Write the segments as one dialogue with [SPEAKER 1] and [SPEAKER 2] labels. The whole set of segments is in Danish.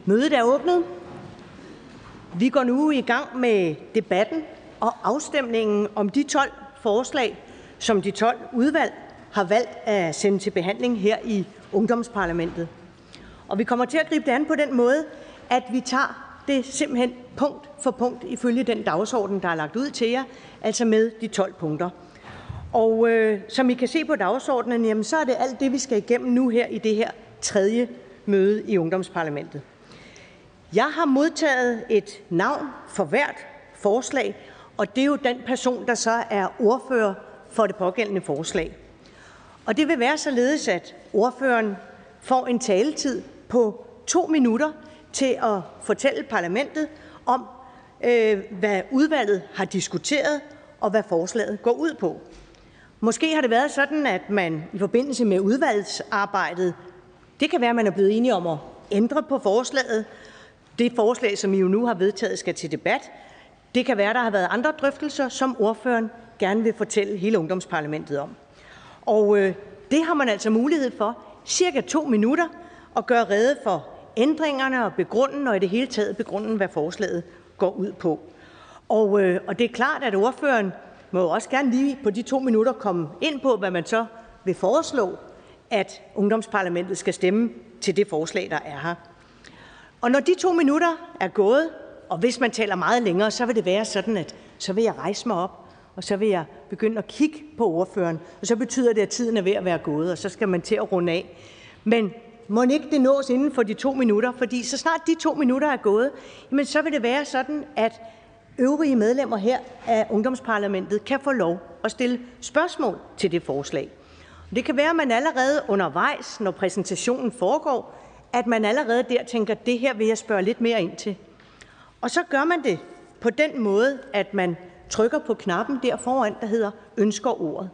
[SPEAKER 1] Mødet er åbnet. Vi går nu i gang med debatten og afstemningen om de 12 forslag, som de 12 udvalg har valgt at sende til behandling her i Ungdomsparlamentet. Og vi kommer til at gribe det an på den måde, at vi tager det simpelthen punkt for punkt ifølge den dagsorden, der er lagt ud til jer, altså med de 12 punkter. Og som I kan se på dagsordenen, jamen, så er det alt det, vi skal igennem nu her i det her 3. møde i Ungdomsparlamentet. Jeg har modtaget et navn for hvert forslag, og det er jo den person, der så er ordfører for det pågældende forslag. Og det vil være således, at ordføreren får en taletid på 2 minutter til at fortælle parlamentet om, hvad udvalget har diskuteret, og hvad forslaget går ud på. Måske har det været sådan, at man i forbindelse med udvalgsarbejdet, det kan være, at man er blevet enige om at ændre på forslaget. Det forslag, som I jo nu har vedtaget, skal til debat. Det kan være, der har været andre drøftelser, som ordføreren gerne vil fortælle hele Ungdomsparlamentet om. Og det har man altså mulighed for, cirka 2 minutter, at gøre rede for ændringerne og begrunden, og i det hele taget begrunden, hvad forslaget går ud på. Og det er klart, at ordføreren må jo også gerne lige på de 2 minutter komme ind på, hvad man så vil foreslå, at Ungdomsparlamentet skal stemme til det forslag, der er her. Og når de 2 minutter er gået, og hvis man taler meget længere, så vil det være sådan, at så vil jeg rejse mig op, og så vil jeg begynde at kigge på ordføreren, og så betyder det, at tiden er ved at være gået, og så skal man til at runde af. Men må ikke det nås inden for de 2 minutter, fordi så snart de 2 minutter er gået, jamen så vil det være sådan, at øvrige medlemmer her af Ungdomsparlamentet kan få lov at stille spørgsmål til det forslag. Det kan være, at man allerede undervejs, når præsentationen foregår, at man allerede der tænker, at det her vil jeg spørge lidt mere ind til. Og så gør man det på den måde, at man trykker på knappen der foran, der hedder ønsker ordet.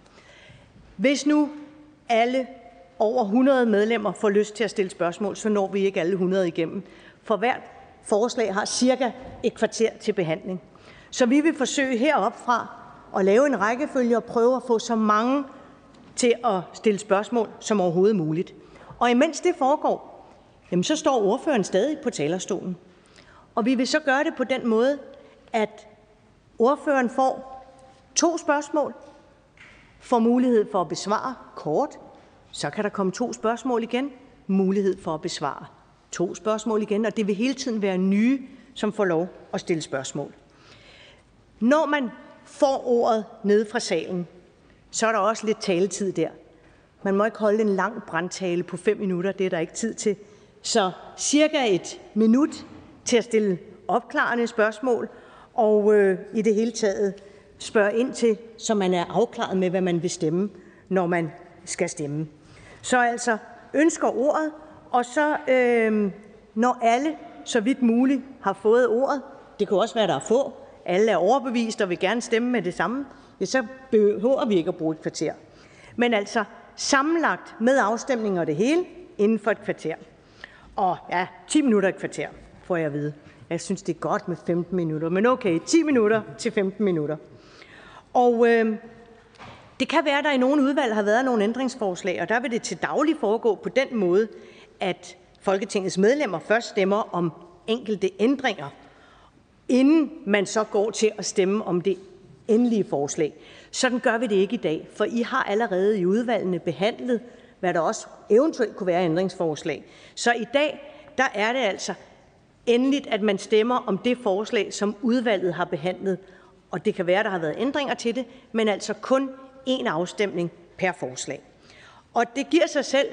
[SPEAKER 1] Hvis nu alle over 100 medlemmer får lyst til at stille spørgsmål, så når vi ikke alle 100 igennem. For hvert forslag har cirka et kvarter til behandling. Så vi vil forsøge heroppe fra at lave en rækkefølge og prøve at få så mange til at stille spørgsmål som overhovedet muligt. Og imens det foregår, jamen så står ordføreren stadig på talerstolen. Og vi vil så gøre det på den måde, at ordføreren får 2 spørgsmål, får mulighed for at besvare kort, så kan der komme 2 spørgsmål igen, mulighed for at besvare 2 spørgsmål igen, og det vil hele tiden være nye, som får lov at stille spørgsmål. Når man får ordet ned fra salen, så er der også lidt taletid der. Man må ikke holde en lang brandtale på 5 minutter, det er der ikke tid til. Så cirka 1 minut til at stille opklarende spørgsmål, og i det hele taget spørge ind til, så man er afklaret med, hvad man vil stemme, når man skal stemme. Så altså ønsker ordet, og så når alle så vidt muligt har fået ordet, det kan også være, der er få, alle er overbevist og vil gerne stemme med det samme, ja, så behøver vi ikke at bruge et kvarter. Men altså sammenlagt med afstemning og det hele inden for et kvarter. Og ja, 10 minutter et kvarter, får jeg at vide. Jeg synes, det er godt med 15 minutter, men okay, 10 minutter til 15 minutter. Og det kan være, at der i nogle udvalg har været nogle ændringsforslag, og der vil det til daglig foregå på den måde, at Folketingets medlemmer først stemmer om enkelte ændringer, inden man så går til at stemme om det endelige forslag. Sådan gør vi det ikke i dag, for I har allerede i udvalgene behandlet, hvad der også eventuelt kunne være ændringsforslag. Så i dag, der er det altså endeligt, at man stemmer om det forslag, som udvalget har behandlet. Og det kan være, der har været ændringer til det, men altså kun én afstemning per forslag. Og det giver sig selv,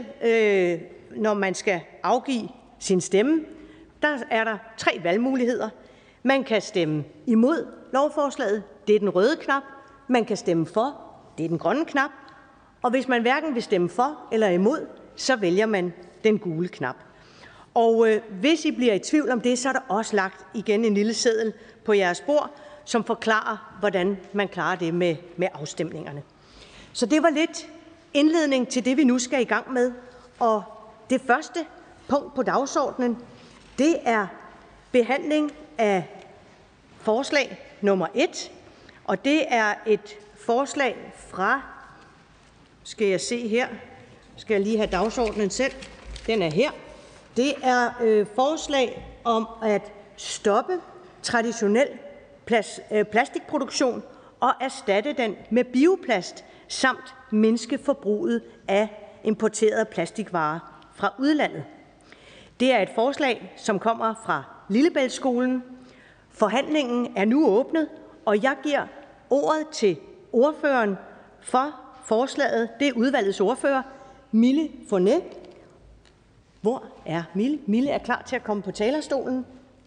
[SPEAKER 1] når man skal afgive sin stemme, der er der 3 valgmuligheder. Man kan stemme imod lovforslaget, det er den røde knap. Man kan stemme for, det er den grønne knap. Og hvis man hverken vil stemme for eller imod, så vælger man den gule knap. Og hvis I bliver i tvivl om det, så er der også lagt igen en lille seddel på jeres bord, som forklarer, hvordan man klarer det med afstemningerne. Så det var lidt indledning til det, vi nu skal i gang med. Og det første punkt på dagsordenen, det er behandling af forslag nummer 1. Og det er et forslag fra, skal jeg se her, skal jeg lige have dagsordenen selv, den er her. Det er forslag om at stoppe traditionel plastikproduktion og erstatte den med bioplast samt mindske forbruget af importerede plastikvarer fra udlandet. Det er et forslag, som kommer fra Lillebæltsskolen. Forhandlingen er nu åbnet, og jeg giver ordet til ordføreren for forslaget. Det er udvalgets ordfører, Mille Fournet. Hvor er Mille? Mille er klar til at komme på talerstolen.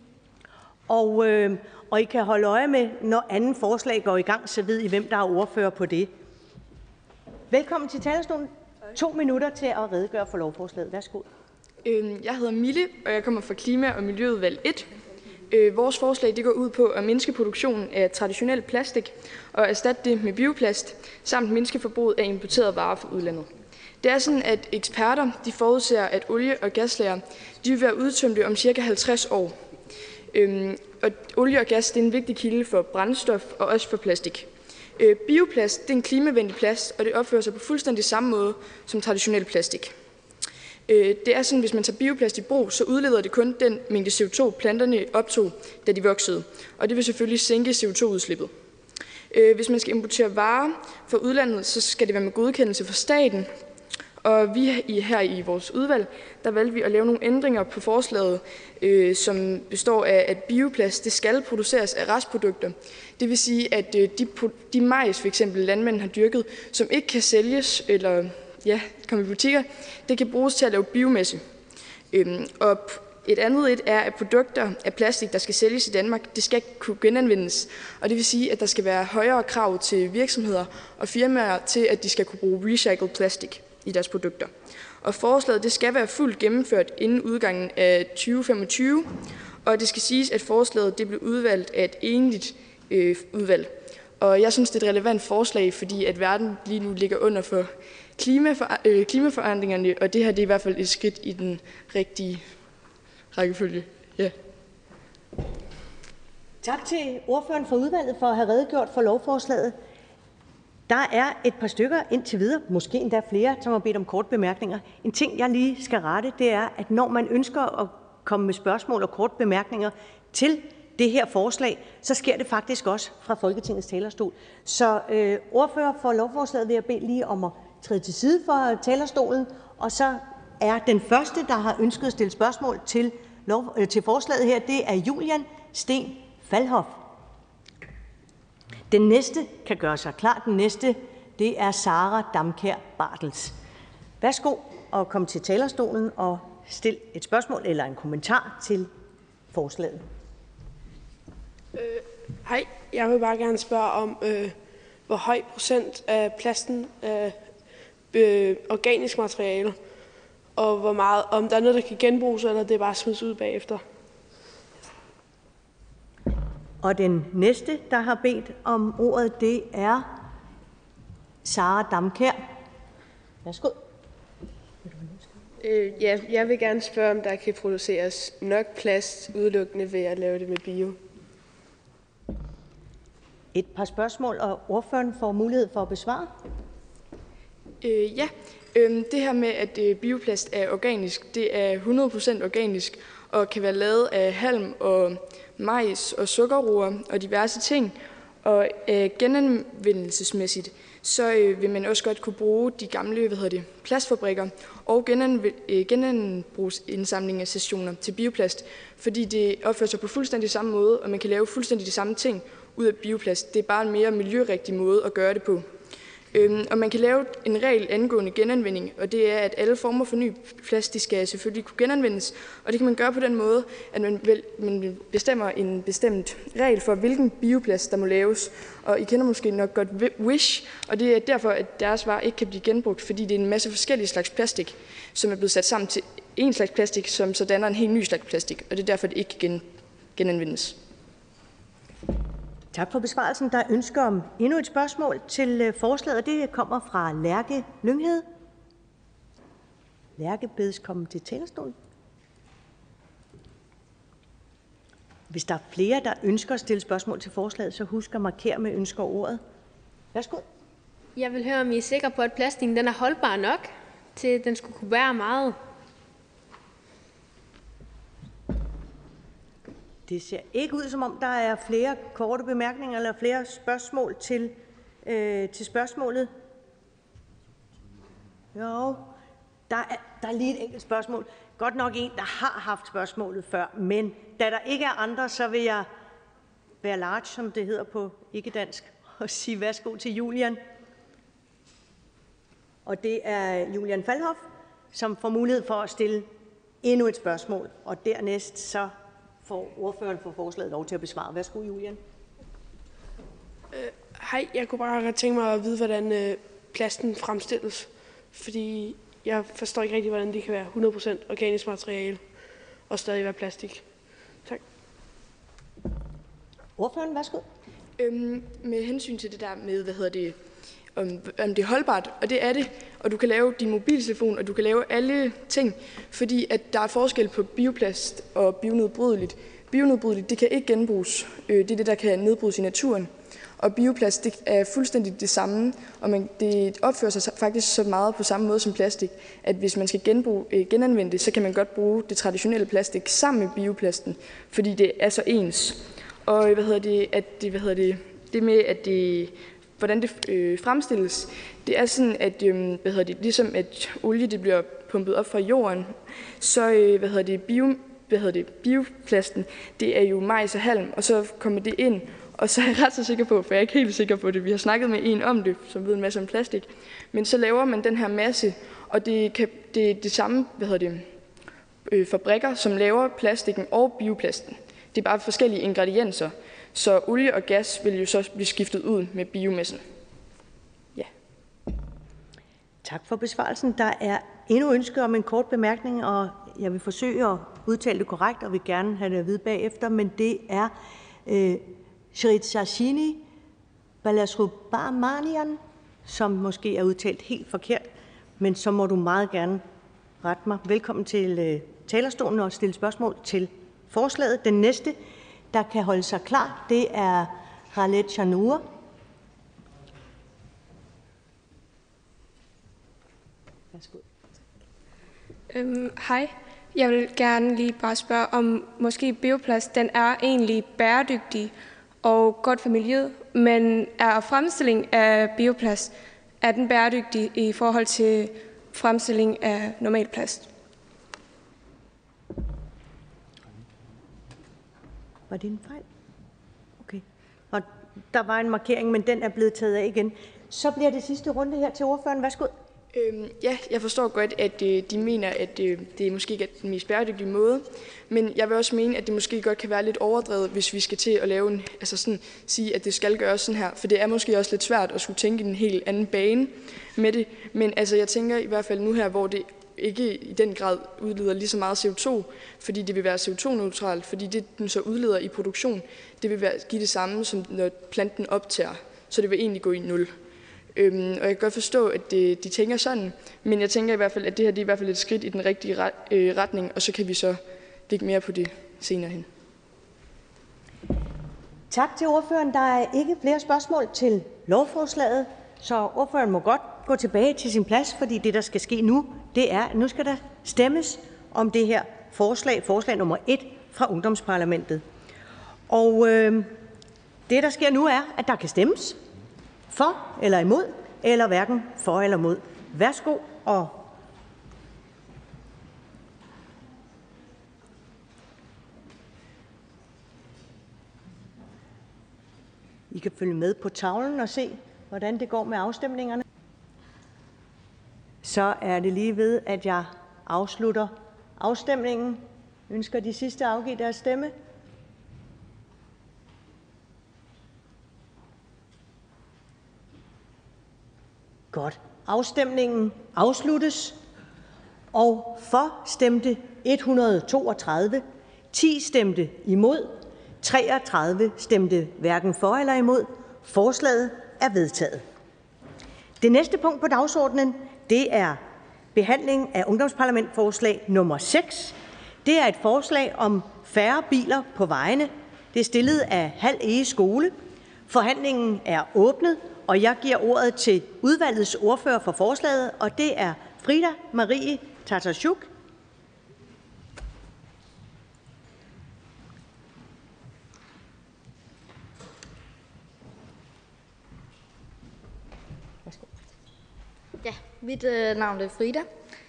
[SPEAKER 1] Og I kan holde øje med, når anden forslag går i gang, så ved I, hvem der er ordfører på det. Velkommen til talerstolen. 2 minutter til at redegøre for lovforslaget. Værsgo.
[SPEAKER 2] Jeg hedder Mille, og jeg kommer fra Klima- og Miljøudvalg 1. Vores forslag går ud på at mindske produktionen af traditionel plastik og erstatte det med bioplast, samt mindske forbruget af importerede varer fra udlandet. Det er sådan, at eksperter forudser, at olie- og gaslager vil være udtømte om ca. 50 år. Og olie og gas er en vigtig kilde for brændstof og også for plastik. Bioplast er en klimavenlig plast, og det opfører sig på fuldstændig samme måde som traditionel plastik. Det er sådan, at hvis man tager bioplast i brug, så udleder det kun den mængde CO2, planterne optog, da de voksede. Og det vil selvfølgelig sænke CO2-udslippet. Hvis man skal importere varer fra udlandet, så skal det være med godkendelse fra staten. Og vi her i vores udvalg, der valgte vi at lave nogle ændringer på forslaget, som består af, at bioplast det skal produceres af restprodukter. Det vil sige, at de majs, for eksempel landmænd har dyrket, som ikke kan sælges eller komme i butikker, det kan bruges til at lave biomasse. Og et andet er, at produkter af plastik, der skal sælges i Danmark, det skal kunne genanvendes. Og det vil sige, at der skal være højere krav til virksomheder og firmaer til, at de skal kunne bruge recycled plastik i deres produkter. Og forslaget det skal være fuldt gennemført inden udgangen af 2025, og det skal siges, at forslaget det blev udvalgt af et enigt udvalg. Og jeg synes, det er et relevant forslag, fordi at verden lige nu ligger under for klimaforandringerne, og det her det er i hvert fald et skridt i den rigtige rækkefølge. Ja.
[SPEAKER 1] Tak til ordføreren for udvalget for at have redegjort for lovforslaget. Der er et par stykker indtil videre, måske endda flere, som har bedt om korte bemærkninger. En ting, jeg lige skal rette, det er, at når man ønsker at komme med spørgsmål og korte bemærkninger til det her forslag, så sker det faktisk også fra Folketingets talerstol. Så ordfører for lovforslaget vil jeg bede lige om at træde til side for talerstolen, og så er den første, der har ønsket at stille spørgsmål til forslaget her, det er Julian Sten Falhoff. Den næste kan gøre sig klar. Den næste, det er Sara Damkjær Bartels. Værsgo og kom til talerstolen og stil et spørgsmål eller en kommentar til forslaget.
[SPEAKER 3] Hej, jeg vil bare gerne spørge om, hvor høj procent af plasten er organisk materiale, og hvor meget, om der er noget, der kan genbruges, eller det er bare smides ud bagefter.
[SPEAKER 1] Og den næste, der har bedt om ordet, det er Sara Damkjær. Værsgo.
[SPEAKER 4] Jeg vil gerne spørge, om der kan produceres nok plast udelukkende ved at lave det med bio.
[SPEAKER 1] Et par spørgsmål, og ordføreren får mulighed for at besvare.
[SPEAKER 2] Det her med, at bioplast er organisk, det er 100% organisk og kan være lavet af halm og majs og sukkerroer og diverse ting. Og genanvendelsesmæssigt, så vil man også godt kunne bruge de gamle plastfabrikker og genbrugsindsamlingsstationer til bioplast, fordi det opfører sig på fuldstændig samme måde, og man kan lave fuldstændig de samme ting ud af bioplast. Det er bare en mere miljørigtig måde at gøre det på. Og man kan lave en regel angående genanvending, og det er, at alle former for ny plast, de skal selvfølgelig kunne genanvendes. Og det kan man gøre på den måde, at man bestemmer en bestemt regel for, hvilken bioplast, der må laves. Og I kender måske nok godt Wish, og det er derfor, at deres varer ikke kan blive genbrugt, fordi det er en masse forskellige slags plastik, som er blevet sat sammen til en slags plastik, som så danner en helt ny slags plastik, og det er derfor, det ikke kan genanvendes.
[SPEAKER 1] Tak for besvarelsen. Der er ønsker om endnu et spørgsmål til forslaget. Det kommer fra Lærke Lynghede. Lærke bedes komme til talerstolen. Hvis der er flere, der ønsker at stille spørgsmål til forslaget, så husk at markere med ønsker ordet. Værsgo.
[SPEAKER 5] Jeg vil høre, om I er sikre på, at plastikken den er holdbar nok, til at den skulle kunne bære meget.
[SPEAKER 1] Det ser ikke ud, som om der er flere korte bemærkninger eller flere spørgsmål til spørgsmålet. Jo, der er lige et enkelt spørgsmål. Godt nok en, der har haft spørgsmålet før, men da der ikke er andre, så vil jeg være large, som det hedder på ikke-dansk, og sige værsgo til Julian. Og det er Julian Falhoff, som får mulighed for at stille endnu et spørgsmål, og dernæst så får ordføreren for forslaget lov til at besvare. Værsgo, Julian.
[SPEAKER 3] Hej, jeg kunne bare godt tænke mig at vide, hvordan plasten fremstilles. Fordi jeg forstår ikke rigtig, hvordan det kan være 100% organisk materiale og stadig være plastik. Tak.
[SPEAKER 1] Ordføreren, værsgo.
[SPEAKER 2] Med hensyn til det der med, om det er holdbart, og det er det, og du kan lave din mobiltelefon, og du kan lave alle ting, fordi at der er forskel på bioplast og bionedbrydeligt. Bionedbrydeligt, det kan ikke genbruges. Det er det, der kan nedbrydes i naturen. Og bioplast, det er fuldstændig det samme, og det opfører sig faktisk så meget på samme måde som plastik, at hvis man skal genanvende det, så kan man godt bruge det traditionelle plastik sammen med bioplasten, fordi det er så ens. Og det med, at hvordan det fremstilles, det er sådan, at ligesom at olie det bliver pumpet op fra jorden, så bioplasten, det er jo majs og halm, og så kommer det ind, og så er jeg ret så sikker på, for jeg er ikke helt sikker på det, vi har snakket med en om det, som ved en masse om plastik, men så laver man den her masse, og det er det samme, fabrikker, som laver plastikken og bioplasten. Det er bare forskellige ingredienser, så olie og gas vil jo så blive skiftet ud med biomassen. Ja.
[SPEAKER 1] Tak for besvarelsen. Der er endnu ønske om en kort bemærkning, og jeg vil forsøge at udtale det korrekt, og vil gerne have det at vide bagefter, men det er Shritsashini Balasubramanian, som måske er udtalt helt forkert, men så må du meget gerne rette mig. Velkommen til talerstolen og stille spørgsmål til forslaget. Den næste, der kan holde sig klar, det er Khaled Chanur. Værsgo.
[SPEAKER 6] Hej. Jeg vil gerne lige bare spørge, om måske bioplast, den er egentlig bæredygtig og godt for miljøet, men er fremstilling af bioplast, er den bæredygtig i forhold til fremstilling af normal plast?
[SPEAKER 1] Var det en fejl? Okay. Og der var en markering, men den er blevet taget af igen. Så bliver det sidste runde her til ordføreren. Værsgo.
[SPEAKER 2] Ja, jeg forstår godt, at de mener, at det måske ikke er den mest bæredygtige måde, men jeg vil også mene, at det måske godt kan være lidt overdrevet, hvis vi skal til at lave sige, at det skal gøres sådan her, for det er måske også lidt svært at skulle tænke i en helt anden bane med det, men altså jeg tænker i hvert fald nu her, hvor det ikke i den grad udleder lige så meget CO2, fordi det vil være CO2-neutralt, fordi det den så udleder i produktion, det vil give det samme, som når planten optager, så det vil egentlig gå i nul. Og jeg kan godt forstå, at de tænker sådan, men jeg tænker i hvert fald, at det her det er i hvert fald et skridt i den rigtige retning, og så kan vi så lægge mere på det senere hen.
[SPEAKER 1] Tak til ordføreren. Der er ikke flere spørgsmål til lovforslaget, så ordføreren må godt gå tilbage til sin plads, fordi det, der skal ske nu, det er, at nu skal der stemmes om det her forslag nummer 1 fra Ungdomsparlamentet. Og det, der sker nu, er, at der kan stemmes for eller imod, eller hverken for eller imod. Værsgo og I kan følge med på tavlen og se, hvordan det går med afstemningerne. Så er det lige ved, at jeg afslutter afstemningen. Ønsker de sidste at afgive deres stemme? Godt. Afstemningen afsluttes, og for stemte 132, 10 stemte imod, 33 stemte hverken for eller imod. Forslaget er vedtaget. Det næste punkt på dagsordenen, det er behandling af ungdomsparlamentforslag nummer 6. Det er et forslag om færre biler på vejene. Det er stillet af Hald Ege Skole. Forhandlingen er åbnet, og jeg giver ordet til udvalgets ordfører for forslaget, og det er Frida Marie Tatarchuk.
[SPEAKER 7] Mit navn er Frida.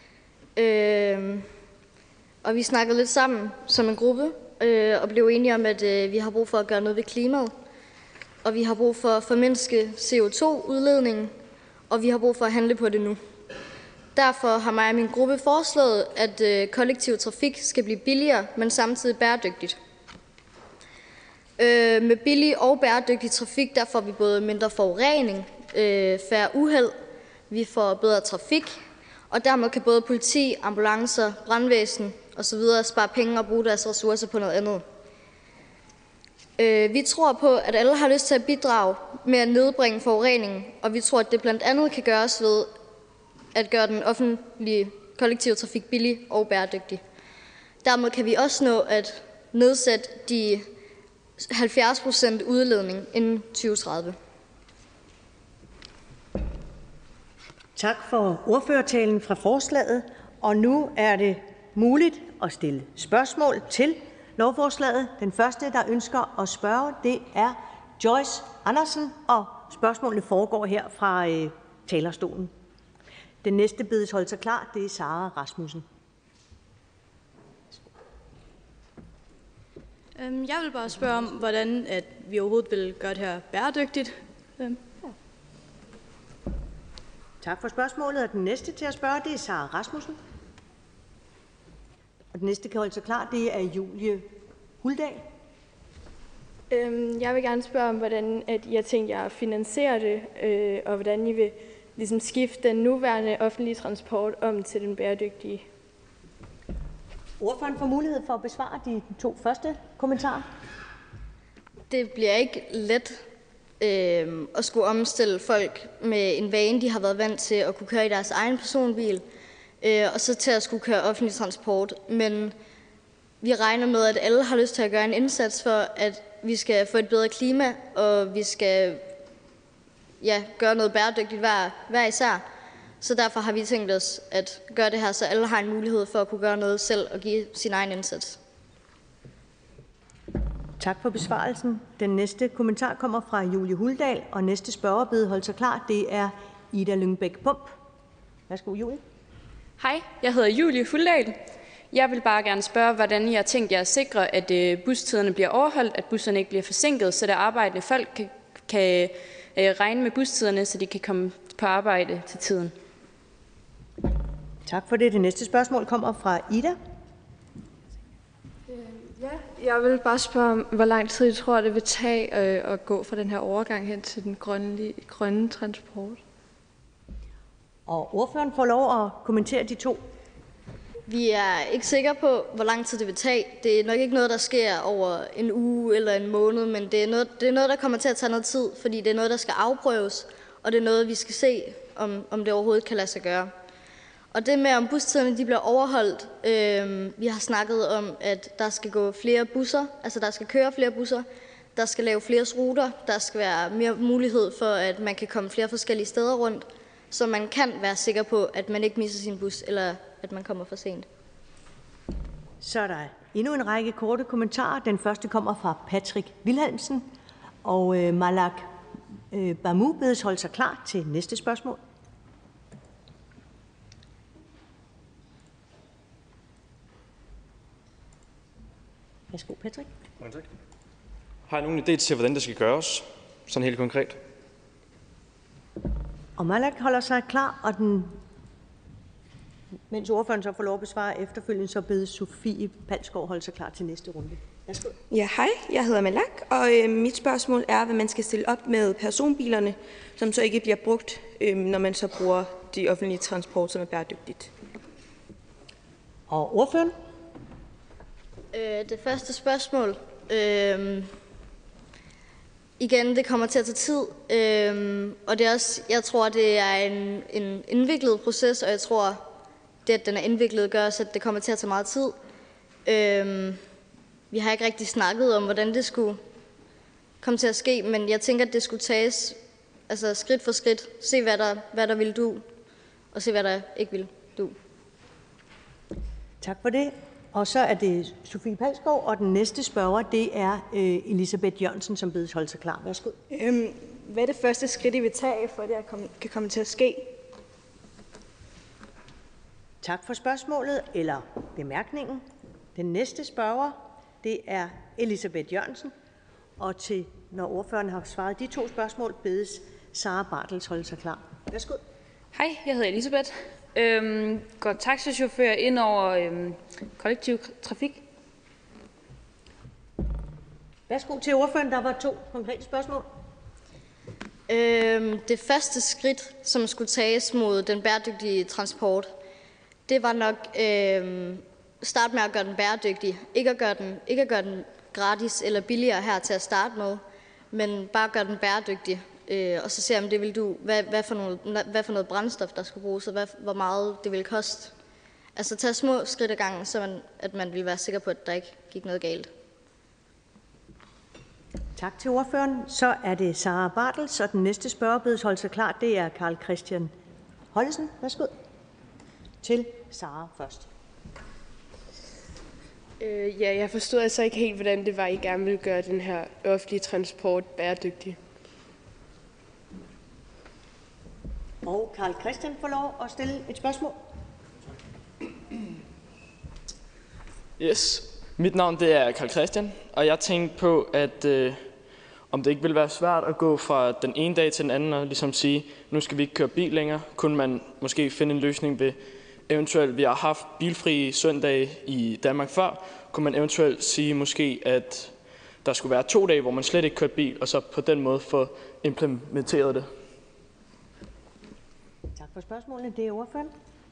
[SPEAKER 7] Og vi snakkede lidt sammen som en gruppe og blev enige om, at vi har brug for at gøre noget ved klimaet. Og vi har brug for at formindske CO2-udledningen, og vi har brug for at handle på det nu. Derfor har mig og min gruppe foreslået, at kollektiv trafik skal blive billigere, men samtidig bæredygtigt. Med billig og bæredygtig trafik, der får vi både mindre forurening, færre uheld, vi får bedre trafik, og dermed kan både politi, ambulancer, brandvæsen osv. spare penge og bruge deres ressourcer på noget andet. Vi tror på, at alle har lyst til at bidrage med at nedbringe forureningen, og vi tror, at det blandt andet kan gøres ved at gøre den offentlige kollektive trafik billig og bæredygtig. Dermed kan vi også nå at nedsætte de 70% udledning inden 2030.
[SPEAKER 1] Tak for ordførertalen fra forslaget, og nu er det muligt at stille spørgsmål til lovforslaget. Den første, der ønsker at spørge, det er Joyce Andersen, og spørgsmålene foregår her fra talerstolen. Den næste bedes holde sig klar, det er Sara Rasmussen.
[SPEAKER 8] Jeg vil bare spørge om, hvordan at vi overhovedet vil gøre det her bæredygtigt.
[SPEAKER 1] Tak for spørgsmålet, og den næste til at spørge, det er Sara Rasmussen. Og den næste kan holde sig klar, det er Julie Huldal.
[SPEAKER 9] Jeg vil gerne spørge om, hvordan at I har tænkt jer at finansiere det, og hvordan I vil ligesom skifte den nuværende offentlige transport om til den bæredygtige.
[SPEAKER 1] Ordføreren får mulighed for at besvare de 2 første kommentarer.
[SPEAKER 7] Det bliver ikke let at skulle omstille folk med en vane, de har været vant til at kunne køre i deres egen personbil, og så til at skulle køre offentlig transport. Men vi regner med, at alle har lyst til at gøre en indsats for, at vi skal få et bedre klima, og vi skal gøre noget bæredygtigt hver især. Så derfor har vi tænkt os at gøre det her, så alle har en mulighed for at kunne gøre noget selv og give sin egen indsats.
[SPEAKER 1] Tak for besvarelsen. Den næste kommentar kommer fra Julie Huldal, og næste spørger bedes holde sig klar, det er Ida Lyngbæk Pump. Værsgo, Julie.
[SPEAKER 10] Hej, jeg hedder Julie Huldal. Jeg vil bare gerne spørge, hvordan I har tænkt jer at sikre, at bustiderne bliver overholdt, at busserne ikke bliver forsinket, så det arbejdende folk kan regne med bustiderne, så de kan komme på arbejde til tiden.
[SPEAKER 1] Tak for det. Det næste spørgsmål kommer fra Ida.
[SPEAKER 9] Jeg vil bare spørge om, hvor lang tid I tror, det vil tage at gå fra den her overgang hen til den grønne transport.
[SPEAKER 1] Og ordføreren får lov at kommentere de 2.
[SPEAKER 7] Vi er ikke sikre på, hvor lang tid det vil tage. Det er nok ikke noget, der sker over en uge eller en måned, men det er noget, der kommer til at tage noget tid, fordi det er noget, der skal afprøves, og det er noget, vi skal se, om det overhovedet kan lade sig gøre. Og det med, om bustiderne de bliver overholdt, vi har snakket om, at der skal gå flere busser, altså der skal køre flere busser, der skal lave flere ruter, der skal være mere mulighed for, at man kan komme flere forskellige steder rundt, så man kan være sikker på, at man ikke misser sin bus, eller at man kommer for sent.
[SPEAKER 1] Så er der endnu en række korte kommentarer. Den første kommer fra Patrick Wilhelmsen, og Malak Bamu bedes holde sig klar til næste spørgsmål. Værsgo, Patrick.
[SPEAKER 11] Mange tak. Har I nogen idé til, hvordan det skal gøres, sådan helt konkret?
[SPEAKER 1] Og Malak holder sig klar, og mens ordføreren så får lov at besvare efterfølgende, så bedes Sofie Palsgaard holde sig klar til næste runde. Værsgo.
[SPEAKER 12] Ja, hej. Jeg hedder Malak, og mit spørgsmål er, hvad man skal stille op med personbilerne, som så ikke bliver brugt, når man så bruger de offentlige transport, som er bæredygtigt.
[SPEAKER 1] Og ordføreren?
[SPEAKER 7] Det første spørgsmål. Igen, det kommer til at tage tid, og det er også, jeg tror, det er en indviklet proces, og jeg tror, det, at den er indviklet, gør også, at det kommer til at tage meget tid. Vi har ikke rigtig snakket om, hvordan det skulle komme til at ske, men jeg tænker, at det skulle tages altså skridt for skridt. Se, hvad der vil du, og se, hvad der ikke vil du.
[SPEAKER 1] Tak for det. Og så er det Sofie Palsgaard, og den næste spørger, det er Elisabeth Jørgensen, som bedes holde sig klar. Værsgo.
[SPEAKER 12] Hvad er det første skridt, I vil tage, for at det kan komme til at ske?
[SPEAKER 1] Tak for spørgsmålet eller bemærkningen. Den næste spørger, det er Elisabeth Jørgensen. Og når ordføreren har svaret de 2 spørgsmål, bedes Sara Bartels holde sig klar. Værsgo.
[SPEAKER 13] Hej, jeg hedder Elisabeth. Går taxichauffør ind over kollektiv trafik?
[SPEAKER 1] Værsgo til ordføreren. Der var 2 konkrete spørgsmål.
[SPEAKER 7] Det første skridt, som skulle tages mod den bæredygtige transport, det var nok starte med at gøre den bæredygtig. Ikke at gøre den gratis eller billigere her til at starte med, men bare gøre den bæredygtig. Og så se, om det vil hvad for noget brændstof, der skal bruges, og hvor meget det vil koste. Altså tage små skridt ad gangen, så at man vil være sikker på, at der ikke gik noget galt.
[SPEAKER 1] Tak til ordføreren. Så er det Sara Bartels, og den næste spørger bedes holde sig klar. Det er Karl Christian Hollesen. Værsgo. Til Sara først.
[SPEAKER 4] Ja, jeg forstod altså ikke helt, hvordan det var, I gerne ville gøre den her offentlige transport bæredygtig.
[SPEAKER 1] Og Karl Christian får lov at stille et spørgsmål.
[SPEAKER 14] Yes. Mit navn det er Karl Christian, og jeg tænkte på, at om det ikke ville være svært at gå fra den ene dag til den anden og ligesom sige, nu skal vi ikke køre bil længere. Kunne man måske finde en løsning ved eventuelt, vi har haft bilfri søndage i Danmark før, kunne man eventuelt sige måske, at der skulle være 2 dage, hvor man slet ikke kørte bil, og så på den måde få implementeret det.
[SPEAKER 1] Tak for spørgsmålet. Det er ordføreren.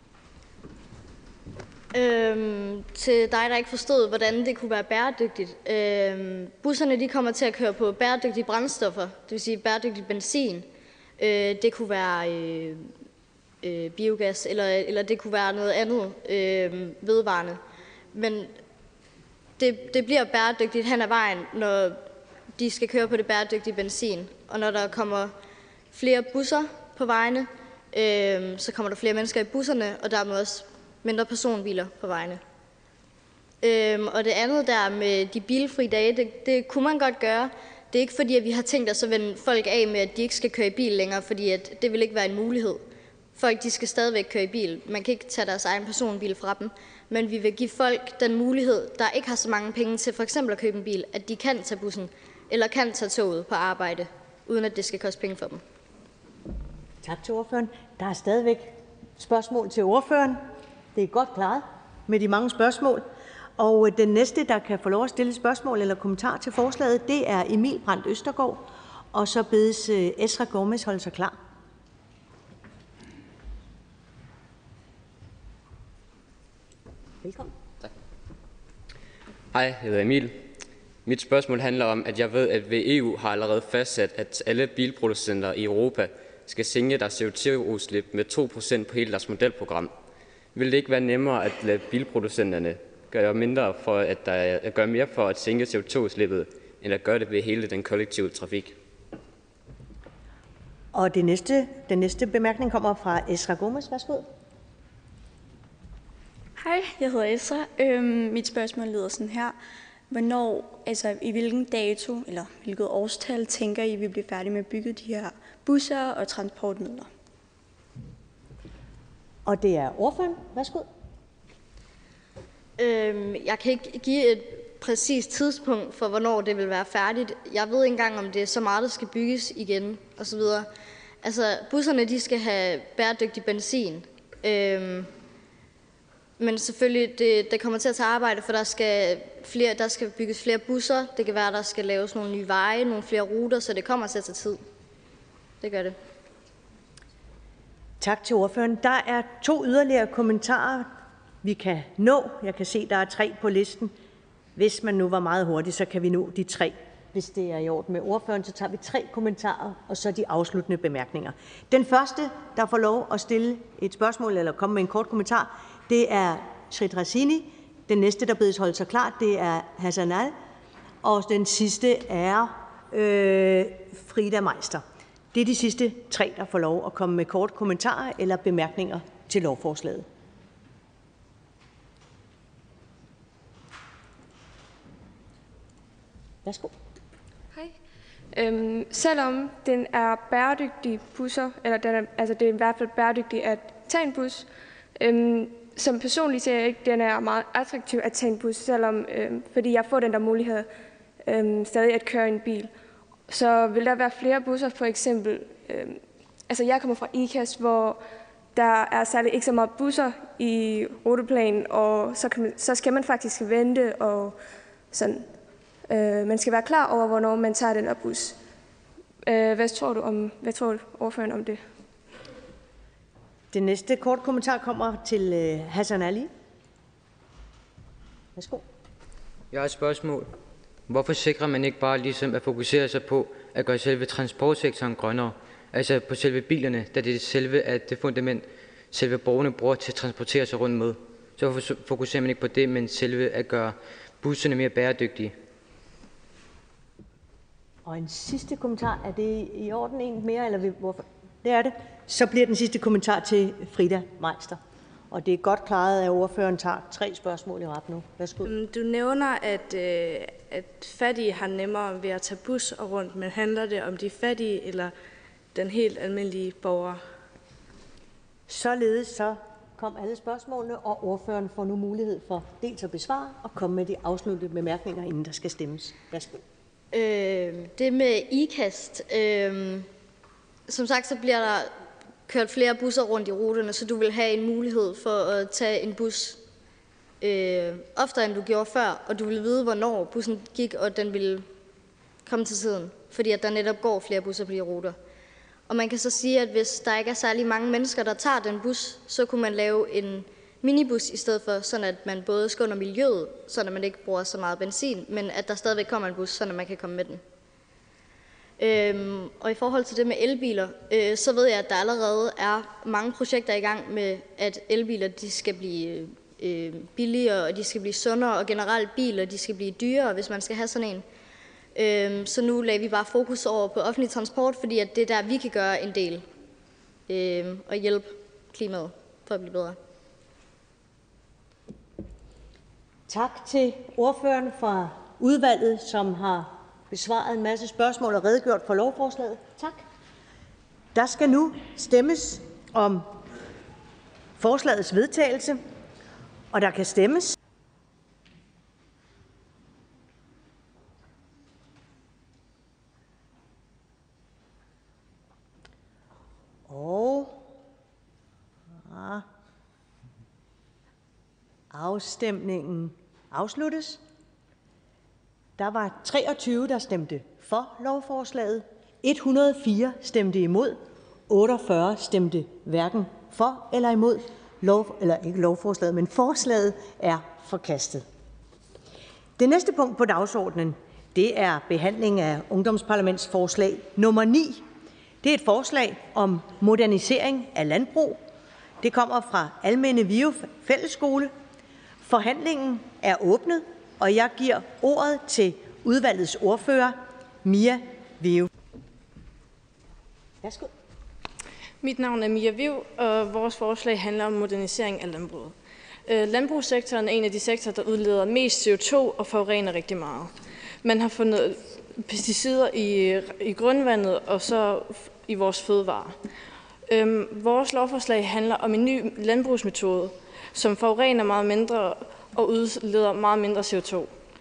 [SPEAKER 7] Til dig, der ikke forstod, hvordan det kunne være bæredygtigt. Busserne de kommer til at køre på bæredygtige brændstoffer, det vil sige bæredygtig benzin. Det kunne være biogas, eller det kunne være noget andet vedvarende. Men det bliver bæredygtigt hen ad vejen, når de skal køre på det bæredygtige benzin. Og når der kommer flere busser på vejene, så kommer der flere mennesker i busserne, og dermed også mindre personbiler på vejene. Og det andet der med de bilfri dage, det kunne man godt gøre. Det er ikke fordi, at vi har tænkt os at vende folk af med, at de ikke skal køre i bil længere, fordi at det vil ikke være en mulighed. Folk de skal stadigvæk køre i bil. Man kan ikke tage deres egen personbil fra dem. Men vi vil give folk den mulighed, der ikke har så mange penge til for eksempel at købe en bil, at de kan tage bussen eller kan tage toget på arbejde, uden at det skal koste penge for dem.
[SPEAKER 1] Tak til ordføreren. Der er stadigvæk spørgsmål til ordføreren. Det er godt klaret med de mange spørgsmål. Og den næste, der kan få lov at stille spørgsmål eller kommentar til forslaget, det er Emil Brandt Østergaard. Og så bedes Esra Gomez holde sig klar. Velkommen.
[SPEAKER 15] Tak. Hej, jeg hedder Emil. Mit spørgsmål handler om, at jeg ved, at EU har allerede fastsat, at alle bilproducenter i Europa skal sænke deres CO2-udslip med 2% på hele deres modelprogram. Vil det ikke være nemmere at lade bilproducenterne gøre mere for at sænke CO2-udslippet, end at gøre det ved hele den kollektive trafik?
[SPEAKER 1] Og den næste bemærkning kommer fra Esra Gomez. Værsgo.
[SPEAKER 16] Hej, jeg hedder Esra. Mit spørgsmål lyder sådan her. Hvornår, altså i hvilken dato eller hvilket årstal tænker I, vi bliver færdige med at bygge de her busser og transportmidler?
[SPEAKER 1] Og det er ordføreren. Værsgo.
[SPEAKER 7] Jeg kan ikke give et præcist tidspunkt for, hvornår det vil være færdigt. Jeg ved ikke engang, om det er så meget, der skal bygges igen osv. Altså, busserne de skal have bæredygtig benzin. Men selvfølgelig, det kommer til at tage arbejde, for der skal bygges flere busser. Det kan være, der skal laves nogle nye veje, nogle flere ruter, så det kommer til at tage tid. Det gør det.
[SPEAKER 1] Tak til ordføreren. Der er 2 yderligere kommentarer, vi kan nå. Jeg kan se, der er 3 på listen. Hvis man nu var meget hurtig, så kan vi nå de 3. Hvis det er i orden med ordføreren, så tager vi 3 kommentarer, og så de afsluttende bemærkninger. Den første, der får lov at stille et spørgsmål eller komme med en kort kommentar, det er Srid Rasini. Den næste, der bedes holde sig klar, det er Hassan Al. Og den sidste er Frida Meister. Det er de sidste 3, der får lov at komme med kort kommentarer eller bemærkninger til lovforslaget. Værsgo.
[SPEAKER 6] Hej. Selvom den er bæredygtig busser, eller det er i hvert fald bæredygtigt at tage en bus, Som personligt ser jeg ikke, at den er meget attraktiv at tage en bus, selvom, fordi jeg får den der mulighed stadig at køre en bil. Så vil der være flere busser, for eksempel. Altså jeg kommer fra IKAST, hvor der er særlig ikke så meget busser i ruteplanen, og så skal man faktisk vente, og sådan. Man skal være klar over, hvornår man tager den her bus. Hvad tror ordføreren om det?
[SPEAKER 1] Det næste kort kommentar kommer til Hassan Ali. Værsgo.
[SPEAKER 17] Jeg har et spørgsmål. Hvorfor sikrer man ikke bare ligesom at fokusere sig på at gøre selve transportsektoren grønnere? Altså på selve bilerne, da det er selve at det fundament, selve borgerne bruger til at transportere sig rundt med. Så hvorfor fokuserer man ikke på det, men selve at gøre busserne mere bæredygtige?
[SPEAKER 1] Og en sidste kommentar. Er det i orden en mere, eller hvorfor? Det er det. Så bliver den sidste kommentar til Frida Meister. Og det er godt klaret, at ordføreren tager 3 spørgsmål i rap nu. Værsgo.
[SPEAKER 9] Du nævner, at fattige har nemmere ved at tage bus og rundt, men handler det om de fattige eller den helt almindelige borger?
[SPEAKER 1] Således så kom alle spørgsmålene, og ordføreren får nu mulighed for dels at besvare og komme med de afsluttende bemærkninger, inden der skal stemmes. Værsgo.
[SPEAKER 7] Det med IKAST. Som sagt, så bliver der kørt flere busser rundt i ruterne, så du vil have en mulighed for at tage en bus oftere, end du gjorde før, og du vil vide, hvornår bussen gik, og den ville komme til tiden, fordi at der netop går flere busser på de ruter. Og man kan så sige, at hvis der ikke er særlig mange mennesker, der tager den bus, så kunne man lave en minibus i stedet for, sådan at man både skåner miljøet, så man ikke bruger så meget benzin, men at der stadigvæk kommer en bus, så man kan komme med den. Og i forhold til det med elbiler, så ved jeg, at der allerede er mange projekter i gang med, at elbiler de skal blive billigere, og de skal blive sundere, og generelt biler de skal blive dyrere, hvis man skal have sådan en. Så nu lagde vi bare fokus over på offentlig transport, fordi at det er der, vi kan gøre en del og hjælpe klimaet for at blive bedre.
[SPEAKER 1] Tak til ordføreren fra udvalget, som har besvaret en masse spørgsmål og redegjort for lovforslaget. Tak. Der skal nu stemmes om forslagets vedtagelse, og der kan stemmes. Og afstemningen afsluttes. Der var 23, der stemte for lovforslaget, 104 stemte imod, 48 stemte hverken for eller imod. Forslaget er forkastet. Det næste punkt på dagsordenen, det er behandling af ungdomsparlamentsforslag nummer 9. Det er et forslag om modernisering af landbrug. Det kommer fra Almene Vium Fællesskole. Forhandlingen er åbnet, og jeg giver ordet til udvalgets ordfører, Mia Viu. Værsgo.
[SPEAKER 9] Mit navn er Mia Viu, og vores forslag handler om modernisering af landbruget. Landbrugssektoren er en af de sektorer, der udleder mest CO2 og forurener rigtig meget. Man har fundet pesticider i grundvandet og så i vores fødevarer. Vores lovforslag handler om en ny landbrugsmetode, som forurener meget mindre og udleder meget mindre CO2.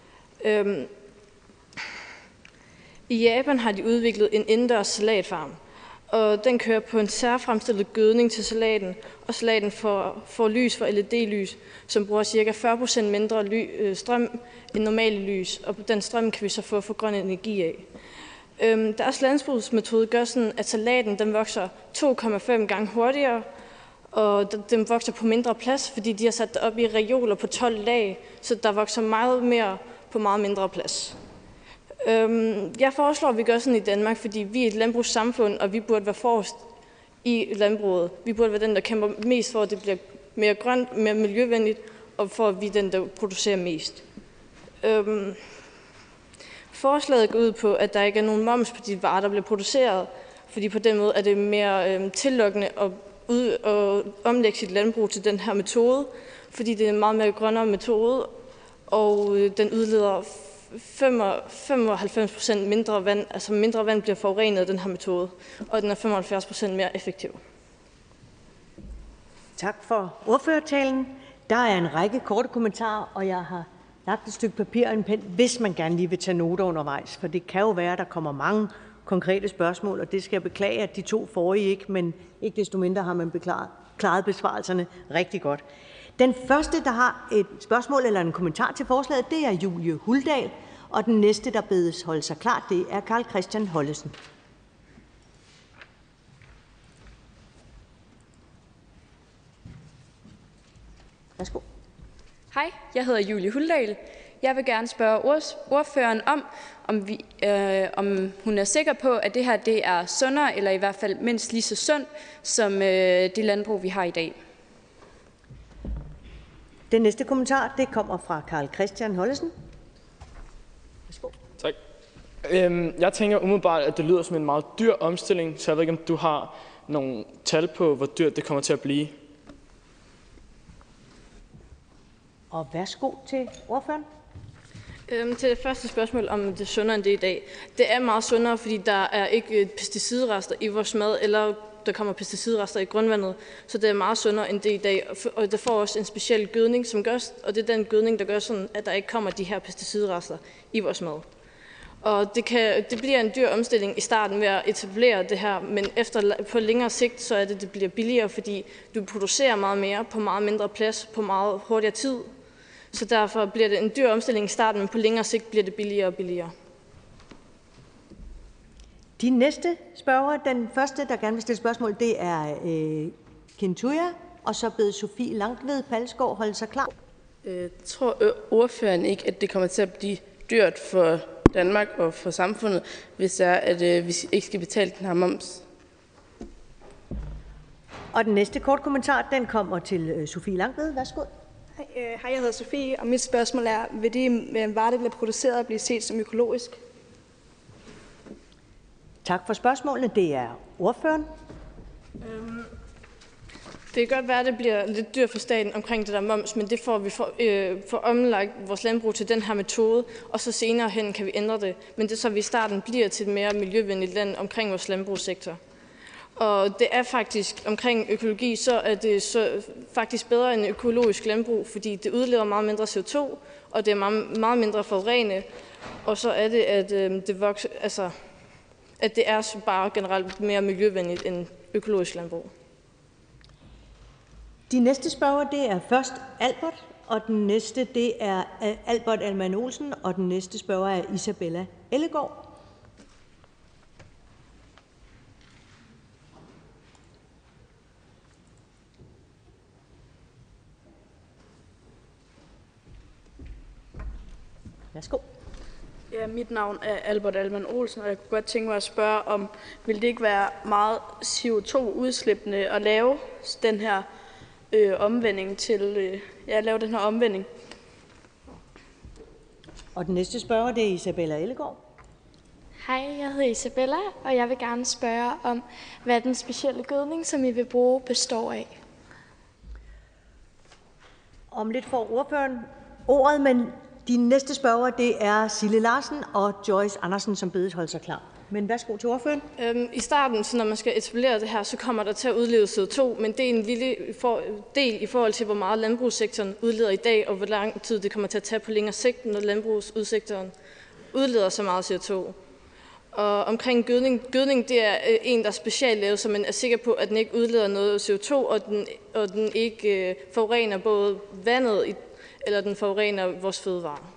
[SPEAKER 9] I Japan har de udviklet en indendørs salatfarm, og den kører på en særfremstillet gødning til salaten, og salaten får lys fra LED-lys, som bruger ca. 40% mindre strøm end normale lys, og den strøm kan vi så få grøn energi af. Deres landbrugsmetode gør sådan, at salaten den vokser 2,5 gange hurtigere, og den vokser på mindre plads, fordi de har sat det op i reoler på 12 lag, så der vokser meget mere på meget mindre plads. Jeg foreslår, at vi gør sådan i Danmark, fordi vi er et landbrugssamfund, og vi burde være forrest i landbruget. Vi burde være den, der kæmper mest for, at det bliver mere grønt, mere miljøvenligt, og for at vi er den, der producerer mest. Forslaget går ud på, at der ikke er nogen moms på de varer, der bliver produceret, fordi på den måde er det mere tillokkende at omlægge sit landbrug til den her metode, fordi det er en meget mere grønnere metode, og den udleder 95% mindre vand, altså mindre vand bliver forurenet af den her metode, og den er 75% mere effektiv.
[SPEAKER 1] Tak for ordførertalen. Der er en række korte kommentarer, og jeg har lagt et stykke papir og en pen, hvis man gerne lige vil tage noter undervejs, for det kan jo være, at der kommer mange konkrete spørgsmål, og det skal jeg beklage, at de 2 forrige ikke, men ikke desto mindre har man klaret besvarelserne rigtig godt. Den første, der har et spørgsmål eller en kommentar til forslaget, det er Julie Huldal, og den næste, der bedes holde sig klar, det er Carl Christian Hollesen. Værsgo.
[SPEAKER 10] Hej, jeg hedder Julie Huldal. Jeg vil gerne spørge ordføreren om hun er sikker på, at det her det er sundere, eller i hvert fald mindst lige så sundt, som det landbrug, vi har i dag.
[SPEAKER 1] Den næste kommentar, det kommer fra Carl Christian Hollesen. Værsgo.
[SPEAKER 14] Tak. Jeg tænker umiddelbart, at det lyder som en meget dyr omstilling, så jeg ved ikke, om du har nogle tal på, hvor dyrt det kommer til at blive.
[SPEAKER 1] Og værsgo til ordføreren.
[SPEAKER 9] Til det første spørgsmål, om det er sundere end det i dag. Det er meget sundere, fordi der er ikke pesticidrester i vores mad, eller der kommer pesticidrester i grundvandet, så det er meget sundere end det i dag. Og det får også en speciel gødning, som gør, og det er den gødning, der gør sådan, at der ikke kommer de her pesticidrester i vores mad. Og det bliver en dyr omstilling i starten ved at etablere det her, men på længere sigt, så er det bliver billigere, fordi du producerer meget mere på meget mindre plads, på meget hurtigere tid. Så derfor bliver det en dyr omstilling i starten, men på længere sigt bliver det billigere og billigere.
[SPEAKER 1] De næste spørgere, den første, der gerne vil stille spørgsmål, det er Kintuya, og så beder Sofie Langved Palsgaard holde sig klar.
[SPEAKER 18] Tror ordføreren ikke, at det kommer til at blive dyrt for Danmark og for samfundet, hvis det er, at vi ikke skal betale den her moms?
[SPEAKER 1] Og den næste kort kommentar, den kommer til Sofie Langved. Værsgo.
[SPEAKER 19] Hej, jeg hedder Sofie, og mit spørgsmål er, vil de varer, der bliver produceret, blive set som økologisk?
[SPEAKER 1] Tak for spørgsmålene. Det er ordføreren.
[SPEAKER 9] Det kan godt være, at det bliver lidt dyrt for staten omkring det der moms, men det får vi får omlagt vores landbrug til den her metode, og så senere hen kan vi ændre det. Men det er så, vi i starten bliver til et mere miljøvenligt land omkring vores landbrugssektor. Og det er faktisk omkring økologi, så er det faktisk bedre end økologisk landbrug, fordi det udleder meget mindre CO2, og det er meget mindre forurenet. Og så er det, at at det er bare generelt mere miljøvenligt end økologisk landbrug.
[SPEAKER 1] De næste spørger, det er først Albert, og den næste, det er Albert Alman Olsen, og den næste spørger er Isabella Ellegaard. Værsgo.
[SPEAKER 20] Ja, mit navn er Albert Alman Olsen, og jeg kunne godt tænke mig at spørge om, vil det ikke være meget CO2-udslippende at lave den her omvending til lave den her omvending?
[SPEAKER 1] Og den næste spørger, det er Isabella Ellegaard.
[SPEAKER 21] Hej, jeg hedder Isabella, og jeg vil gerne spørge om, hvad den specielle gødning, som I vil bruge, består af.
[SPEAKER 1] Om lidt får ordføreren ordet, men de næste spørgere, det er Sille Larsen og Joyce Andersen, som bedes holde sig klar. Men værsgo til ordføreren.
[SPEAKER 9] I starten, så når man skal etablere det her, så kommer der til at udlede CO2, men det er en lille del i forhold til, hvor meget landbrugssektoren udleder i dag, og hvor lang tid det kommer til at tage på længere sigt, når landbrugssektoren udleder så meget CO2. Og omkring gødning, det er en, der er specielt lavet, så man er sikker på, at den ikke udleder noget CO2, og den ikke forurener både vandet, eller den forurener vores fødevarer.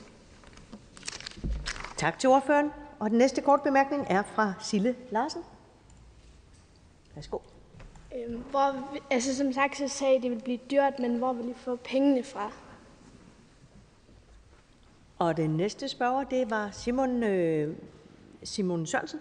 [SPEAKER 1] Tak til ordføreren. Og den næste kort bemærkning er fra Sille Larsen. Værsgo.
[SPEAKER 21] Som sagt, så sagde I, at det ville blive dyrt, men hvor vil I få pengene fra?
[SPEAKER 1] Og den næste spørger, det var Simon Sørensen.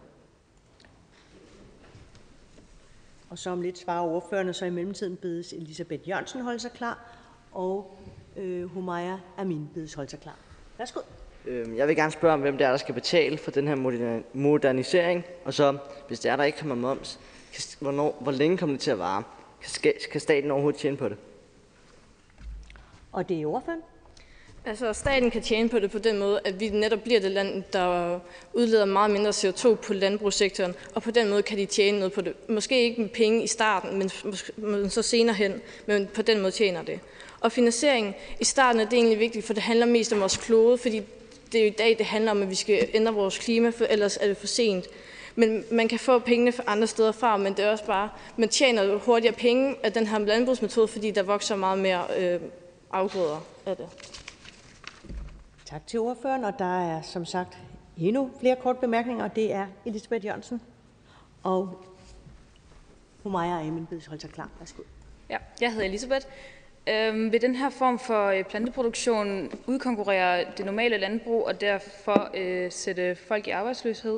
[SPEAKER 1] Og så om lidt svarer ordføreren, og så i mellemtiden bedes Elisabeth Jørgensen holde sig klar, og Humaya Amin bedes holde sig klar. Værsgo.
[SPEAKER 22] Jeg vil gerne spørge om, hvem det er, der skal betale for den her modernisering, og så, hvis det er, der ikke kommer moms, hvor længe kommer det til at vare? Kan staten overhovedet tjene på det?
[SPEAKER 1] Og det er ordføreren.
[SPEAKER 9] Altså, staten kan tjene på det på den måde, at vi netop bliver det land, der udleder meget mindre CO2 på landbrugssektoren, og på den måde kan de tjene noget på det. Måske ikke med penge i starten, men så senere hen, men på den måde tjener det. Og finansieringen i starten er det egentlig vigtigt, for det handler mest om vores klode, fordi det er jo i dag, det handler om, at vi skal ændre vores klima, for ellers er det for sent. Men man kan få pengene fra andre steder fra, men det er også bare, man tjener hurtigere penge af den her landbrugsmetode, fordi der vokser meget mere afgrøder af det.
[SPEAKER 1] Tak til ordføreren, og der er som sagt endnu flere korte bemærkninger. Det er Elisabeth Jørgensen og fru Maja Amen bedes holde sig klar. Værsgo.
[SPEAKER 13] Ja, jeg hedder Elisabeth. Vil den her form for planteproduktion udkonkurrere det normale landbrug og derfor sætte folk i arbejdsløshed?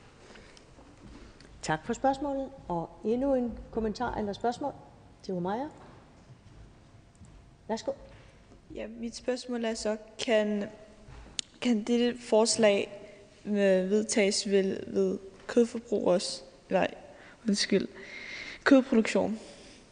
[SPEAKER 1] Tak for spørgsmålet, og endnu en kommentar eller spørgsmål til fru Maja. Værsgo.
[SPEAKER 3] Ja, mit spørgsmål er så, kan dette forslag vedtages ved kødforbrug også? Nej, undskyld. Kødproduktion.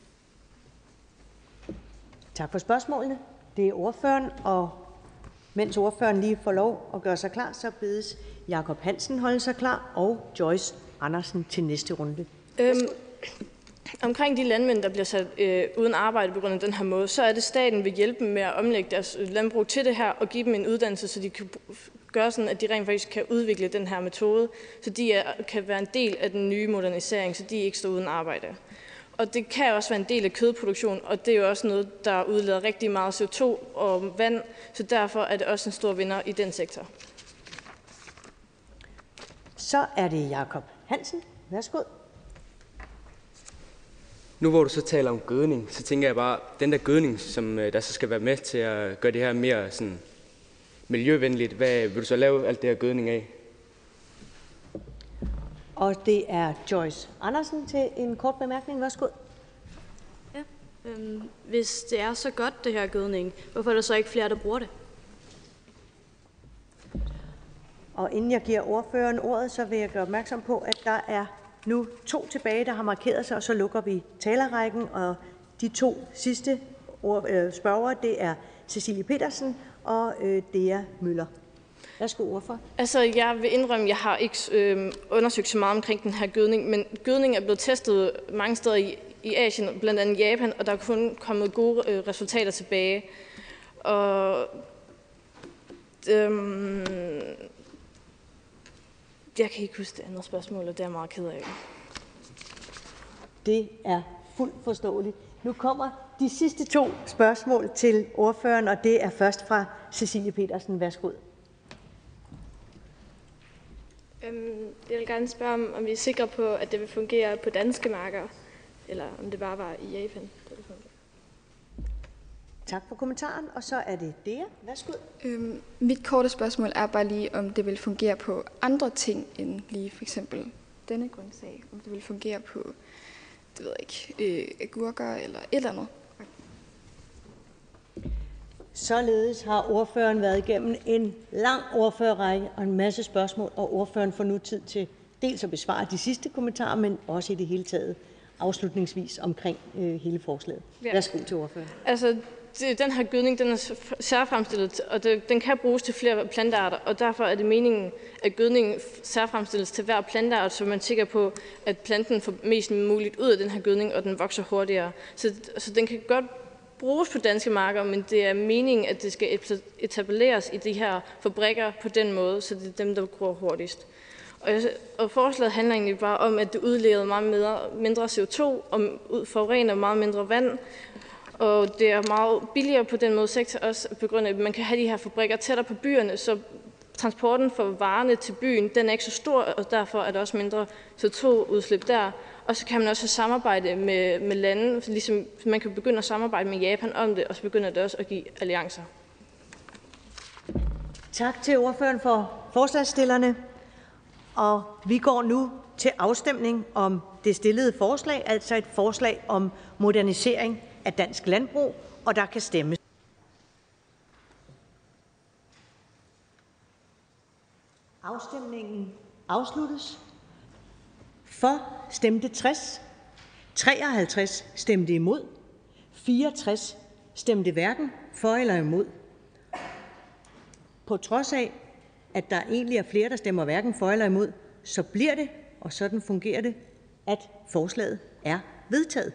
[SPEAKER 1] Tak for spørgsmålene. Det er ordføreren, og mens ordføreren lige får lov at gøre sig klar, så bedes Jakob Hansen holde sig klar, og Joyce Andersen til næste runde.
[SPEAKER 9] Omkring de landmænd, der bliver sat uden arbejde på grund af den her måde, så er det staten vil hjælpe dem med at omlægge deres landbrug til det her og give dem en uddannelse, så de kan gøre sådan, at de rent faktisk kan udvikle den her metode, så de kan være en del af den nye modernisering, så de ikke står uden arbejde. Og det kan også være en del af kødproduktion, og det er jo også noget, der udleder rigtig meget CO2 og vand, så derfor er det også en stor vinder i den sektor.
[SPEAKER 1] Så er det Jakob Hansen. Værsgo.
[SPEAKER 5] Nu hvor du så taler om gødning, så tænker jeg bare, den der gødning, som der så skal være med til at gøre det her mere sådan miljøvenligt, hvad vil du så lave alt det her gødning af?
[SPEAKER 1] Og det er Joyce Andersen til en kort bemærkning. Værsgo.
[SPEAKER 8] Ja, hvis det er så godt, det her gødning, hvorfor er der så ikke flere, der bruger det?
[SPEAKER 1] Og inden jeg giver ordføreren ordet, så vil jeg gøre opmærksom på, at der er nu 2 tilbage, der har markeret sig, og så lukker vi talerrækken. Og de 2 sidste spørgere, det er Cecilie Petersen og Dea Møller. Værsgo, ordfører.
[SPEAKER 9] Altså, jeg vil indrømme, at jeg har ikke undersøgt så meget omkring den her gødning, men gødning er blevet testet mange steder i Asien, blandt andet Japan, og der er kun kommet gode resultater tilbage. Og jeg kan ikke huske det andet spørgsmål, og det er jeg meget ked af.
[SPEAKER 1] Det er fuldt forståeligt. Nu kommer de sidste 2 spørgsmål til ordføreren, og det er først fra Cecilie Petersen. Værsgo.
[SPEAKER 6] Jeg vil gerne spørge, om vi er sikre på, at det vil fungere på danske marker, eller om det bare var i Japan.
[SPEAKER 1] Tak for kommentaren, og så er det Dea. Værsgo.
[SPEAKER 23] Mit korte spørgsmål er bare lige, om det vil fungere på andre ting end lige for eksempel denne grøntsag. Om det vil fungere på, det ved jeg ikke, agurker eller et eller andet.
[SPEAKER 1] Således har ordføreren været igennem en lang ordførerrække og en masse spørgsmål, og ordføreren får nu tid til dels at besvare de sidste kommentarer, men også i det hele taget afslutningsvis omkring hele forslaget.
[SPEAKER 9] Ja.
[SPEAKER 1] Værsgo til ordføreren.
[SPEAKER 9] Altså, den her gødning, den er særfremstillet, og den kan bruges til flere plantearter, og derfor er det meningen, at gødningen særfremstilles til hver planteart, så man er sikker på, at planten får mest muligt ud af den her gødning, og den vokser hurtigere. Så den kan godt bruges på danske marker, men det er meningen, at det skal etableres i de her fabrikker på den måde, så det er dem, der gror hurtigst. Og forslaget handler egentlig bare om, at det udleder meget mindre CO2 og forurener meget mindre vand, og det er meget billigere på den måde sektor også, på grund af, at man kan have de her fabrikker tættere på byerne, så transporten for varerne til byen, den er ikke så stor, og derfor er der også mindre CO2-udslip der. Og så kan man også samarbejde med lande, ligesom man kan begynde at samarbejde med Japan om det, og så begynder det også at give alliancer.
[SPEAKER 1] Tak til ordføreren for forslagsstillerne. Og vi går nu til afstemning om det stillede forslag, altså et forslag om modernisering af dansk landbrug, og der kan stemmes. Afstemningen afsluttes. For stemte 60, 53 stemte imod, 64 stemte hverken for eller imod. på trods af, at der egentlig er flere, der stemmer hverken for eller imod, så bliver det, og sådan fungerer det, at forslaget er vedtaget.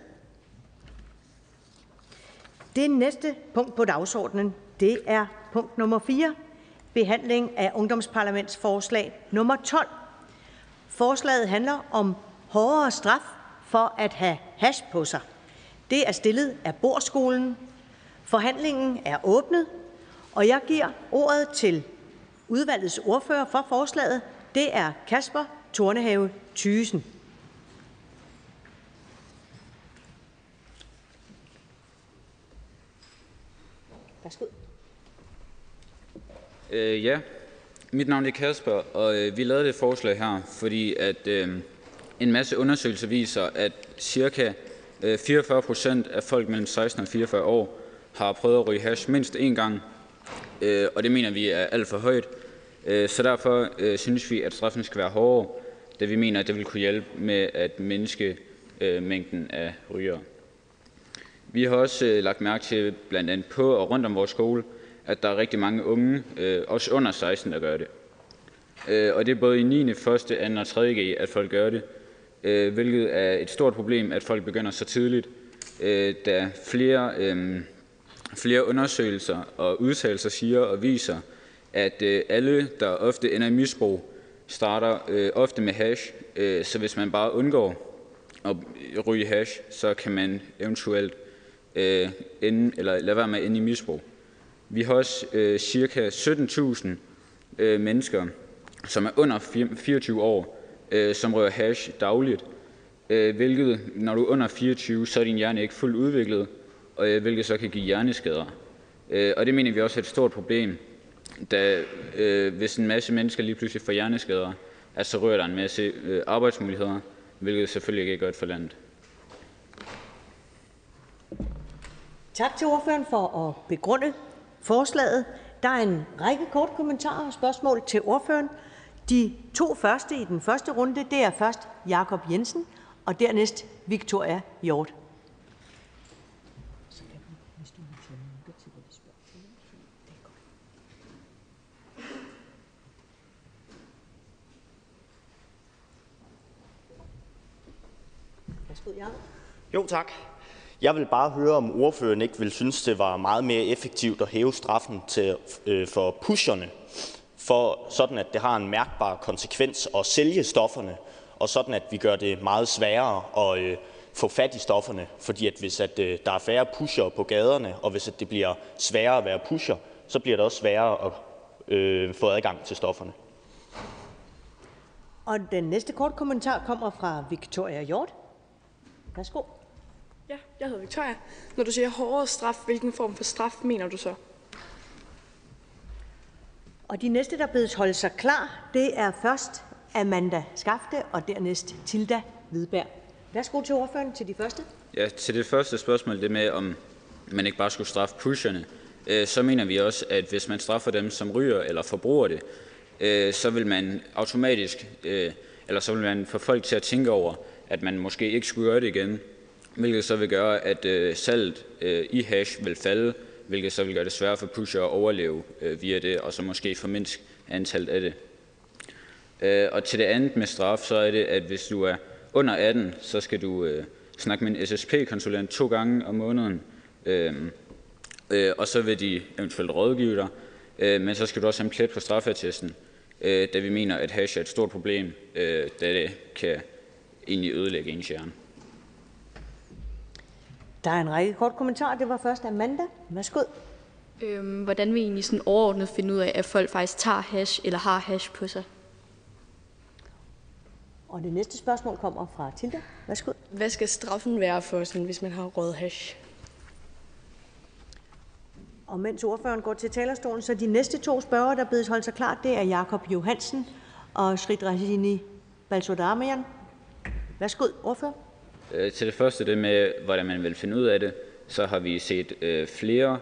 [SPEAKER 1] Det næste punkt på dagsordenen, det er punkt nummer 4, behandling af ungdomsparlamentsforslag nummer 12. Forslaget handler om hårdere straf for at have hash på sig. Det er stillet af Bordskolen. Forhandlingen er åbnet, og jeg giver ordet til udvalgets ordfører for forslaget. Det er Kasper Tornehave Thygesen. Værsgo.
[SPEAKER 2] Ja, mit navn er Kasper, og vi lavede det forslag her, fordi at en masse undersøgelser viser, at ca. 44% af folk mellem 16 og 44 år har prøvet at ryge hash mindst én gang, og det mener vi er alt for højt. Så derfor synes vi, at straffen skal være hårdere, da vi mener, at det vil kunne hjælpe med at mindske mængden af rygere. Vi har også lagt mærke til, blandt andet på og rundt om vores skole, at der er rigtig mange unge, også under 16, der gør det. Og det er både i 9., 1., 2. og 3. G, at folk gør det, hvilket er et stort problem, at folk begynder så tidligt, da flere undersøgelser og udtalelser siger og viser, at alle, der ofte ender i misbrug, starter ofte med hash, så hvis man bare undgår at ryge hash, så kan man eventuelt lade være med at ende i misbrug. Vi har også ca. 17.000 mennesker, som er under 24 år, som rører hash dagligt, hvilket, når du er under 24, så er din hjerne ikke fuldt udviklet, hvilket så kan give hjerneskader. Og det mener vi også er et stort problem, da hvis en masse mennesker lige pludselig får hjerneskader, så rører der en masse arbejdsmuligheder, hvilket selvfølgelig ikke er godt for landet.
[SPEAKER 1] Tak til ordføreren for at begrunde forslaget. Der er en række korte kommentarer og spørgsmål til ordføreren. De to første i den første runde, det er først Jakob Jensen og dernæst Victoria Hjort.
[SPEAKER 11] Jo, tak. Jeg vil bare høre, om ordføreren ikke vil synes, det var meget mere effektivt at hæve straffen for pusherne, for sådan at det har en mærkbar konsekvens at sælge stofferne, og sådan at vi gør det meget sværere at få fat i stofferne. Fordi at hvis der er færre pushere på gaderne, og hvis det bliver sværere at være pusher, så bliver det også sværere at få adgang til stofferne.
[SPEAKER 1] Og den næste kort kommentar kommer fra Victoria Hjort. Værsgo.
[SPEAKER 20] Ja, jeg hedder Victoria. Når du siger hårdere straf, hvilken form for straf mener du så?
[SPEAKER 1] Og de næste, der bedes holde sig klar, det er først Amanda Skafte og dernæst Tilda Hvidberg. Værsgo til ordføreren til de første.
[SPEAKER 2] Ja, til det første spørgsmål, det med, om man ikke bare skulle straffe pusherne, så mener vi også, at hvis man straffer dem, som ryger eller forbruger det, så vil man automatisk, eller så vil man få folk til at tænke over, at man måske ikke skulle gøre det igen, hvilket så vil gøre, at salget i hash vil falde, hvilket så vil gøre det sværere for pusher at overleve via det, og så måske formindske antallet af det. Og til det andet med straf, så er det, at hvis du er under 18, så skal du snakke med en SSP-konsulent 2 gange om måneden, og så vil de eventuelt rådgive dig, men så skal du også have en plet på straffeattesten, da vi mener, at hash er et stort problem, da det kan egentlig ødelægge ens hjerne.
[SPEAKER 1] Der er en række kort kommentarer. Det var først Amanda. Værsgo.
[SPEAKER 12] Hvordan vil I egentlig sådan overordnet finde ud af, at folk faktisk tager hash eller har hash på sig?
[SPEAKER 1] Og det næste spørgsmål kommer fra Tilda. Værsgo.
[SPEAKER 24] Hvad skal straffen være for, sådan, hvis man har røget hash?
[SPEAKER 1] Og mens ordføreren går til talerstolen, så de næste 2 spørgere, der bedes holde sig klar, det er Jakob Johansen og Sridrahini Balsodamian. Værsgo, ordfører.
[SPEAKER 2] Til det første, det med, hvordan man vil finde ud af det, så har vi set flere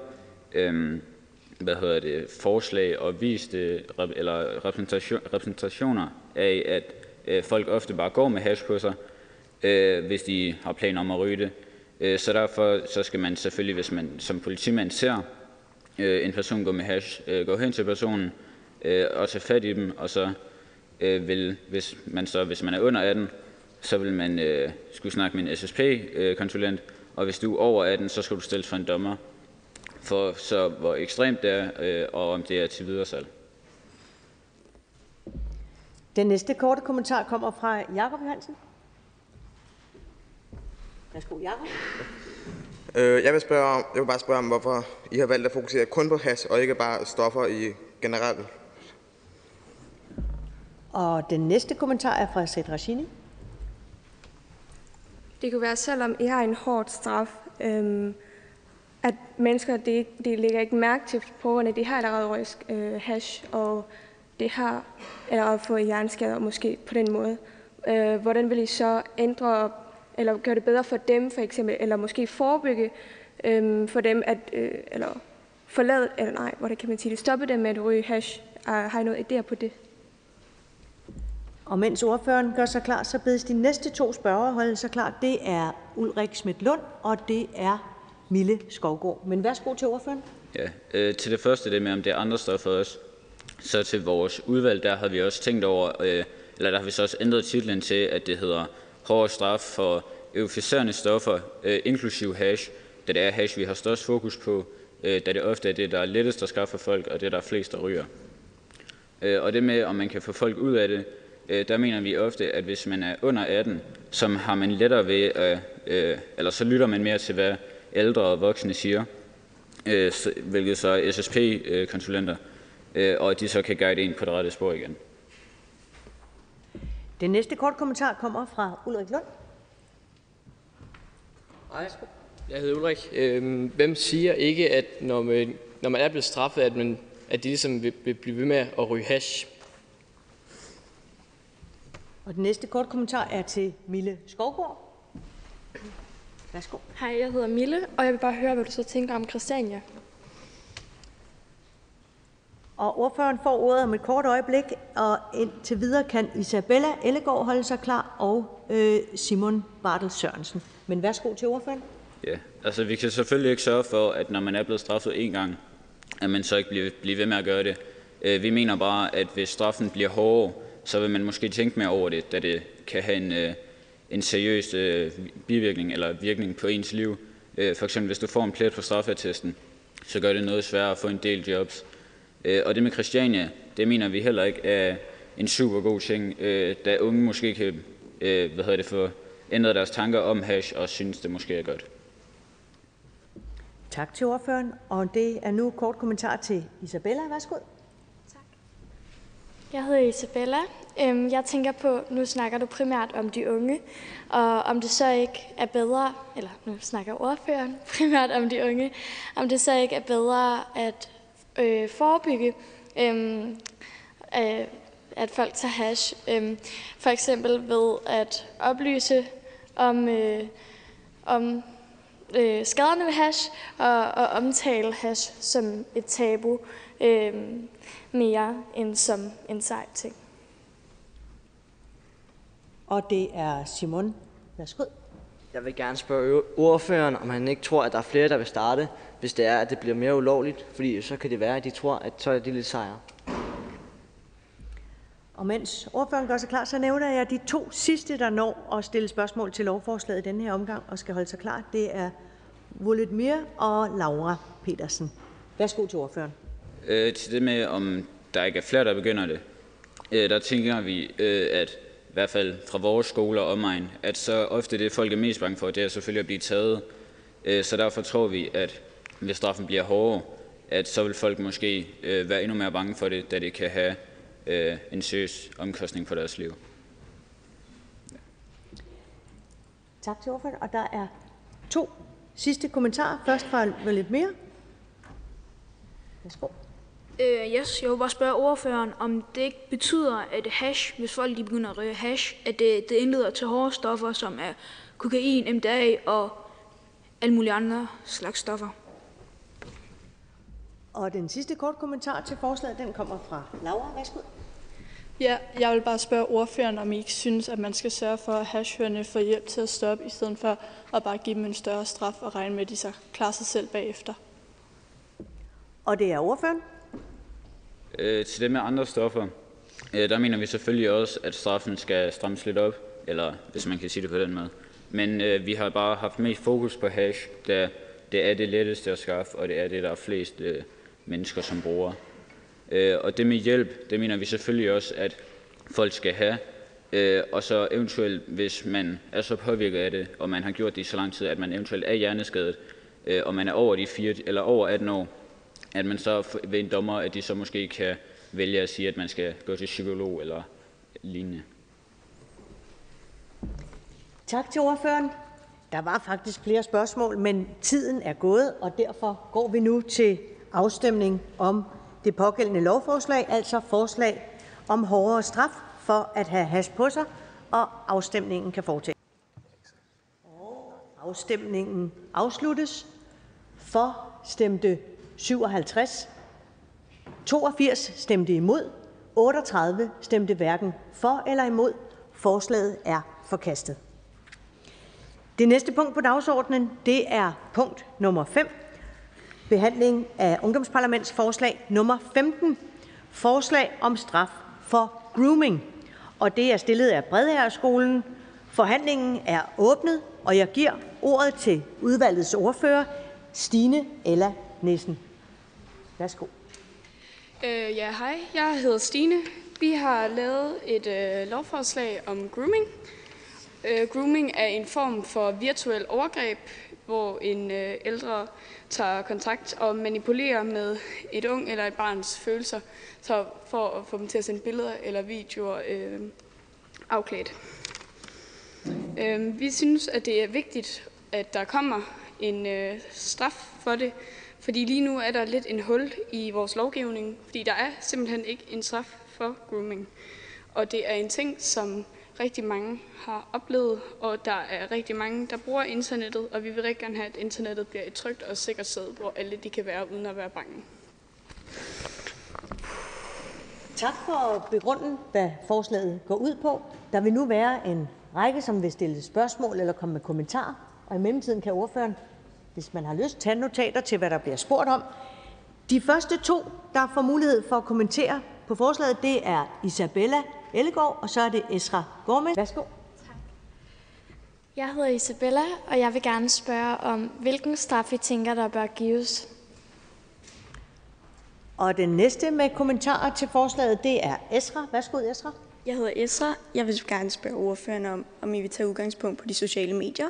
[SPEAKER 2] forslag og vist repræsentationer af, at folk ofte bare går med hash på sig, hvis de har planer om at ryge det. Så derfor så skal man selvfølgelig, hvis man som politimand ser en person går med hash, gå hen til personen og tage fat i dem, og så hvis man er under 18, så vil man skulle snakke med en SSP-konsulent, og hvis du er over 18, så skal du stilles for en dommer, for så hvor ekstremt det er, og om det er til videresalg.
[SPEAKER 1] Den næste korte kommentar kommer fra Jakob Hansen. Værsgo, Jakob.
[SPEAKER 4] Jeg vil bare spørge om, hvorfor I har valgt at fokusere kun på hash, og ikke bare stoffer i generelt.
[SPEAKER 1] Og den næste kommentar er fra Said Rashini.
[SPEAKER 6] Det kunne være, selvom I har en hård straf, at mennesker, de lægger ikke mærke til prøverne, de har allerede røget hash, og det har allerede fået hjerneskader måske på den måde. Hvordan vil I så ændre, eller gøre det bedre for dem for eksempel, eller måske forebygge for dem, at, eller forlade, eller nej, hvordan kan man sige det, stoppe dem med at ryge hash? Har I noget idéer på det?
[SPEAKER 1] Og mens ordføreren gør sig klar, så bedes de næste 2 spørgere holde sig klar. Det er Ulrik Schmidt-Lund, og det er Mille Skovgaard. Men værsgo til ordføreren.
[SPEAKER 2] Ja, til det første, det med, om det er andre stoffer også. Så til vores udvalg, der har vi også tænkt over, eller der har vi så også ændret titlen til, at det hedder hårdere straf for euforiserende stoffer, inklusive hash, da det er hash, vi har størst fokus på, da det ofte er det, der er lettest at skaffe folk, og det, der er flest, der ryger. Og det med, om man kan få folk ud af det, der mener vi ofte, at hvis man er under 18, så har man lettere ved, eller så lytter man mere til, hvad ældre og voksne siger, hvilket så er SSP-konsulenter, og at de så kan guide ind på det rette spor igen.
[SPEAKER 1] Den næste kort kommentar kommer fra Ulrik Lund.
[SPEAKER 14] Hej, jeg hedder Ulrik. Hvem siger ikke, at når man er blevet straffet, at de ligesom vil blive ved med at ryge hash?
[SPEAKER 1] Og den næste kort kommentar er til Mille Skovgaard. Værsgo.
[SPEAKER 21] Hej, jeg hedder Mille, og jeg vil bare høre, hvad du så tænker om Christiania.
[SPEAKER 1] Og ordføreren får ordet om et kort øjeblik, og indtil videre kan Isabella Ellegaard holde sig klar, og Simon Bartel Sørensen. Men værsgo til ordføreren.
[SPEAKER 2] Ja, altså vi kan selvfølgelig ikke sørge for, at når man er blevet straffet en gang, at man så ikke bliver ved med at gøre det. Vi mener bare, at hvis straffen bliver hårdere, så vil man måske tænke mere over det, da det kan have en seriøs bivirkning eller virkning på ens liv. For eksempel hvis du får en plet på straffeattesten, så gør det noget sværere at få en del jobs. Og det med Christiania, det mener vi heller ikke er en super god ting, da unge måske kan få ændret deres tanker om hash og synes, det måske er godt.
[SPEAKER 1] Tak til ordføreren, og det er nu kort kommentar til Isabella. Værsgo.
[SPEAKER 21] Jeg hedder Isabella. Jeg tænker på, nu snakker du primært om de unge, og om det så ikke er bedre, eller nu snakker ordføreren primært om de unge, om det så ikke er bedre at forebygge, at folk tager hash. For eksempel ved at oplyse om skaderne ved hash, og omtale hash som et tabu, mere end som en sej ting.
[SPEAKER 1] Og det er Simon. Værsgo.
[SPEAKER 22] Jeg vil gerne spørge ordføreren, om han ikke tror, at der er flere, der vil starte, hvis det er, at det bliver mere ulovligt. Fordi så kan det være, at de tror, at så er det lidt sejre.
[SPEAKER 1] Og mens ordføreren gør sig klar, så nævner jeg de 2 sidste, der når at stille spørgsmål til lovforslaget i denne her omgang og skal holde sig klar. Det er Volodymyr og Laura Petersen. Værsgo til ordføreren.
[SPEAKER 2] Til det med, om der ikke er flere, der begynder det, der tænker vi, at i hvert fald fra vores skoler og omegn, at så ofte det, folk er mest bange for, det er selvfølgelig at blive taget. Så derfor tror vi, at hvis straffen bliver hårdere, at så vil folk måske være endnu mere bange for det, da det kan have en seriøs omkostning for deres liv.
[SPEAKER 1] Ja. Tak til ordføreren. Og der er 2 sidste kommentarer. Først fra Volodymyr. Værsgo.
[SPEAKER 15] Jeg vil bare spørge ordføreren, om det ikke betyder, at hash, hvis folk de begynder at ryge hash, at det indleder til hårde stoffer, som er kokain, MDA og alle mulige andre slags stoffer.
[SPEAKER 1] Og den sidste kort kommentar til forslaget, den kommer fra Laura. Værsgo.
[SPEAKER 20] Ja, jeg vil bare spørge ordføreren, om I ikke synes, at man skal sørge for, at hashhørerne får hjælp til at stoppe, i stedet for at bare give dem en større straf og regne med, at de så klarer sig selv bagefter.
[SPEAKER 1] Og det er ordføreren.
[SPEAKER 2] Til det med andre stoffer, der mener vi selvfølgelig også, at straffen skal strammes lidt op, eller hvis man kan sige det på den måde. Men vi har bare haft mest fokus på hash, da det er det letteste at skaffe, og det er det, der er flest mennesker, som bruger. Og det med hjælp, det mener vi selvfølgelig også, at folk skal have. Og så eventuelt, hvis man er så påvirket af det, og man har gjort det i så lang tid, at man eventuelt er hjerneskadet, og man er over 18 år, at man så ved en dommer, at de så måske kan vælge at sige, at man skal gå til psykolog eller lignende.
[SPEAKER 1] Tak til ordføreren. Der var faktisk flere spørgsmål, men tiden er gået, og derfor går vi nu til afstemning om det pågældende lovforslag, altså forslag om hårdere straf for at have hash på sig, og afstemningen kan foretages. Og afstemningen afsluttes. For stemte 57, 82 stemte imod, 38 stemte hverken for eller imod. Forslaget er forkastet. Det næste punkt på dagsordenen, det er punkt nummer 5. Behandling af ungdomsparlamentsforslag nummer 15. Forslag om straf for grooming. Og det er stillet af Bredherreskolen. Forhandlingen er åbnet, og jeg giver ordet til udvalgets ordfører, Stine Ella Nissen. Værsgo.
[SPEAKER 6] Ja, hej. Jeg hedder Stine. Vi har lavet et lovforslag om grooming. Grooming er en form for virtuel overgreb, hvor en ældre tager kontakt og manipulerer med et ung eller et barns følelser for at få dem til at sende billeder eller videoer afklædt. Vi synes, at det er vigtigt, at der kommer en straf for det, fordi lige nu er der lidt en hul i vores lovgivning, fordi der er simpelthen ikke en straf for grooming. Og det er en ting, som rigtig mange har oplevet, og der er rigtig mange, der bruger internettet, og vi vil rigtig gerne have, at internettet bliver et trygt og sikkert sted, hvor alle de kan være, uden at være bange.
[SPEAKER 1] Tak for at begrunde, hvad forslaget går ud på. Der vil nu være en række, som vil stille spørgsmål eller komme med kommentarer, og i mellemtiden kan ordføreren, hvis man har lyst, tage notater til, hvad der bliver spurgt om. De første to, der får mulighed for at kommentere på forslaget, det er Isabella Ellegaard, og så er det Esra Gormand. Værsgo.
[SPEAKER 21] Tak. Jeg hedder Isabella, og jeg vil gerne spørge om, hvilken straf I tænker, der bør gives.
[SPEAKER 1] Og den næste med kommentarer til forslaget, det er Esra. Værsgo, Esra.
[SPEAKER 7] Jeg hedder Esra. Jeg vil gerne spørge ordføreren om I vil tage udgangspunkt på de sociale medier.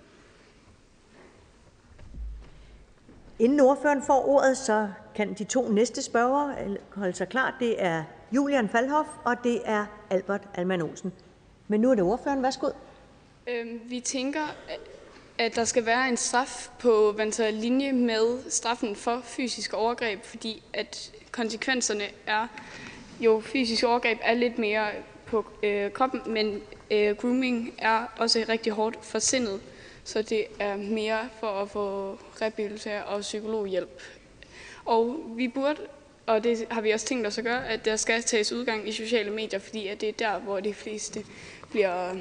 [SPEAKER 1] Inden ordføreren får ordet, så kan de to næste spørgere holde sig klar. Det er Julian Falhoff, og det er Albert Alman Olsen. Men nu er det ordføreren. Værsgo.
[SPEAKER 6] Vi tænker, at der skal være en straf på linje med straffen for fysisk overgreb, fordi at konsekvenserne er jo fysisk overgreb er lidt mere på kroppen, men grooming er også rigtig hårdt for sindet, så det er mere for at få rehabilitering og psykologhjælp. Og vi burde, og det har vi også tænkt os at gøre, at der skal tages udgang i sociale medier, fordi at det er der, hvor de fleste bliver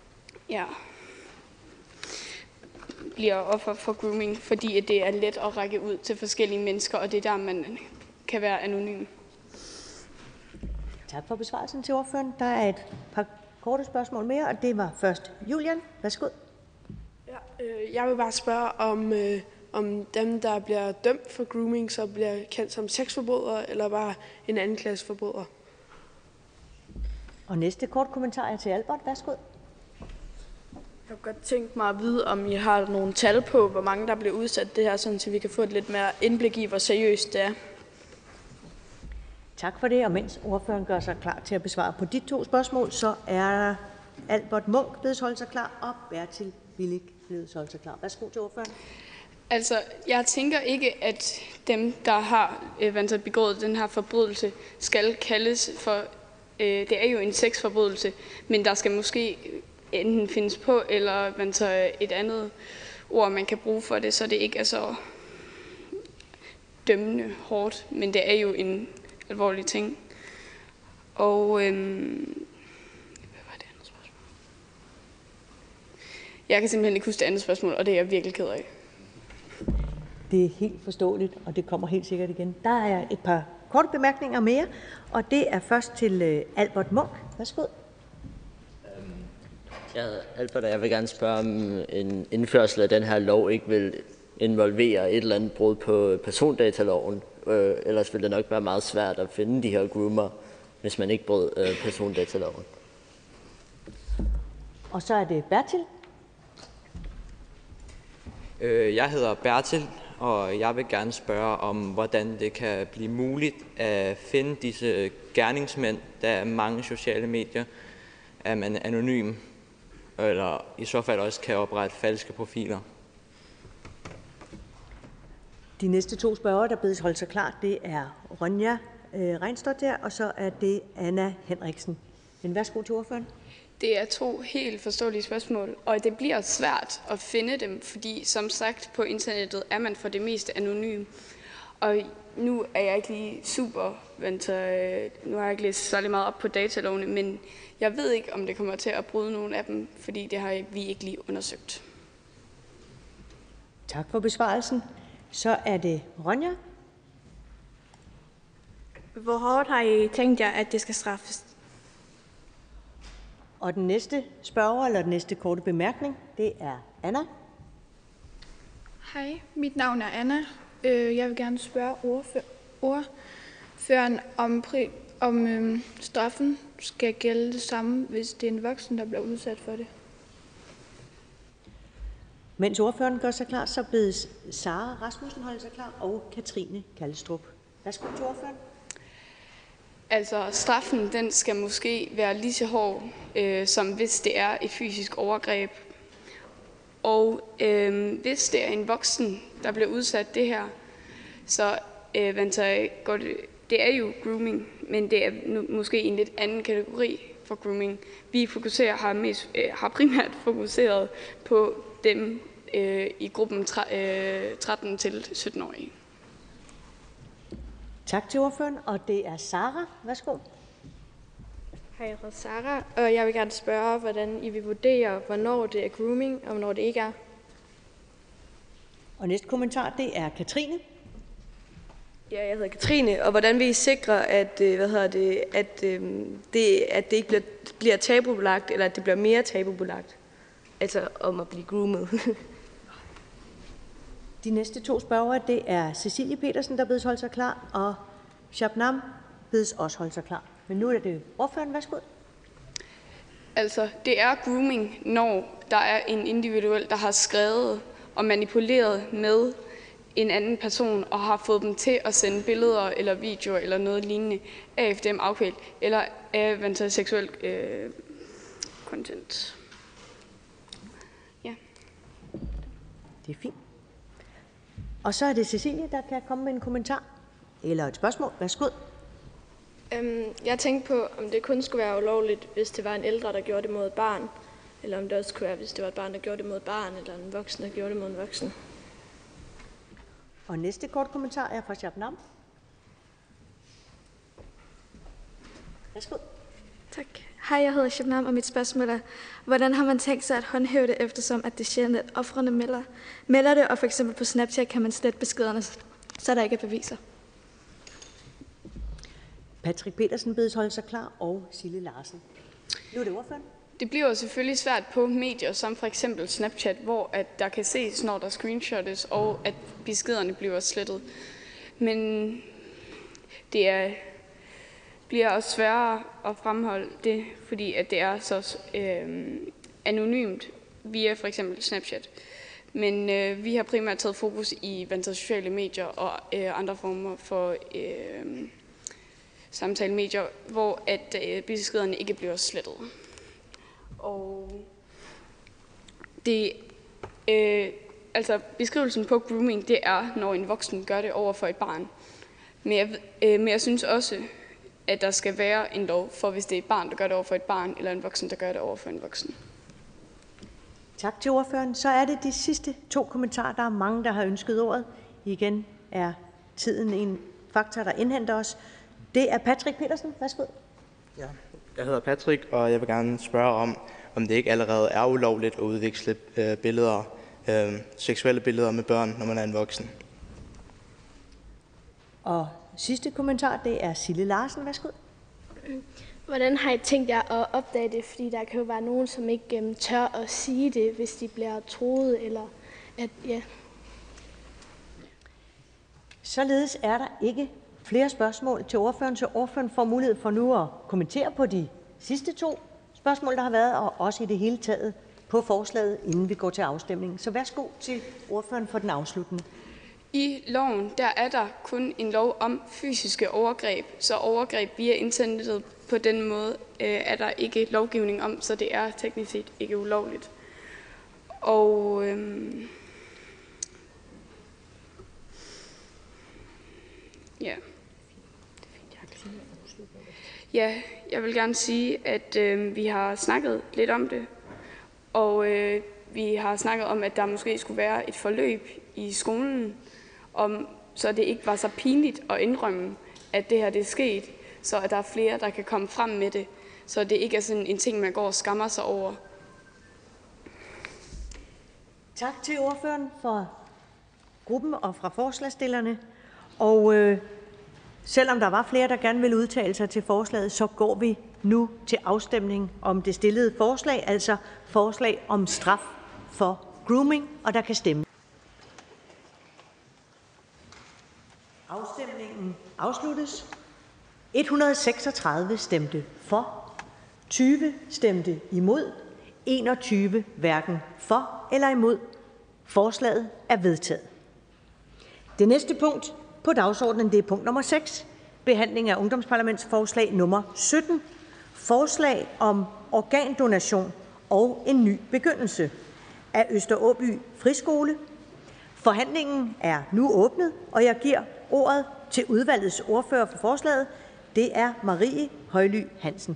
[SPEAKER 6] offer for grooming, fordi at det er let at række ud til forskellige mennesker, og det er der, man kan være anonym.
[SPEAKER 1] Tak for besvarelsen til ordføreren. Der er et par korte spørgsmål mere, og det var først Julian. Værsgo.
[SPEAKER 10] Ja, jeg vil bare spørge om dem, der bliver dømt for grooming, så bliver kendt som sexforbrydere, eller bare en anden klasse forbrydere.
[SPEAKER 1] Og næste kort kommentar er til Albert. Værsgo.
[SPEAKER 20] Jeg kunne godt tænke mig at vide, om I har nogle tal på, hvor mange der bliver udsat det her, så vi kan få et lidt mere indblik i, hvor seriøst det er.
[SPEAKER 1] Tak for det, og mens ordføreren gør sig klar til at besvare på de to spørgsmål, så er Albert Munk blevet holdt sig klar, og Bertil Willig blevet holdt sig klar. Værsgo til ordføreren.
[SPEAKER 6] Altså, jeg tænker ikke, at dem, der har begået den her forbrydelse, skal kaldes for, det er jo en sexforbrydelse, men der skal måske enten findes på, eller man tager et andet ord, man kan bruge for det, så det ikke er så dømmende hårdt, men det er jo en alvorlig ting. Og hvad var det andet spørgsmål? Jeg kan simpelthen ikke huske det andet spørgsmål, og det er jeg virkelig ked af.
[SPEAKER 1] Det er helt forståeligt, og det kommer helt sikkert igen. Der er et par korte bemærkninger mere, og det er først til Albert Munk. Værsgo.
[SPEAKER 16] Ja, Albert, jeg vil gerne spørge, om en indførsel af den her lov ikke vil involvere et eller andet brud på persondataloven. Ellers vil det nok være meget svært at finde de her groomer, hvis man ikke brød persondataloven.
[SPEAKER 1] Og så er det Bertil.
[SPEAKER 17] Jeg hedder Bertil, og jeg vil gerne spørge om, hvordan det kan blive muligt at finde disse gerningsmænd, der er mange sociale medier, at man er anonym, eller i så fald også kan oprette falske profiler.
[SPEAKER 1] De næste 2 spørgere, der bedes holde sig klar, det er Ronja Reinsdottir, og så er det Anna Henriksen. Men værsgo til ordføreren.
[SPEAKER 23] Det er 2 helt forståelige spørgsmål, og det bliver svært at finde dem, fordi som sagt på internettet er man for det meste anonym. Og nu er jeg ikke lige nu har jeg ikke læst særlig meget op på datalovene, men jeg ved ikke, om det kommer til at bryde nogle af dem, fordi det har vi ikke lige undersøgt.
[SPEAKER 1] Tak for besvarelsen. Så er det Ronja.
[SPEAKER 15] Hvor hårdt har I tænkt jer, at det skal straffes?
[SPEAKER 1] Og den næste spørger, eller den næste korte bemærkning, det er Anna.
[SPEAKER 18] Hej, mit navn er Anna. Jeg vil gerne spørge ordføreren, om straffen skal gælde det samme, hvis det er en voksen, der bliver udsat for det.
[SPEAKER 1] Mens ordføreren gør sig klar, så bedes Sara Rasmussen holde sig klar, og Katrine Kallestrup. Værsgo til ordføreren.
[SPEAKER 23] Altså, straffen den skal måske være lige så hård, som hvis det er et fysisk overgreb. Og hvis det er en voksen, der bliver udsat det her, så det er jo grooming, men det er måske en lidt anden kategori for grooming. Vi har primært fokuseret på dem i gruppen 13 til 17-årige.
[SPEAKER 1] Tak til ordføreren, og det er Sara. Værsgo.
[SPEAKER 6] Hej, jeg hedder Sara, og jeg vil gerne spørge, hvordan I vil vurdere, hvornår det er grooming, og hvornår det ikke er.
[SPEAKER 1] Og næste kommentar, det er Katrine.
[SPEAKER 19] Ja, jeg hedder Katrine, og hvordan vil I sikre, at det ikke bliver tabubelagt, eller at det bliver mere tabubelagt? Altså om at blive groomet.
[SPEAKER 1] De næste 2 spørgere, det er Cecilie Petersen, der bedes holde sig klar, og Shabnam bedes også holde sig klar. Men nu er det ordføreren. Værsgo.
[SPEAKER 23] Altså, det er grooming, når der er en individuel, der har skrevet og manipuleret med en anden person og har fået dem til at sende billeder eller videoer eller noget lignende af dem afkvælt eller af seksuel content. Ja.
[SPEAKER 1] Det er fint. Og så er det Cecilie, der kan komme med en kommentar eller et spørgsmål. Værsgo.
[SPEAKER 6] Jeg tænkte på, om det kun skulle være ulovligt, hvis det var en ældre, der gjorde det mod et barn, eller om det også kunne være, hvis det var et barn, der gjorde det mod et barn, eller en voksen, der gjorde det mod en voksen.
[SPEAKER 1] Og næste kort kommentar er fra Shabnam. Værsgo.
[SPEAKER 21] Tak. Hej, jeg hedder Shabnam, og mit spørgsmål er, hvordan har man tænkt sig at håndhæve det, eftersom at det er sjældent, at ofrene melder det, og for eksempel på Snapchat kan man slette beskederne, så der ikke er beviser?
[SPEAKER 1] Patrick Petersen bedes holde sig klar, og Sille Larsen. Nu er det ordføreren.
[SPEAKER 23] Det bliver jo selvfølgelig svært på medier, som for eksempel Snapchat, hvor at der kan ses, når der screenshottes, og at beskederne bliver slettet. Men det bliver også sværere at fremholde det, fordi at det er så anonymt via for eksempel Snapchat. Men vi har primært taget fokus i sociale medier og andre former for samtalemedier, hvor at beskederne ikke bliver slettet. Og det, beskrivelsen på grooming, det er, når en voksen gør det over for et barn. Men jeg synes også, at der skal være en lov for, hvis det er et barn, der gør det over for et barn, eller en voksen, der gør det over for en voksen.
[SPEAKER 1] Tak til ordføreren. Så er det de sidste 2 kommentarer. Der er mange, der har ønsket ordet. Igen er tiden en faktor, der indhenter os. Det er Patrick Petersen. Værsgo.
[SPEAKER 25] Ja, jeg hedder Patrick, og jeg vil gerne spørge om det ikke allerede er ulovligt at udveksle billeder, seksuelle billeder med børn, når man er en voksen.
[SPEAKER 1] Og sidste kommentar, det er Sille Larsen. Værsgo.
[SPEAKER 3] Hvordan har I tænkt jer at opdage det? Fordi der kan jo være nogen, som ikke tør at sige det, hvis de bliver truet, eller at, ja.
[SPEAKER 1] Således er der ikke flere spørgsmål til ordføreren, så ordføreren får mulighed for nu at kommentere på de sidste 2 spørgsmål, der har været, og også i det hele taget på forslaget, inden vi går til afstemning. Så værsgo til ordføreren for den afsluttende.
[SPEAKER 18] I loven, der er der kun en lov om fysiske overgreb, så overgreb via internettet på den måde er der ikke lovgivning om, så det er teknisk set ikke ulovligt. Og ja. Ja, jeg vil gerne sige, at vi har snakket lidt om det, og vi har snakket om, at der måske skulle være et forløb i skolen, så det ikke var så pinligt at indrømme, at det her det er sket, så at der er flere, der kan komme frem med det, så det ikke er sådan en ting, man går og skammer sig over.
[SPEAKER 1] Tak til ordføreren for gruppen og fra forslagsstillerne. Og selvom der var flere, der gerne ville udtale sig til forslaget, så går vi nu til afstemning om det stillede forslag, altså forslag om straf for grooming, og der kan stemme. Afstemningen afsluttes. 136 stemte for, 20 stemte imod, 21 hverken for eller imod. Forslaget er vedtaget. Det næste punkt på dagsordenen, det er punkt nummer 6, behandling af ungdomsparlamentsforslag nummer 17, forslag om organdonation og en ny begyndelse af Øster-Åby Friskole. Forhandlingen er nu åbnet, og jeg giver ordet til udvalgets ordfører for forslaget. Det er Marie Højly Hansen.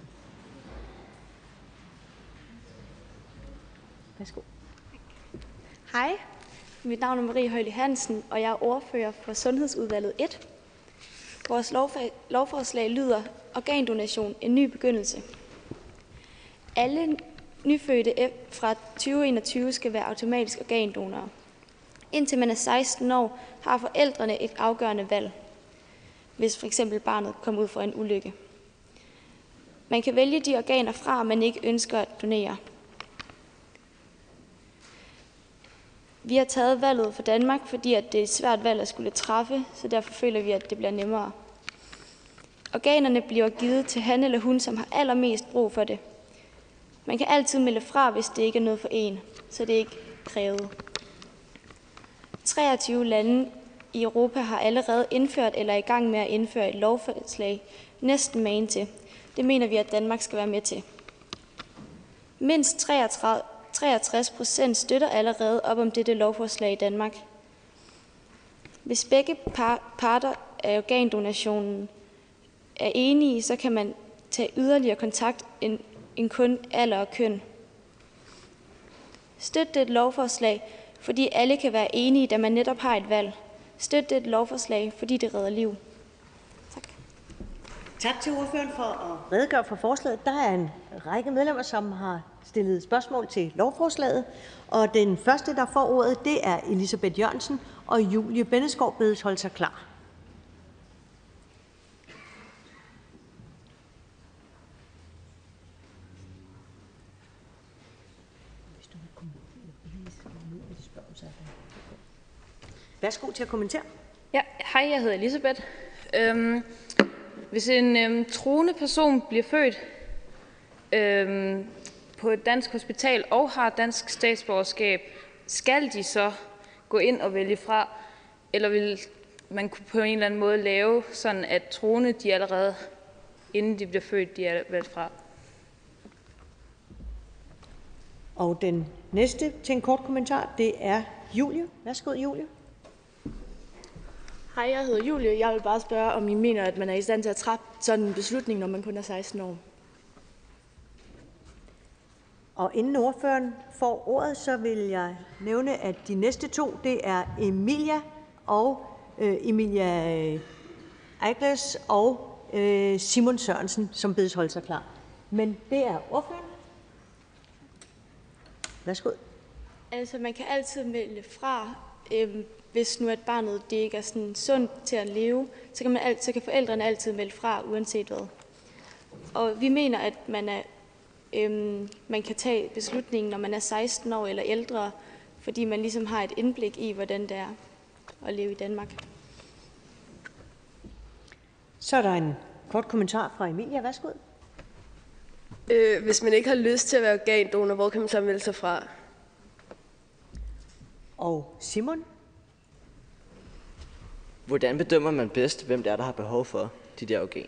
[SPEAKER 1] Værsgo.
[SPEAKER 21] Hej, mit navn er Marie Højly Hansen, og jeg er ordfører for Sundhedsudvalget 1. Vores lovforslag lyder organdonation, en ny begyndelse. Alle nyfødte fra 2021 skal være automatisk organdonorer. Indtil man er 16 år, har forældrene et afgørende valg, hvis f.eks. barnet kommer ud for en ulykke. Man kan vælge de organer fra, man ikke ønsker at donere. Vi har taget valget for Danmark, fordi det er et svært valg at skulle træffe, så derfor føler vi, at det bliver nemmere. Organerne bliver givet til han eller hun, som har allermest brug for det. Man kan altid melde fra, hvis det ikke er noget for en, så det er ikke krævet. 23 lande i Europa har allerede indført eller er i gang med at indføre et lovforslag næsten magen til. Det mener vi, at Danmark skal være med til. Mindst 63% støtter allerede op om dette lovforslag i Danmark. Hvis begge parter af organdonationen er enige, så kan man tage yderligere kontakt end kun alder og køn. Støt det lovforslag, fordi alle kan være enige, da man netop har et valg. Støt det lovforslag, fordi det redder liv. Tak.
[SPEAKER 1] Tak til ordføreren for at redegøre for forslaget. Der er en række medlemmer, som har stillet spørgsmål til lovforslaget. Og den første, der får ordet, det er Elisabeth Jørgensen, og Julie Benneskov bedes holde sig klar. Værsgo til at kommentere.
[SPEAKER 5] Ja, hej, jeg hedder Elisabeth. Hvis en troende person bliver født på et dansk hospital og har dansk statsborgerskab, skal de så gå ind og vælge fra, eller vil man på en eller anden måde lave sådan, at troende, de allerede inden de bliver født, de er valgt fra?
[SPEAKER 1] Og den næste til en kort kommentar, det er Julie. Værsgo, Julie.
[SPEAKER 3] Hej, jeg hedder Julie. Jeg vil bare spørge, om I mener, at man er i stand til at træffe sådan en beslutning, når man kun er 16 år.
[SPEAKER 1] Og inden ordføreren får ordet, så vil jeg nævne, at de næste 2, det er Emilia og Emilia Eigles og Simon Sørensen, som bedes holde sig klar. Men det er ordføreren. Værsgo.
[SPEAKER 21] Altså, man kan altid melde fra, hvis nu at barnet det ikke er sådan sundt til at leve, så kan forældrene altid melde fra, uanset hvad. Og vi mener, at man kan tage beslutningen, når man er 16 år eller ældre, fordi man ligesom har et indblik i, hvordan det er at leve i Danmark.
[SPEAKER 1] Så er der en kort kommentar fra Emilia. Værsgo.
[SPEAKER 8] Hvis man ikke har lyst til at være organdonor, hvor kan man så melde sig fra?
[SPEAKER 1] Og Simon?
[SPEAKER 22] Hvordan bedømmer man bedst, hvem det er, der har behov for de der organer?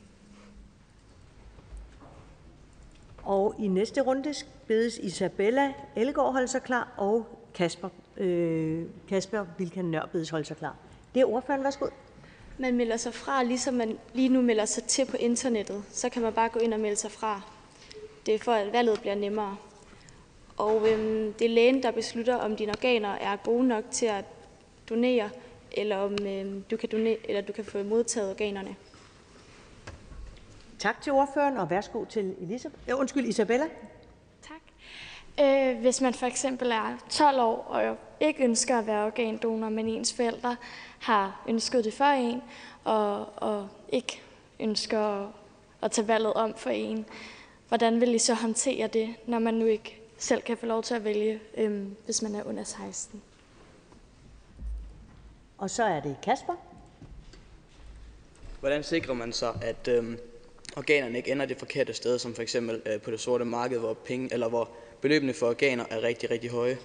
[SPEAKER 1] Og i næste runde bedes Isabella Ellegaard holde sig klar, og Kasper Wilkan Nør bedes holde sig klar. Det er ordføreren. Værsgo.
[SPEAKER 21] Man melder sig fra, ligesom man lige nu melder sig til på internettet. Så kan man bare gå ind og melde sig fra. Det er for, at valget bliver nemmere. Og det er lægen, der beslutter, om dine organer er gode nok til at donere, eller om du kan få modtaget organerne.
[SPEAKER 1] Tak til ordføreren, og værsgo til Isabella.
[SPEAKER 21] Tak. Hvis man for eksempel er 12 år og ikke ønsker at være organdonor, men ens forældre har ønsket det for en, og ikke ønsker at tage valget om for en, hvordan vil I så håndtere det, når man nu ikke selv kan få lov til at vælge, hvis man er under 16?
[SPEAKER 1] Og så er det Kasper.
[SPEAKER 22] Hvordan sikrer man så, at organerne ikke ender det forkerte sted, som for eksempel på det sorte marked, hvor beløbene for organer er rigtig, rigtig høje?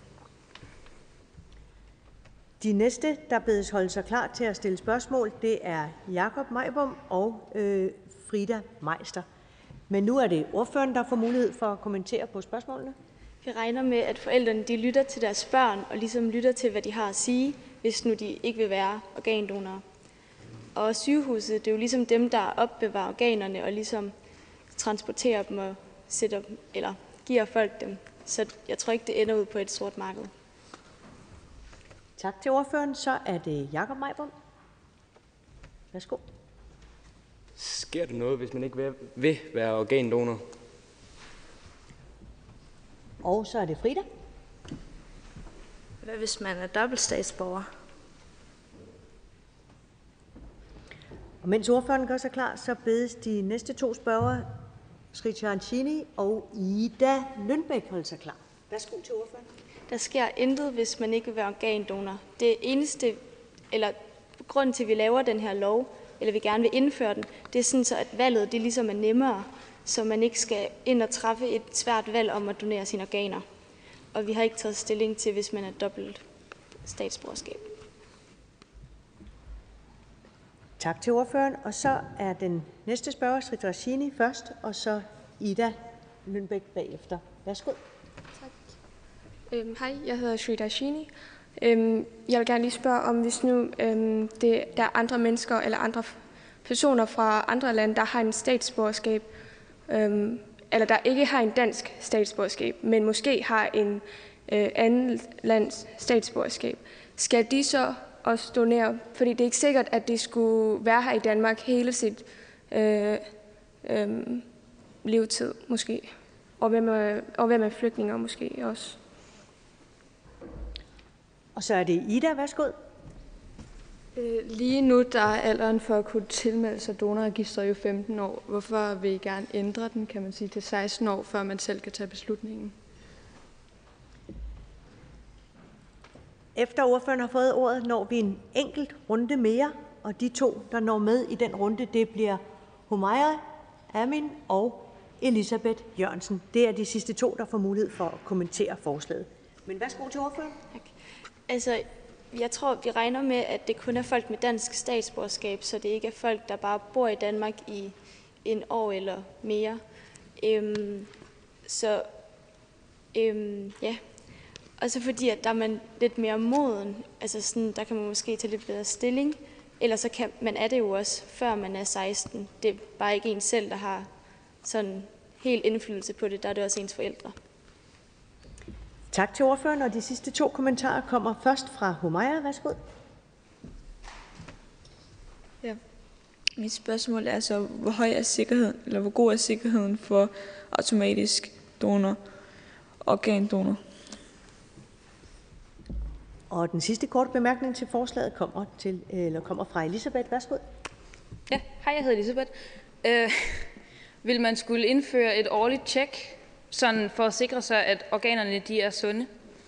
[SPEAKER 1] De næste, der bedes holde sig klar til at stille spørgsmål, det er Jakob Majbom og Frida Meister. Men nu er det ordføreren, der får mulighed for at kommentere på spørgsmålene.
[SPEAKER 21] Vi regner med, at forældrene de lytter til deres børn og ligesom lytter til, hvad de har at sige, hvis nu de ikke vil være organdonorer. Og sygehuset, det er jo ligesom dem, der opbevarer organerne og ligesom transporterer dem og giver folk dem. Så jeg tror ikke, det ender ud på et sort marked.
[SPEAKER 1] Tak til ordføreren. Så er det Jakob Majbom. Værsgo.
[SPEAKER 9] Sker der noget, hvis man ikke vil være organdonor?
[SPEAKER 1] Og så er det Frida.
[SPEAKER 11] Hvad hvis man er dobbeltstatsborger?
[SPEAKER 1] Og mens ordføreren gør sig klar, så bedes de næste to spørgere, Sricha Anchini og Ida Lønbæk, holde sig klar. Værsgo til ordføreren.
[SPEAKER 21] Der sker intet, hvis man ikke vil være organdonor. Det eneste, eller grunden til, at vi laver den her lov, eller vi gerne vil indføre den, det er sådan, så at valget det ligesom er nemmere, så man ikke skal ind og træffe et svært valg om at donere sine organer. Og vi har ikke taget stilling til, hvis man er dobbelt statsborgerskab.
[SPEAKER 1] Tak til ordføreren. Og så er den næste spørger, Sricha Anchini først, og så Ida Lønbæk bagefter. Værsgo.
[SPEAKER 6] Hej, jeg hedder Sricha Anchini. Jeg vil gerne lige spørge om, hvis nu der er andre mennesker eller andre personer fra andre lande, der har en statsborgerskab, eller der ikke har en dansk statsborgerskab, men måske har en anden lands statsborgerskab. Skal de så også donere? Fordi det er ikke sikkert, at de skulle være her i Danmark hele sit levetid, måske. Og hvad med flygtninger måske også?
[SPEAKER 1] Og så er det Ida. Værsgo.
[SPEAKER 23] Lige nu der er alderen for at kunne tilmelde sig donorregistret jo 15 år. Hvorfor vil I gerne ændre den, kan man sige, til 16 år, før man selv kan tage beslutningen?
[SPEAKER 1] Efter ordføreren har fået ordet, når vi en enkelt runde mere, og de to, der når med i den runde, det bliver Humayra Amin og Elisabeth Jørgensen. Det er de sidste to, der får mulighed for at kommentere forslaget. Men værsgo til ordføreren.
[SPEAKER 21] Tak. Altså, jeg tror, vi regner med, at det kun er folk med dansk statsborgerskab, så det ikke er folk, der bare bor i Danmark i en år eller mere. Ja. Og så fordi, at der er man lidt mere moden, altså sådan, der kan man måske tage lidt bedre stilling. Ellers så kan man er det jo også, før man er 16. Det er bare ikke en selv, der har sådan helt indflydelse på det. Der er det også ens forældre.
[SPEAKER 1] Tak til ordføreren, og de sidste to kommentarer kommer først fra Humayra. Værsgo.
[SPEAKER 12] Ja. Mit spørgsmål er så, hvor høj er sikkerheden, eller hvor god er sikkerheden for automatisk donor, organdonor?
[SPEAKER 1] Og den sidste korte bemærkning til forslaget kommer fra Elisabeth. Værsgo.
[SPEAKER 5] Ja, hej, jeg hedder Elisabeth. Vil man skulle indføre et årligt tjek, sådan for at sikre sig, at organerne de er sunde?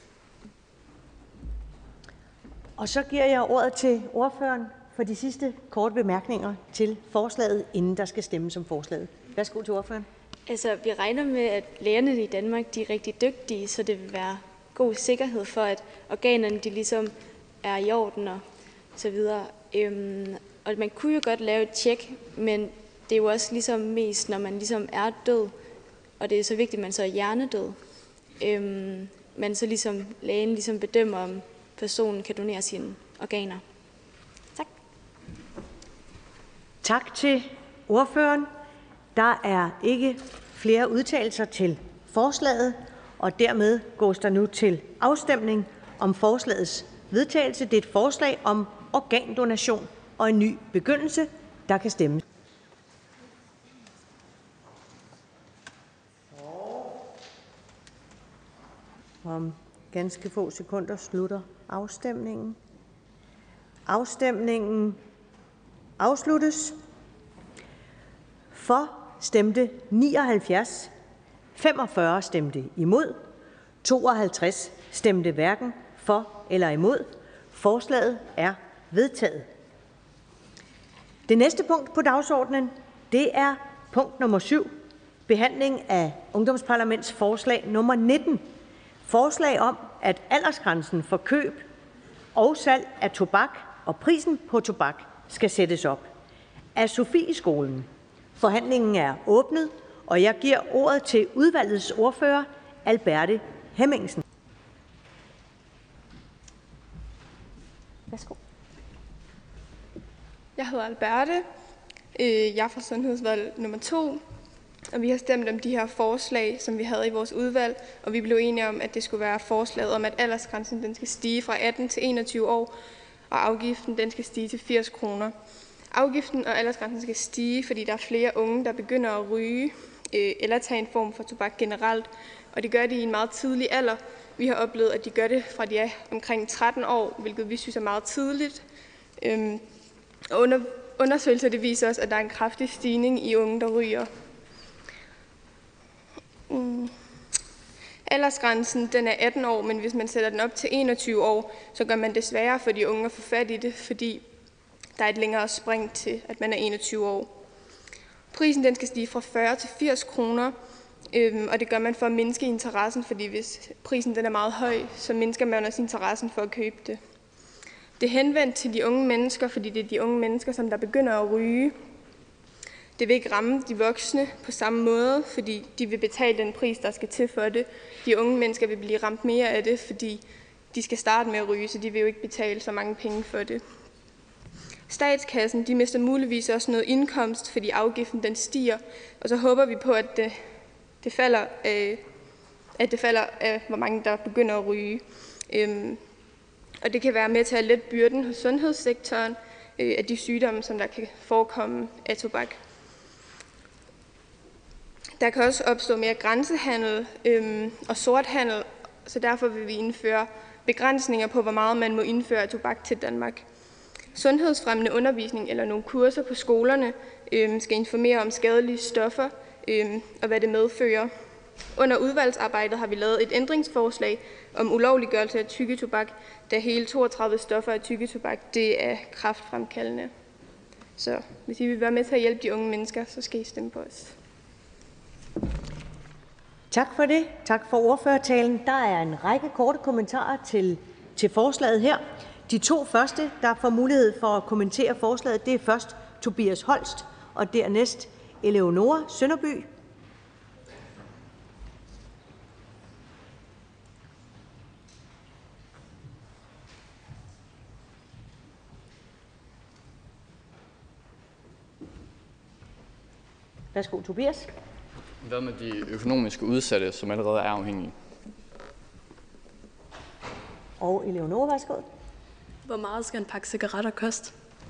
[SPEAKER 1] Og så giver jeg ordet til ordføreren for de sidste korte bemærkninger til forslaget, inden der skal stemmes om forslaget. Værsgo til ordføreren.
[SPEAKER 21] Altså, vi regner med, at lægerne i Danmark de er rigtig dygtige, så det vil være god sikkerhed for, at organerne de ligesom er i orden og så videre. Og man kunne jo godt lave et tjek, men det er jo også ligesom mest, når man ligesom er død, og det er så vigtigt, at man så er hjernedød. Men så ligesom lægen ligesom bedømmer, om personen kan donere sine organer. Tak.
[SPEAKER 1] Tak til ordføreren. Der er ikke flere udtalelser til forslaget, og dermed gås der nu til afstemning om forslagets vedtagelse. Det er et forslag om organdonation og en ny begyndelse, der kan stemmes. Om ganske få sekunder slutter afstemningen. Afstemningen afsluttes. For stemte 79, 45 stemte imod, 52 stemte hverken for eller imod. Forslaget er vedtaget. Det næste punkt på dagsordenen, det er punkt nummer 7, behandling af Ungdomsparlamentsforslag nummer 19. Forslag om, at aldersgrænsen for køb og salg af tobak og prisen på tobak skal sættes op. Af Sofieskolen. Forhandlingen er åbnet, og jeg giver ordet til udvalgets ordfører, Alberte Hemmingsen. Værsgo.
[SPEAKER 6] Jeg hedder Alberte. Jeg er fra Sundhedsvalg nummer 2, og vi har stemt om de her forslag, som vi havde i vores udvalg, og vi blev enige om, at det skulle være forslaget om, at aldersgrænsen den skal stige fra 18 til 21 år, og afgiften den skal stige til 80 kroner. Afgiften og aldersgrænsen skal stige, fordi der er flere unge, der begynder at ryge eller tage en form for tobak generelt, og det gør de i en meget tidlig alder. Vi har oplevet, at de gør det fra de er omkring 13 år, hvilket vi synes er meget tidligt. Og undersøgelser det viser også, at der er en kraftig stigning i unge, der ryger. Aldersgrænsen den er 18 år, men hvis man sætter den op til 21 år, så gør man det sværere for de unge at få fat i det, fordi der er et længere spring til, at man er 21 år. Prisen den skal stige fra 40 til 80 kroner, og det gør man for at mindske interessen, fordi hvis prisen den er meget høj, så mindsker man også interessen for at købe det. Det er henvendt til de unge mennesker, fordi det er de unge mennesker, som der begynder at ryge. Det vil ikke ramme de voksne på samme måde, fordi de vil betale den pris, der skal til for det. De unge mennesker vil blive ramt mere af det, fordi de skal starte med at ryge, så de vil jo ikke betale så mange penge for det. Statskassen de mister muligvis også noget indkomst, fordi afgiften den stiger, og så håber vi på, at det falder af, hvor mange der begynder at ryge. Og det kan være med til at lette byrden hos sundhedssektoren af de sygdomme, som der kan forekomme af tobak. Der kan også opstå mere grænsehandel og sorthandel, så derfor vil vi indføre begrænsninger på, hvor meget man må indføre af tobak til Danmark. Sundhedsfremmende undervisning eller nogle kurser på skolerne skal informere om skadelige stoffer og hvad det medfører. Under udvalgsarbejdet har vi lavet et ændringsforslag om ulovliggørelse af tyggetobak, da hele 32 stoffer af tyggetobak det er kræftfremkaldende. Så hvis I vil være med til at hjælpe de unge mennesker, så skal I stemme på os.
[SPEAKER 1] Tak for det. Tak for ordførertalen. Der er en række korte kommentarer til forslaget her. De to første, der får mulighed for at kommentere forslaget, det er først Tobias Holst og dernæst Eleonora Sønderby. Værsgo, Tobias.
[SPEAKER 2] Hvad med de økonomiske udsatte, som allerede er afhængige?
[SPEAKER 1] Og Eleonora, værsgo.
[SPEAKER 8] Hvor meget skal en pakke cigaretter koste?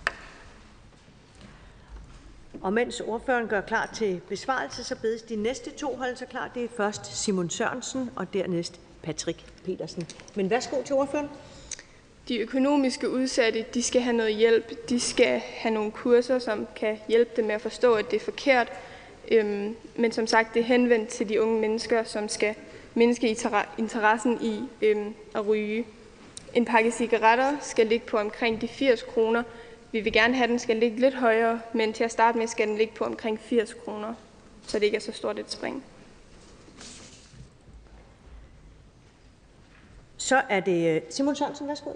[SPEAKER 1] Og mens ordføreren gør klar til besvarelse, så bedes de næste to holde sig klar. Det er først Simon Sørensen og dernæst Patrick Petersen. Men værsgo til ordføreren.
[SPEAKER 6] de økonomiske udsatte, de skal have noget hjælp. De skal have nogle kurser, som kan hjælpe dem med at forstå, at det er forkert. Men som sagt, det er henvendt til de unge mennesker, som skal mindske interessen i at ryge. En pakke cigaretter skal ligge på omkring de 80 kroner. Vi vil gerne have, at den skal ligge lidt højere, men til at starte med skal den ligge på omkring 80 kroner, så det ikke er så stort et spring.
[SPEAKER 1] Så er det Simon Sørensen, værsgo.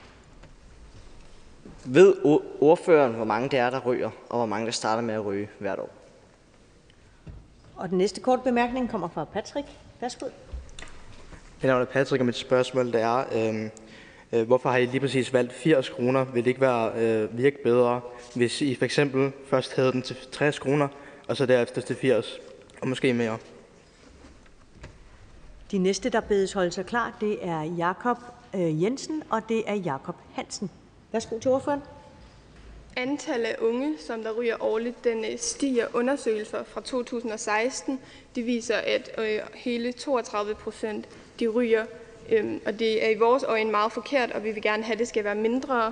[SPEAKER 22] Ved ordføreren, hvor mange det er, der ryger, og hvor mange der starter med at ryge hvert år?
[SPEAKER 1] Og den næste korte bemærkning kommer fra Patrick. Værsgo.
[SPEAKER 25] Mit navn er Patrick, og mit spørgsmål det er, hvorfor har I lige præcis valgt 80 kroner? Vil det ikke virke bedre, hvis I for eksempel først havde den til 60 kroner, og så derefter til 80, og måske mere?
[SPEAKER 1] De næste, der bedes holde sig klar, det er Jakob Jensen, og det er Jakob Hansen. Værsgo til ordføreren.
[SPEAKER 6] Antallet af unge, som der ryger årligt, den stiger. Undersøgelser fra 2016. De viser, at hele 32% de ryger, og det er i vores øjne meget forkert, og vi vil gerne have, at det skal være mindre.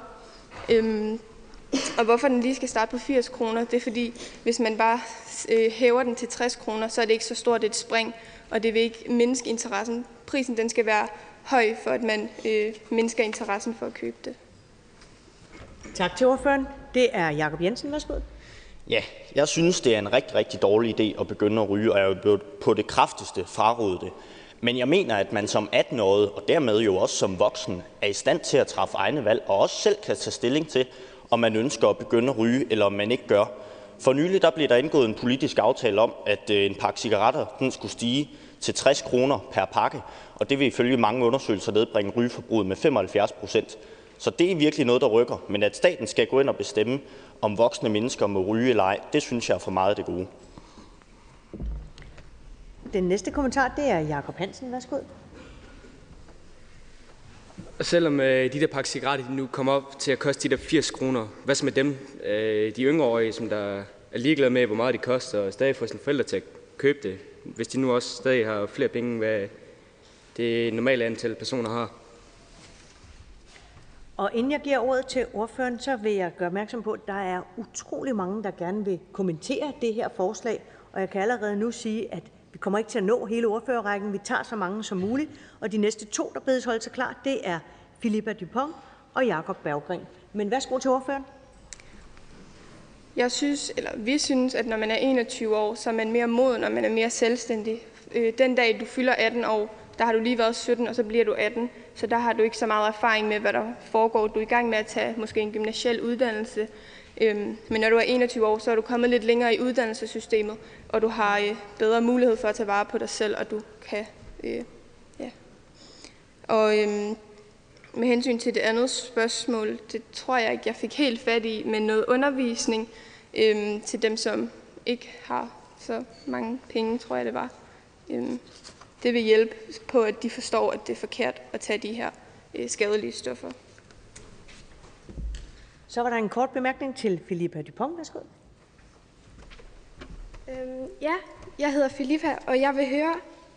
[SPEAKER 6] Og hvorfor den lige skal starte på 80 kroner, det er fordi, hvis man bare hæver den til 60 kroner, så er det ikke så stort et spring, og det vil ikke mindske interessen. Prisen den skal være høj, for at man mindsker interessen for at købe det.
[SPEAKER 1] Tak til ordføreren. Det er Jakob Jensen, værsgo.
[SPEAKER 4] Ja, jeg synes, det er en rigtig, rigtig dårlig idé at begynde at ryge, og jeg vil på det kraftigste fraråde det. Men jeg mener, at man som 18-årig, og dermed jo også som voksen, er i stand til at træffe egne valg, og også selv kan tage stilling til, om man ønsker at begynde at ryge, eller om man ikke gør. For nylig der blev der indgået en politisk aftale om, at en pakke cigaretter den skulle stige til 60 kroner per pakke, og det vil ifølge mange undersøgelser nedbringe rygeforbruget med 75%. Så det er virkelig noget, der rykker. Men at staten skal gå ind og bestemme, om voksne mennesker må ryge eller ej, det synes jeg er for meget det gode.
[SPEAKER 1] Den næste kommentar, det er Jakob Hansen. Værsgo.
[SPEAKER 9] Selvom de der pakke cigaretter nu kommer op til at koste de der 80 kroner, hvad så med dem, de yngreårige, som der er ligeglade med, hvor meget de koster, og stadig får sine forældre til at købe det, hvis de nu også stadig har flere penge, hvad det normale antal personer har?
[SPEAKER 1] Og inden jeg giver ordet til ordføreren, så vil jeg gøre opmærksom på, at der er utrolig mange, der gerne vil kommentere det her forslag. Og jeg kan allerede nu sige, at vi kommer ikke til at nå hele ordførerrækken. Vi tager så mange som muligt. Og de næste to, der bedes holde sig klar, det er Philippa Dupont og Jakob Berggren. Men værsgo til ordføreren.
[SPEAKER 6] Vi synes, at når man er 21 år, så er man mere moden, og man er mere selvstændig. Den dag, du fylder 18 år, der har du lige været 17, og så bliver du 18. Så der har du ikke så meget erfaring med, hvad der foregår. Du er i gang med at tage måske en gymnasiel uddannelse. Men når du er 21 år, så er du kommet lidt længere i uddannelsessystemet, og du har bedre mulighed for at tage vare på dig selv, og du kan... med hensyn til det andet spørgsmål, det tror jeg ikke, jeg fik helt fat i, men noget undervisning til dem, som ikke har så mange penge, tror jeg det var. Det vil hjælpe på, at de forstår, at det er forkert at tage de her skadelige stoffer.
[SPEAKER 1] Så var der en kort bemærkning til Philippa Dupont. Værsgo.
[SPEAKER 7] Ja, jeg hedder Philippa, og jeg vil høre,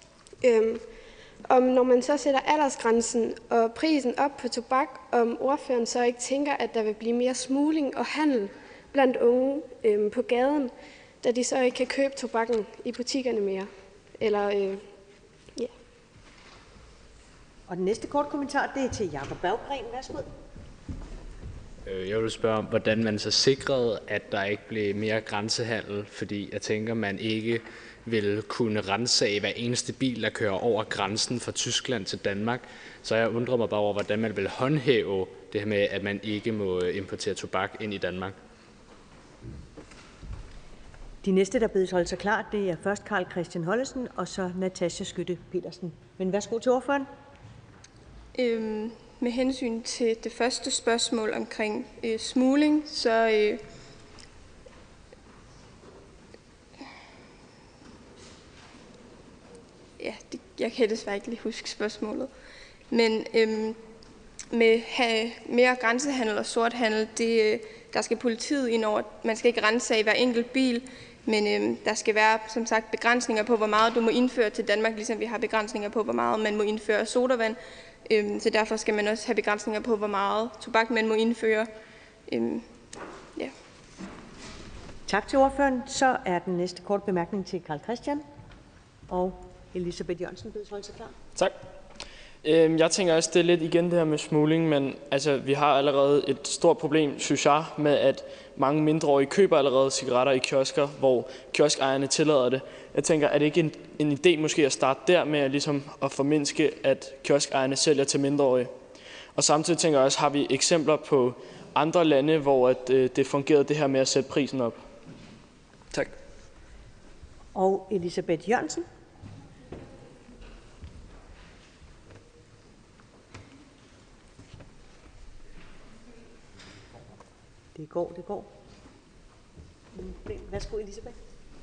[SPEAKER 7] om når man så sætter aldersgrænsen og prisen op på tobak, om ordføreren så ikke tænker, at der vil blive mere smugling og handel blandt unge på gaden, da de så ikke kan købe tobakken i butikkerne mere. Eller,
[SPEAKER 1] Og den næste kort kommentar, det er til Jakob Berggren. Værsgo.
[SPEAKER 13] Jeg vil spørge om, hvordan man så sikrede, at der ikke blev mere grænsehandel, fordi jeg tænker, man ikke vil kunne ransage hver eneste bil, der kører over grænsen fra Tyskland til Danmark. Så jeg undrer mig bare over, hvordan man vil håndhæve det her med, at man ikke må importere tobak ind i Danmark.
[SPEAKER 1] De næste, der bedes holde sig klar, det er først Carl Christian Hollesen, og så Natasja Skytte Petersen. Men værsgo til ordføreren.
[SPEAKER 6] Med hensyn til det første spørgsmål omkring smugling, så jeg kan desværre ikke lige huske spørgsmålet. Men med mere grænsehandel og sorthandel, der skal politiet ind over. Man skal ikke ransage hver enkelt bil, men der skal være, som sagt, begrænsninger på, hvor meget du må indføre til Danmark, ligesom vi har begrænsninger på, hvor meget man må indføre sodavand. Så derfor skal man også have begrænsninger på, hvor meget tobak man må indføre. Ja.
[SPEAKER 1] Tak til ordføreren. Så er den næste kort bemærkning til Carl Christian og Elisabeth Jørgensen. Bedes holde sig klar.
[SPEAKER 10] Tak. Jeg tænker også, det er lidt igen det her med smugling, men altså, vi har allerede et stort problem, synes jeg, med at mange mindreårige køber allerede cigaretter i kiosker, hvor kioskejerne tillader det. Jeg tænker, er det ikke en idé måske at starte der med ligesom at formindske, at kioskejerne sælger til mindreårige? Og samtidig tænker jeg også, har vi eksempler på andre lande, hvor det fungerede det her med at sætte prisen op? Tak.
[SPEAKER 1] Og Elisabeth Jørgensen. Det går. Værsgo, Elisabeth.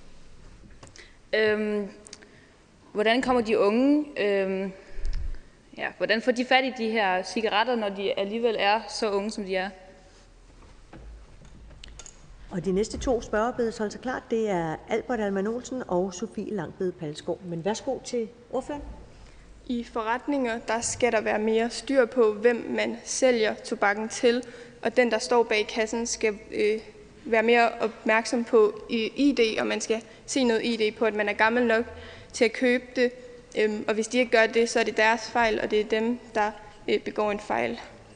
[SPEAKER 5] Hvordan kommer de unge, hvordan får de fat i de her cigaretter, når de alligevel er så unge, som de er?
[SPEAKER 1] Og de næste 2 spørgere bedes holde sig klart. Det er Albert Alman Olsen og Sofie Langbed Palsgaard. Men værsgo til ordføreren.
[SPEAKER 6] I forretninger, der skal der være mere styr på, hvem man sælger tobakken til, og den, der står bag kassen, skal være mere opmærksom på ID, og man skal se noget ID på, at man er gammel nok til at købe det. Og hvis de ikke gør det, så er det deres fejl, og det er dem, der begår en fejl.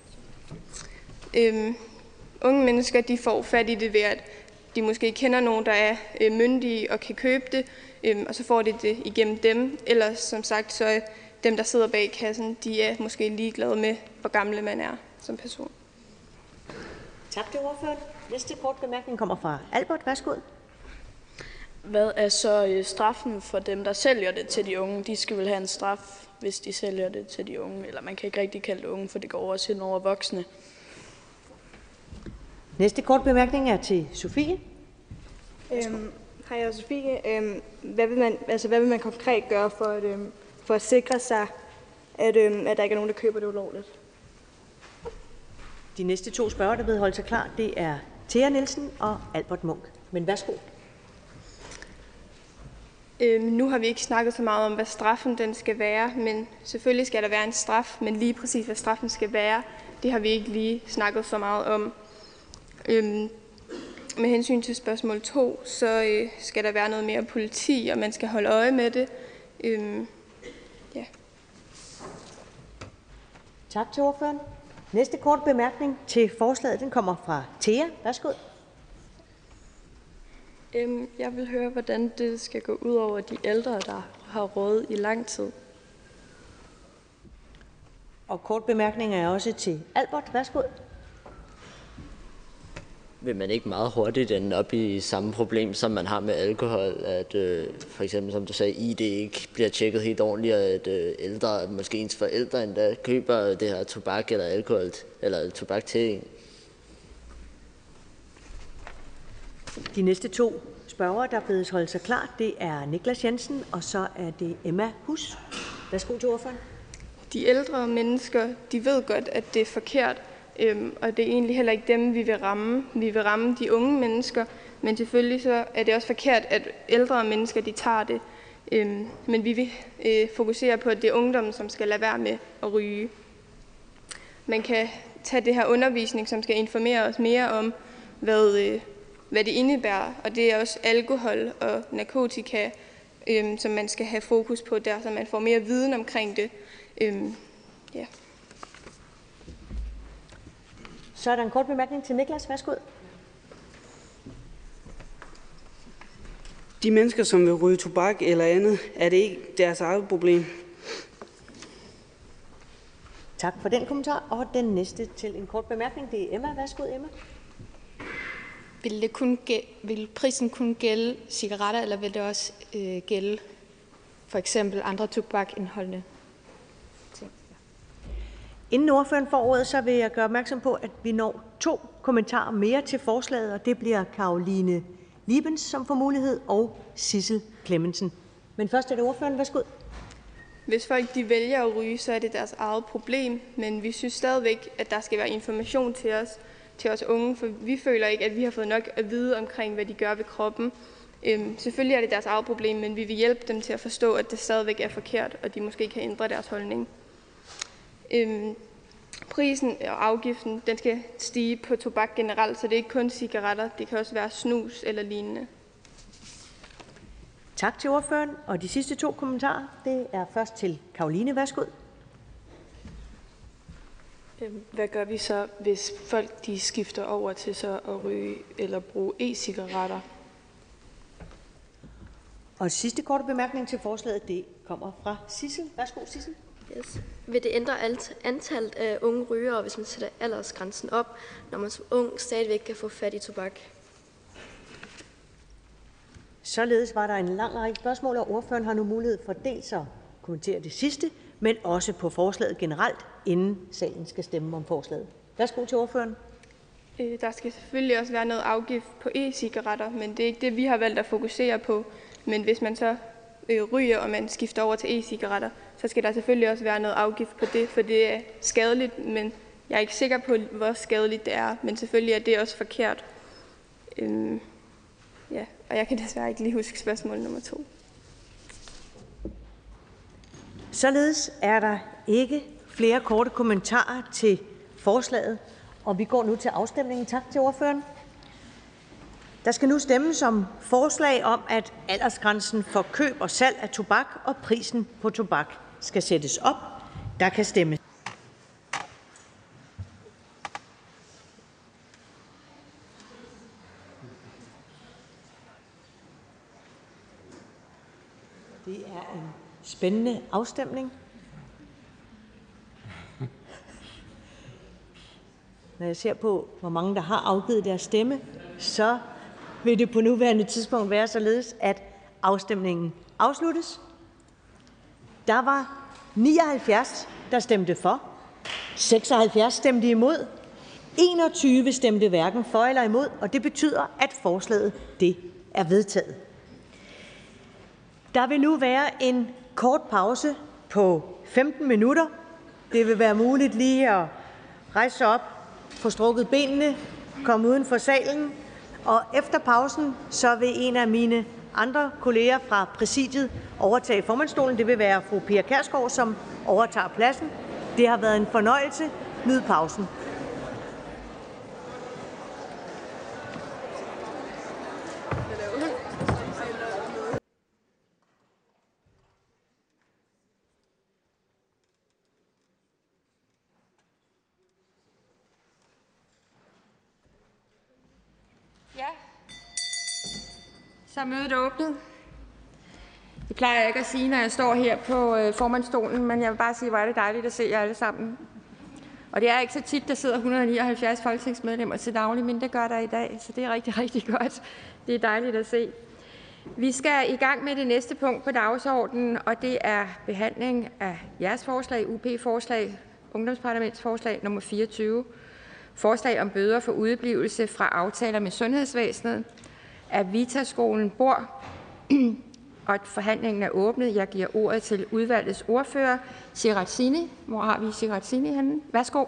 [SPEAKER 6] Unge mennesker, de får fat i det ved, at de måske kender nogen, der er myndige og kan købe det, og så får de det igennem dem. Eller som sagt, så er dem, der sidder bag kassen, de er måske ligeglade med, hvor gamle man er som person.
[SPEAKER 1] Tak til ordføreren. Næste kort bemærkning kommer fra Albert. Værsgo.
[SPEAKER 8] Hvad er så straffen for dem, der sælger det til de unge? De skal vel have en straf, hvis de sælger det til de unge. Eller man kan ikke rigtig kalde det unge, for det går også hen over voksne.
[SPEAKER 1] Næste kort bemærkning er til Sofie.
[SPEAKER 14] Hej, jeg er Sofie. Hvad vil man konkret gøre for at sikre sig, at der ikke er nogen, der køber det ulovligt?
[SPEAKER 1] De næste 2 spørgere, der vil holde sig klar, det er Thea Nielsen og Albert Munk. Men værsgo.
[SPEAKER 6] Nu har vi ikke snakket så meget om, hvad straffen den skal være, men selvfølgelig skal der være en straf, men lige præcis hvad straffen skal være, det har vi ikke lige snakket så meget om. Med hensyn til spørgsmål 2, så skal der være noget mere politi, og man skal holde øje med det. Ja.
[SPEAKER 1] Tak til ordføreren. Næste kort bemærkning til forslaget, den kommer fra Thea. Værsgo.
[SPEAKER 8] Jeg vil høre, hvordan det skal gå ud over de ældre, der har råd i lang tid.
[SPEAKER 1] Og kort bemærkning er også til Albert. Værsgo.
[SPEAKER 22] Vil man ikke meget hurtigt ende op i samme problem, som man har med alkohol, at for eksempel, som du sagde, ID ikke bliver tjekket helt ordentligt, og at ældre, måske ens forældre endda, køber det her tobak eller alkohol, eller tobak til en?
[SPEAKER 1] De næste 2 spørgere, der bedes holde sig klar, det er Niklas Jensen, og så er det Emma Hus. Værsgo til ordføreren.
[SPEAKER 6] De ældre mennesker, de ved godt, at det er forkert, og det er egentlig heller ikke dem, vi vil ramme. Vi vil ramme de unge mennesker, men selvfølgelig så er det også forkert, at ældre mennesker, de tager det. Men vi vil fokusere på, at det er ungdommen, som skal lade være med at ryge. Man kan tage det her undervisning, som skal informere os mere om, hvad det indebærer, og det er også alkohol og narkotika, som man skal have fokus på der, så man får mere viden omkring det. Ja.
[SPEAKER 1] Så er der en kort bemærkning til Niklas. Værsgo.
[SPEAKER 16] De mennesker, som vil ryge tobak eller andet, er det ikke deres eget problem?
[SPEAKER 1] Tak for den kommentar. Og den næste til en kort bemærkning, det er Emma. Værsgo, Emma.
[SPEAKER 20] Vil prisen kun gælde cigaretter, eller vil det også gælde for eksempel andre tobakindholdende ting?
[SPEAKER 1] Inden ordføreren får ordet, så vil jeg gøre opmærksom på, at vi når 2 kommentarer mere til forslaget, og det bliver Caroline Liebens, som får mulighed, og Sissel Clemmensen. Men først er det ordføreren. Værsgo.
[SPEAKER 6] Hvis folk de vælger at ryge, så er det deres eget problem, men vi synes stadigvæk, at der skal være information til os unge, for vi føler ikke, at vi har fået nok at vide omkring, hvad de gør ved kroppen. Selvfølgelig er det deres eget problem, men vi vil hjælpe dem til at forstå, at det stadigvæk er forkert, og de måske kan ændre deres holdning.
[SPEAKER 7] Prisen og afgiften, den skal stige på tobak generelt, så det er ikke kun cigaretter. Det kan også være snus eller lignende.
[SPEAKER 1] Tak til ordføreren. Og de sidste 2 kommentarer, det er først til Caroline. Værsgo.
[SPEAKER 8] Hvad gør vi så, hvis folk de skifter over til så at ryge eller bruge e-cigaretter?
[SPEAKER 1] Og sidste korte bemærkning til forslaget, det kommer fra Sissel. Værsgo, Sissel.
[SPEAKER 15] Yes. Vil det ændre antallet af unge rygere, hvis man sætter aldersgrænsen op, når man som ung stadigvæk kan få fat i tobak?
[SPEAKER 1] Således var der en lang række spørgsmål, og ordføreren har nu mulighed for dels at kommentere det sidste, men også på forslaget generelt, inden salen skal stemme om forslaget. Værsgo til ordføreren.
[SPEAKER 7] Der skal selvfølgelig også være noget afgift på e-cigaretter, men det er ikke det, vi har valgt at fokusere på. Men hvis man så ryger, og man skifter over til e-cigaretter, så skal der selvfølgelig også være noget afgift på det, for det er skadeligt, men jeg er ikke sikker på, hvor skadeligt det er. Men selvfølgelig er det også forkert. Ja, og jeg kan desværre ikke lige huske spørgsmål nummer 2.
[SPEAKER 1] Således er der ikke flere korte kommentarer til forslaget, og vi går nu til afstemningen. Tak til ordføreren. Der skal nu stemmes om forslag om, at aldersgrænsen for køb og salg af tobak og prisen på tobak skal sættes op. Der kan stemmes. Det er en spændende afstemning. Når jeg ser på, hvor mange der har afgivet deres stemme, så vil det på nuværende tidspunkt være således, at afstemningen afsluttes. Der var 79, der stemte for, 76 stemte imod, 21 stemte hverken for eller imod, og det betyder, at forslaget det er vedtaget. Der vil nu være en kort pause på 15 minutter. Det vil være muligt lige at rejse sig op, få strukket benene, komme uden for salen. Og efter pausen, så vil en af mine andre kolleger fra præsidiet overtage formandsstolen. Det vil være fru Pia Kjærsgaard, som overtager pladsen. Det har været en fornøjelse. Nyd pausen.
[SPEAKER 17] Ja, så er mødet åbnet. Det plejer jeg ikke at sige, når jeg står her på formandsstolen, men jeg vil bare sige, hvor er det dejligt at se jer alle sammen. Og det er ikke så tit, der sidder 179 folketingsmedlemmer til daglig, men det gør der i dag, så det er rigtig, rigtig godt. Det er dejligt at se. Vi skal i gang med det næste punkt på dagsordenen, og det er behandling af jeres forslag, UP-forslag, Ungdomsparlamentsforslag nummer 24. Forslag om bøder for udeblivelse fra aftaler med sundhedsvæsenet af Vitaskolen Bor. Og forhandlingen er åbnet. Jeg giver ordet til udvalgets ordfører, Sirazzini. Hvor har vi Sirazzini henne? Værsgo.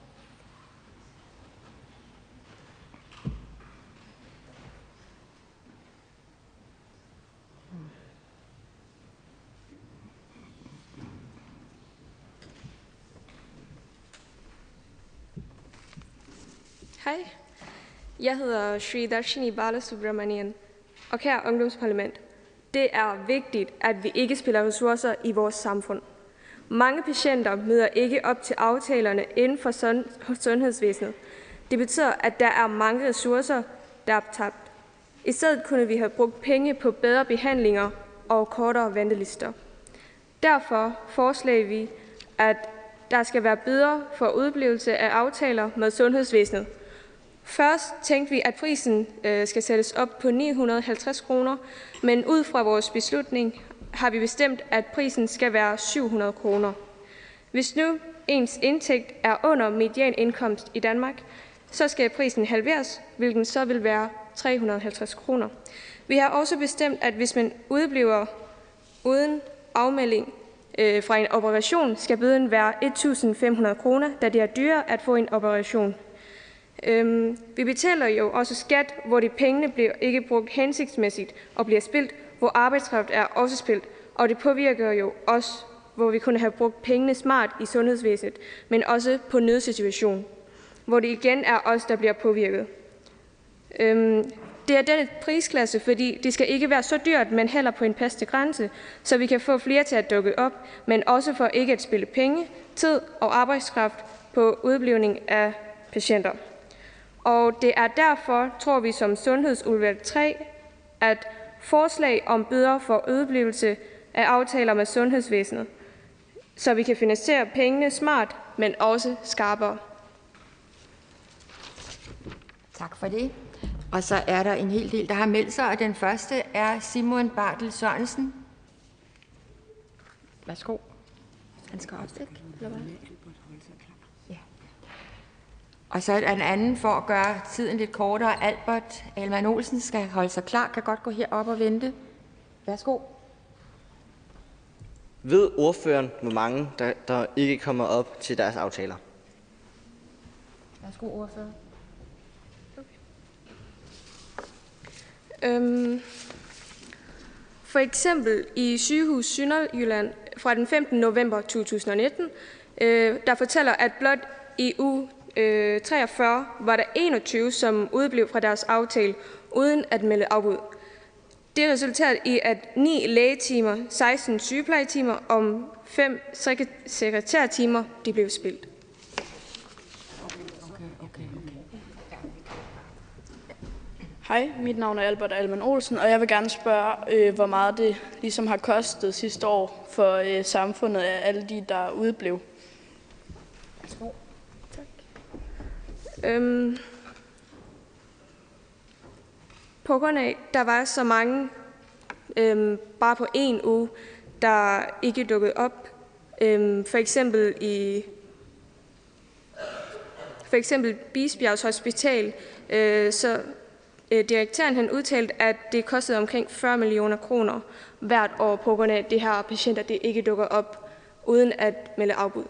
[SPEAKER 6] Hej, jeg hedder Sridarshini Balasubramanian, og kære Ungdomsparlament, det er vigtigt, at vi ikke spilder ressourcer i vores samfund. Mange patienter møder ikke op til aftalerne inden for sundhedsvæsenet. Det betyder, at der er mange ressourcer, der er tabt. I stedet kunne vi have brugt penge på bedre behandlinger og kortere ventelister. Derfor foreslår vi, at der skal være bøder for udeblivelse af aftaler med sundhedsvæsenet. Først tænkte vi, at prisen skal sættes op på 950 kroner, men ud fra vores beslutning har vi bestemt, at prisen skal være 700 kroner. Hvis nu ens indtægt er under medianindkomst i Danmark, så skal prisen halveres, hvilken så vil være 350 kroner. Vi har også bestemt, at hvis man udebliver uden afmelding fra en operation, skal bøden være 1.500 kroner, da det er dyrere at få en operation. Vi betaler jo også skat, hvor de pengene bliver ikke brugt hensigtsmæssigt og bliver spildt, hvor arbejdskraft er også spildt, og det påvirker jo også hvor vi kunne have brugt pengene smart i sundhedsvæsenet, men også på nødsituation, hvor det igen er os, der bliver påvirket. Det er den prisklasse, fordi det skal ikke være så dyrt, men heller på en passende grænse, så vi kan få flere til at dukke op, men også for ikke at spille penge, tid og arbejdskraft på udblivning af patienter. Og det er derfor, tror vi som Sundhedsudvalg 3, at forslag om bøder for udeblivelse af aftaler med sundhedsvæsenet, så vi kan finansiere pengene smart, men også skarpere.
[SPEAKER 17] Tak for det. Og så er der en hel del, der har meldt sig, og den første er Simon Bartel Sørensen. Værsgo. Han skal også, ikke? Ja. Og så er den anden, for at gøre tiden lidt kortere. Albert Alman Olsen skal holde sig klar, kan godt gå herop og vente. Værsgo.
[SPEAKER 3] Ved ordføreren, hvor mange der ikke kommer op til deres aftaler?
[SPEAKER 17] Værsgo, ordfører.
[SPEAKER 6] For eksempel i Sygehus Sønderjylland fra den 15. november 2019, der fortæller, at blot i uge 43 var der 21, som udeblev fra deres aftale uden at melde afbud. Det resulterede i, at 9 lægetimer, 16 sygeplejetimer og 5 sekretærtimer de blev spildt.
[SPEAKER 8] Hej, mit navn er Albert Alman Olsen, og jeg vil gerne spørge, hvor meget det ligesom har kostet sidste år for samfundet af alle de, der udeblev.
[SPEAKER 6] Tak. På grund af, der var så mange, bare på en uge, der ikke dukkede op. For eksempel Bisbjergs Hospital, så direktøren han udtalte, at det kostede omkring 40 millioner kroner hvert år på grund af, at det her patienter det ikke dukker op uden at melde afbud.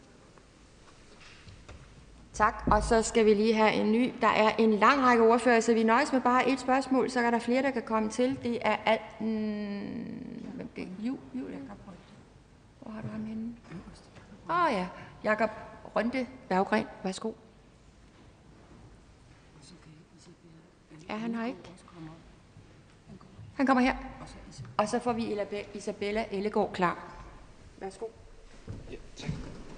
[SPEAKER 17] Tak, og så skal vi lige have en ny. Der er en lang række ordfører, så vi nøjes med bare et spørgsmål, så er der flere, der kan komme til. Det er hvem det er? Julie. Hvor har du ham henne? Ja, Jakob Rønde Berggren. Værsgo. Ja, han har ikke. Han kommer her. Og så får vi Isabella Ellegaard klar. Værsgo.
[SPEAKER 13] Ja, tak.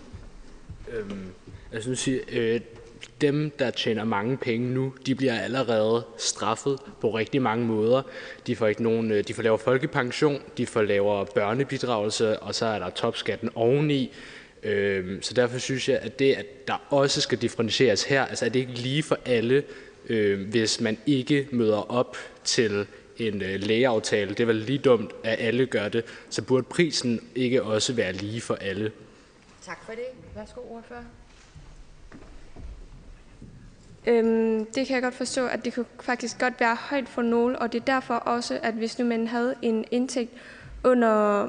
[SPEAKER 13] Jeg synes, dem, der tjener mange penge nu, de bliver allerede straffet på rigtig mange måder. De får ikke nogen, de får lavere folkepension, de får lavere børnebidragelse, og så er der topskatten oveni. Så derfor synes jeg, at det, at der også skal differentieres her, altså er det ikke lige for alle, hvis man ikke møder op til en lægeaftale. Det er vel lige dumt, at alle gør det. Så burde prisen ikke også være lige for alle.
[SPEAKER 17] Tak for det. Værsgo, ordfører.
[SPEAKER 6] Det kan jeg godt forstå, at det kunne faktisk godt være højt for nogle, og det er derfor også, at hvis nu man havde en indtægt under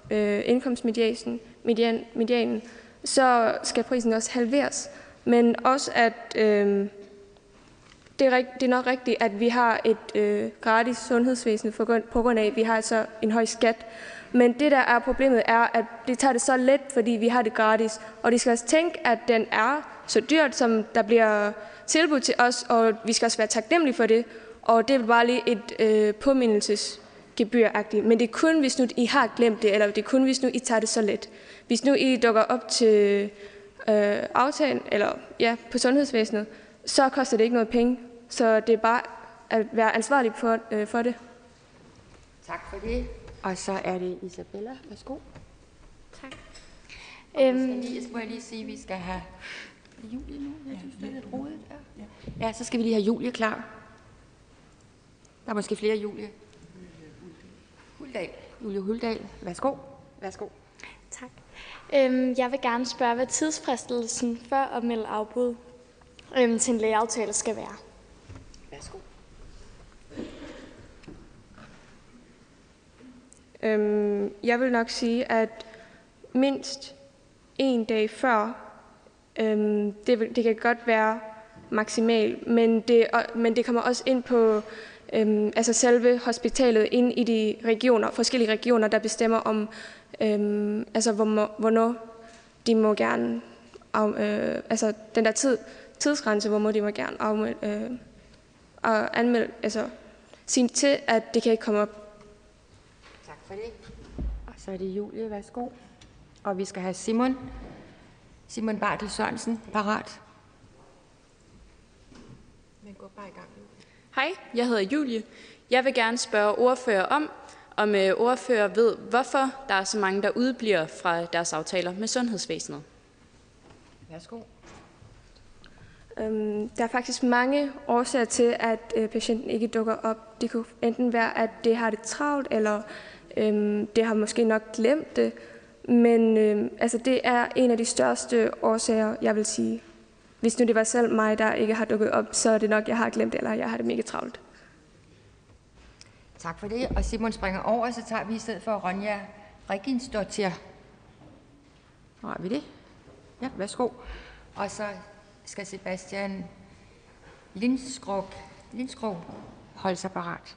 [SPEAKER 6] indkomstmedianen, så skal prisen også halveres. Men også, at det er nok rigtigt, at vi har et gratis sundhedsvæsen på grund af, at vi har så en høj skat. Men det, der er problemet, er, at det tager det så let, fordi vi har det gratis. Og de skal også tænke, at den er så dyrt, som der bliver tilbudt til os, og vi skal også være taknemmelige for det. Og det er bare lige et påmindelsesgebyr-agtigt. Men det er kun, hvis nu I har glemt det, eller det er kun, hvis nu I tager det så let. Hvis nu I dukker op til aftalen, eller ja, på sundhedsvæsenet, så koster det ikke noget penge. Så det er bare at være ansvarlig for det.
[SPEAKER 17] Tak for det. Og så er det Isabella. Værsgo.
[SPEAKER 21] Tak.
[SPEAKER 17] Jeg skal lige sige, at vi skal have Julie nu. Jeg synes, det er lidt rodet. Ja, så skal vi lige have Julie klar. Der er måske flere Julie. Julie Huldal. Værsgo. Værsgo.
[SPEAKER 21] Tak. Jeg vil gerne spørge, hvad tidsfristelsen for at melde afbud til en lægeaftale skal være.
[SPEAKER 17] Værsgo.
[SPEAKER 6] Jeg vil nok sige, at mindst en dag før, det kan godt være maksimalt, men det kommer også ind på altså selve hospitalet, ind i de regioner, forskellige regioner, der bestemmer om Altså hvornår de må gerne, altså den der tidsgrænse, hvor må de må gerne anmelde, altså sige til, at det kan ikke komme op.
[SPEAKER 17] Tak for det. Og så er det Julie, værsgo. Og vi skal have Simon Bartel Sørensen parat.
[SPEAKER 8] Men gå bare i gang. Hej, jeg hedder Julie. Jeg vil gerne spørge ordfører om ordfører ved, hvorfor der er så mange, der udebliver fra deres aftaler med sundhedsvæsenet.
[SPEAKER 17] Værsgo.
[SPEAKER 6] Der er faktisk mange årsager til, at patienten ikke dukker op. Det kunne enten være, at det har det travlt, eller det har måske nok glemt det. Men altså, det er en af de største årsager, jeg vil sige. Hvis nu det var selv mig, der ikke har dukket op, så er det nok, jeg har glemt det, eller jeg har det mega travlt.
[SPEAKER 17] Tak for det. Og Simon springer over, så tager vi i stedet for Ronja Reginsdottir. Hvor har vi det? Ja, værsgo. Og så skal Sebastian Lindskov holde sig parat.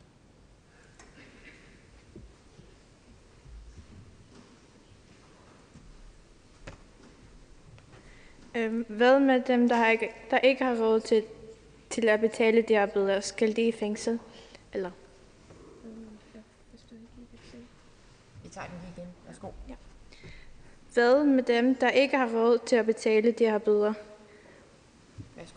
[SPEAKER 14] Hvad med dem, der ikke har råd til at betale de her bøder? Skal de i fængsel? Eller?
[SPEAKER 17] Vi tager den lige igen. Værsgo. Ja.
[SPEAKER 14] Hvad med dem, der ikke har råd til at betale de her bøder?
[SPEAKER 17] Værsgo.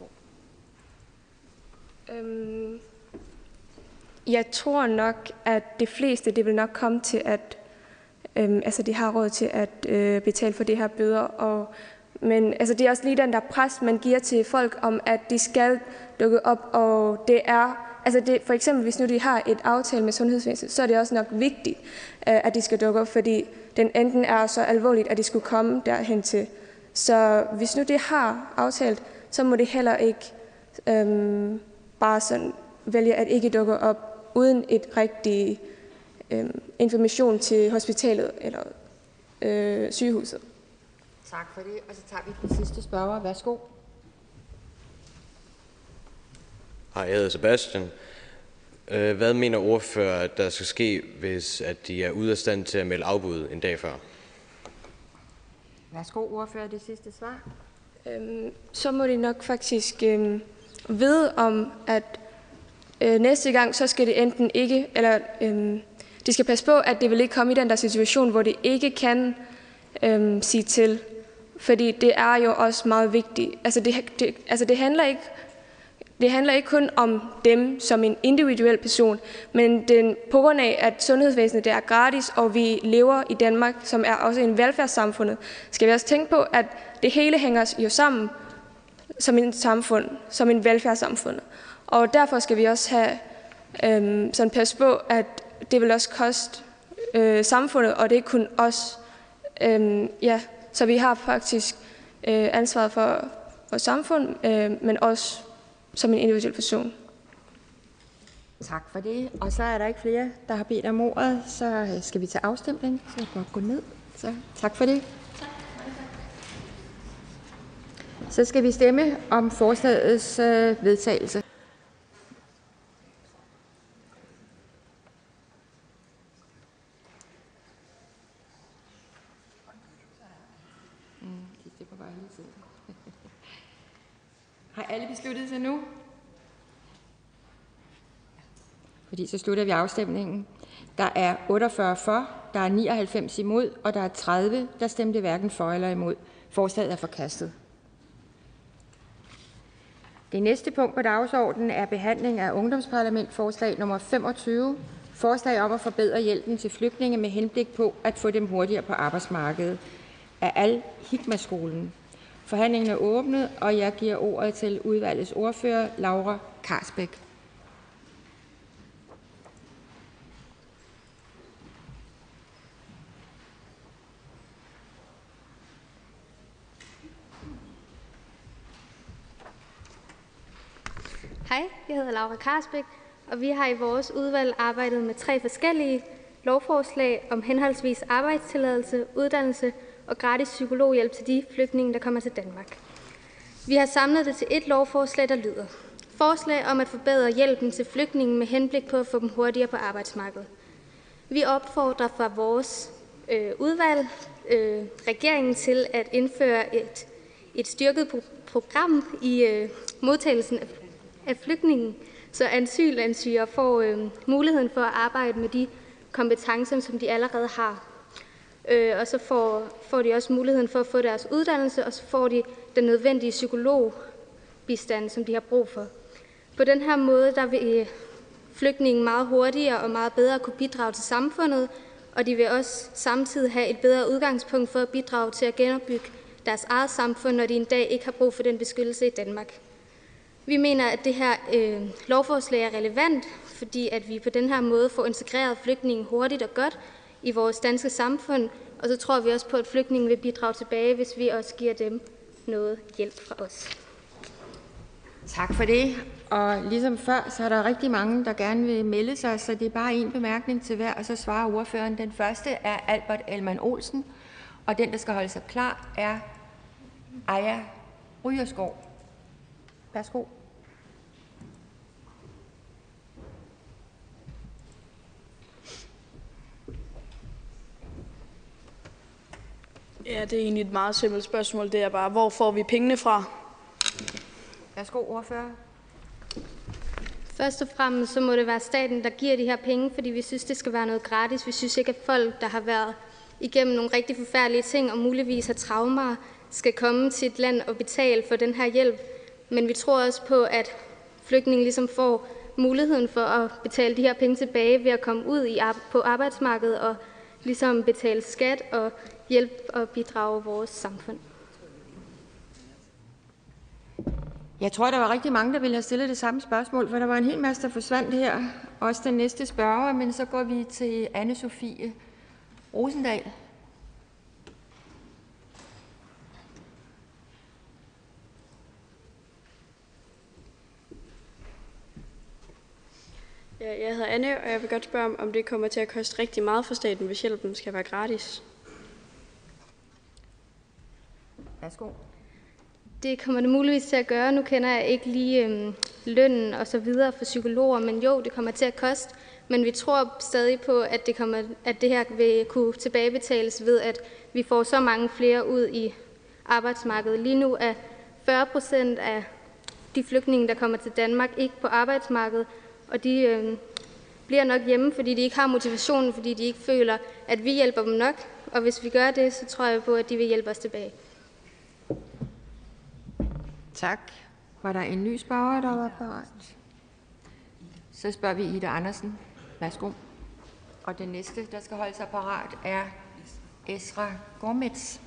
[SPEAKER 6] Jeg tror nok, at de fleste, det vil nok komme til, at altså, de har råd til at betale for de her bøder. Men altså, det er også lige den der pres, man giver til folk om, at de skal dukke op. Og det er, altså det, for eksempel, hvis nu de har et aftale med sundhedsvæsenet, så er det også nok vigtigt, at de skal dukke op, fordi den enten er så alvorligt, at de skulle komme derhen til. Så hvis nu det har aftalt, så må det heller ikke bare sådan vælge at ikke dukke op uden et rigtig information til hospitalet eller sygehuset.
[SPEAKER 17] Tak for det. Og så tager vi den sidste spørger. Værsgo.
[SPEAKER 11] Hej, jeg hedder Sebastian. Hvad mener ordfører, at der skal ske, hvis at de er ude af stand til at melde afbud en dag før?
[SPEAKER 17] Værsgo, ordfører, det sidste svar.
[SPEAKER 6] Så må de nok faktisk vide om, at næste gang, så skal det enten ikke, eller de skal passe på, at det vil ikke komme i den der situation, hvor det ikke kan sige til. Fordi det er jo også meget vigtigt. Altså det handler ikke kun om dem som en individuel person, men på grund af, at sundhedsvæsenet det er gratis, og vi lever i Danmark, som er også en velfærdssamfund, skal vi også tænke på, at det hele hænger jo sammen som en samfund, som en velfærdssamfund. Og derfor skal vi også have sådan pas på, at det vil også koste samfundet, og det er ikke kun os. Så vi har faktisk ansvaret for vores samfund, men også som en individuel person.
[SPEAKER 17] Tak for det. Og så er der ikke flere, der har bedt om ordet, så skal vi til afstemning. Så jeg godt gå ned. Så tak for det. Så skal vi stemme om forslagets vedtagelse. Har alle besluttet sig nu? Fordi så slutter vi afstemningen. Der er 48 for, der er 99 imod, og der er 30, der stemte hverken for eller imod. Forslaget er forkastet. Det næste punkt på dagsordenen er behandling af ungdomsparlamentforslag nummer 25. Forslag om at forbedre hjælpen til flygtninge med henblik på at få dem hurtigere på arbejdsmarkedet af Al-Hikma-skolen. Forhandlingen er åbnet, og jeg giver ordet til udvalgets ordfører, Laura Karsbæk.
[SPEAKER 18] Hej, jeg hedder Laura Karsbæk, og vi har i vores udvalg arbejdet med 3 forskellige lovforslag om henholdsvis arbejdstilladelse, uddannelse og gratis psykologhjælp til de flygtninge, der kommer til Danmark. Vi har samlet det til et lovforslag, der lyder: Forslag om at forbedre hjælpen til flygtninge med henblik på at få dem hurtigere på arbejdsmarkedet. Vi opfordrer fra vores udvalg regeringen til at indføre et styrket program i modtagelsen af flygtninge, så asylansøgere får muligheden for at arbejde med de kompetencer, som de allerede har. Og så får de også muligheden for at få deres uddannelse, og så får de den nødvendige psykologbistand, som de har brug for. På den her måde der vil flygtninge meget hurtigere og meget bedre kunne bidrage til samfundet, og de vil også samtidig have et bedre udgangspunkt for at bidrage til at genopbygge deres eget samfund, når de en dag ikke har brug for den beskyttelse i Danmark. Vi mener, at det her lovforslag er relevant, fordi at vi på den her måde får integreret flygtninge hurtigt og godt i vores danske samfund, og så tror vi også på, at flygtninge vil bidrage tilbage, hvis vi også giver dem noget hjælp fra os.
[SPEAKER 17] Tak for det. Og ligesom før, så er der rigtig mange, der gerne vil melde sig, så det er bare en bemærkning til hver, og så svarer ordføreren. Den første er Albert Elman Olsen, og den, der skal holde sig klar, er Aya Ryerskov. Værsgo.
[SPEAKER 8] Ja, det er egentlig et meget simpelt spørgsmål. Det er bare, hvor får vi pengene fra?
[SPEAKER 17] Værsgo, ordfører.
[SPEAKER 18] Først og fremmest så må det være staten, der giver de her penge, fordi vi synes, det skal være noget gratis. Vi synes ikke, at folk, der har været igennem nogle rigtig forfærdelige ting og muligvis har traumer, skal komme til et land og betale for den her hjælp. Men vi tror også på, at flygtninge ligesom får muligheden for at betale de her penge tilbage ved at komme ud på arbejdsmarkedet og ligesom betale skat og hjælpe og bidrage vores samfund.
[SPEAKER 17] Jeg tror, der var rigtig mange, der ville have stillet det samme spørgsmål, for der var en hel masse, der forsvandt her. Også den næste spørger, men så går vi til Anne-Sophie Rosendal.
[SPEAKER 2] Jeg hedder Anne, og jeg vil godt spørge om det kommer til at koste rigtig meget for staten, hvis hjælpen skal være gratis.
[SPEAKER 17] Værsgo.
[SPEAKER 18] Det kommer det muligvis til at gøre. Nu kender jeg ikke lige lønnen og så videre for psykologer, men jo, det kommer til at koste. Men vi tror stadig på, at det her vil kunne tilbagebetales ved, at vi får så mange flere ud i arbejdsmarkedet. Lige nu er 40% af de flygtninge, der kommer til Danmark, ikke på arbejdsmarkedet, og de bliver nok hjemme, fordi de ikke har motivationen, fordi de ikke føler, at vi hjælper dem nok. Og hvis vi gør det, så tror jeg på, at de vil hjælpe os tilbage.
[SPEAKER 17] Tak. Var der en ny spørger, der var parat? Så spørger vi Ida Andersen. Værsgo. Og den næste, der skal holde sig parat, er Esra Gormets.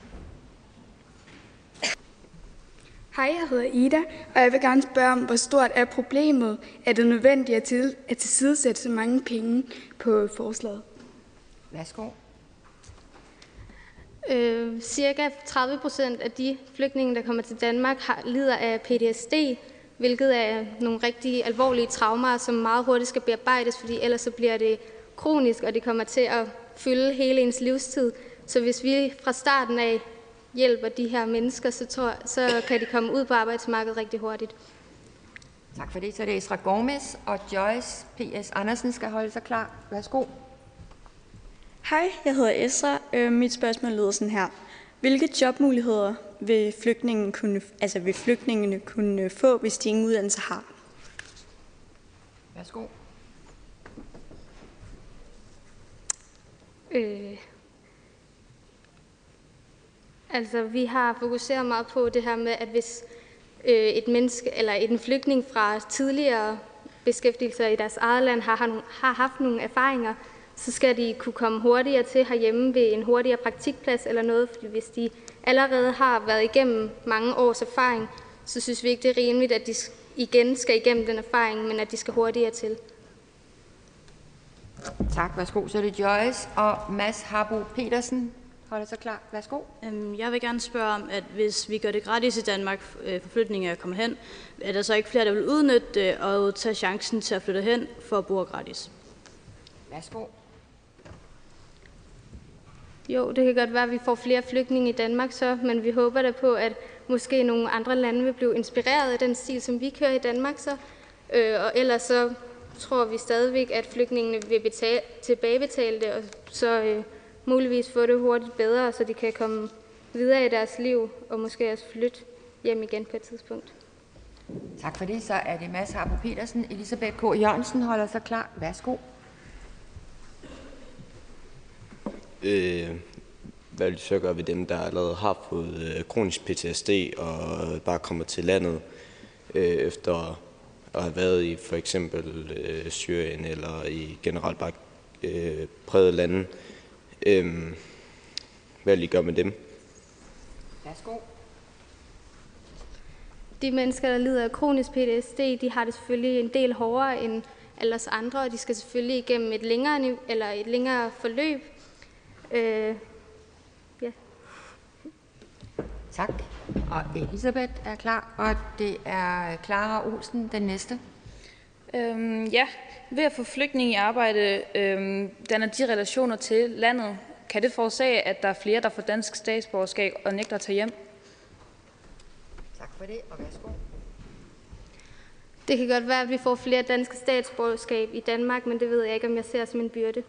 [SPEAKER 12] Hej, jeg hedder Ida, og jeg vil gerne spørge om, hvor stort er problemet? Er det nødvendigt at tilsidesætte så mange penge på forslaget?
[SPEAKER 17] Værsgo.
[SPEAKER 18] Cirka 30% af de flygtninge, der kommer til Danmark, lider af PTSD, hvilket er nogle rigtig alvorlige traumer, som meget hurtigt skal bearbejdes, fordi ellers så bliver det kronisk, og det kommer til at fylde hele ens livstid. Så hvis vi fra starten af hjælper de her mennesker, så kan de komme ud på arbejdsmarkedet rigtig hurtigt.
[SPEAKER 17] Tak for det. Så er det Esra Gormes, og Joyce P.S. Andersen skal holde sig klar. Værsgo.
[SPEAKER 14] Hej, jeg hedder Esra. Mit spørgsmål lyder sådan her. Hvilke jobmuligheder vil flygtningene kunne få, hvis de ingen uddannelse har?
[SPEAKER 17] Værsgo.
[SPEAKER 18] Vi har fokuseret meget på det her med, at hvis et menneske eller en flygtning fra tidligere beskæftigelser i deres eget land har haft nogle erfaringer, så skal de kunne komme hurtigere til herhjemme ved en hurtigere praktikplads eller noget, fordi hvis de allerede har været igennem mange års erfaring, så synes vi ikke, det er rimeligt, at de igen skal igennem den erfaring, men at de skal hurtigere til.
[SPEAKER 17] Tak, værsgo. Så er det Joyce og Mads Harbo Petersen. Holder sig klar. Værsgo.
[SPEAKER 19] Jeg vil gerne spørge om, at hvis vi gør det gratis i Danmark for flygtninge at komme hen, er der så ikke flere, der vil udnytte det og tage chancen til at flytte hen for at bo gratis?
[SPEAKER 17] Værsgo.
[SPEAKER 18] Jo, det kan godt være, at vi får flere flygtninge i Danmark så, men vi håber da på, at måske nogle andre lande vil blive inspireret af den stil, som vi kører i Danmark så. Og ellers så tror vi stadigvæk, at flygtningene vil tilbagebetale det, og så muligvis få det hurtigt bedre, så de kan komme videre i deres liv og måske også flytte hjem igen på et tidspunkt.
[SPEAKER 17] Tak for det. Så er det Mads Harbo Petersen. Elisabeth K. Jørgensen holder sig klar. Værsgo.
[SPEAKER 4] Hvad vil I så gøre ved dem, der allerede har fået kronisk PTSD og bare kommer til landet efter at have været i for eksempel Syrien eller i generelt bare prægede lande? Hvad vil I gøre med dem?
[SPEAKER 17] Værsgo.
[SPEAKER 18] De mennesker, der lider af kronisk PTSD, de har det selvfølgelig en del hårdere end alle os andre, og de skal selvfølgelig igennem et længere forløb. Ja.
[SPEAKER 17] Tak. Og Elisabeth er klar, og det er Clara Olsen, den næste.
[SPEAKER 5] Ja, ved at få flygtninge i arbejde, danner de relationer til landet. Kan det forårsage, at der er flere, der får dansk statsborgerskab og nægter at tage hjem?
[SPEAKER 17] Tak for det, og værsgo.
[SPEAKER 18] Det kan godt være, at vi får flere danske statsborgerskab i Danmark, men det ved jeg ikke, om jeg ser som en byrde.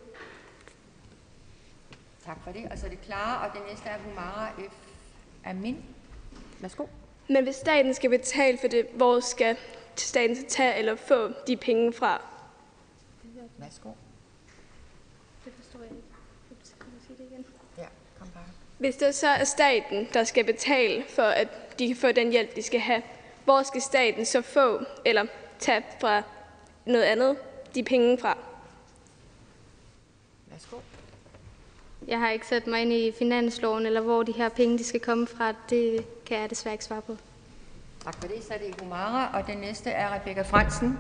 [SPEAKER 17] Tak for det, og så er det Clara, og det næste er Humara F. Amin. Værsgo.
[SPEAKER 7] Men hvis staten skal betale for det, hvor skal staten så tage eller få de penge fra?
[SPEAKER 17] Værsgo.
[SPEAKER 18] Det forstår jeg ikke. Kan du sige det igen?
[SPEAKER 17] Ja, kom bare.
[SPEAKER 7] Hvis det så er staten, der skal betale for, at de kan få den hjælp, de skal have, hvor skal staten så få eller tage fra noget andet de penge fra?
[SPEAKER 17] Værsgo.
[SPEAKER 18] Jeg har ikke sat mig ind i finansloven, eller hvor de her penge de skal komme fra. Det kan jeg desværre ikke svare på.
[SPEAKER 17] Tak for det. Så er det Humara, og den næste er Rebecca Fransen.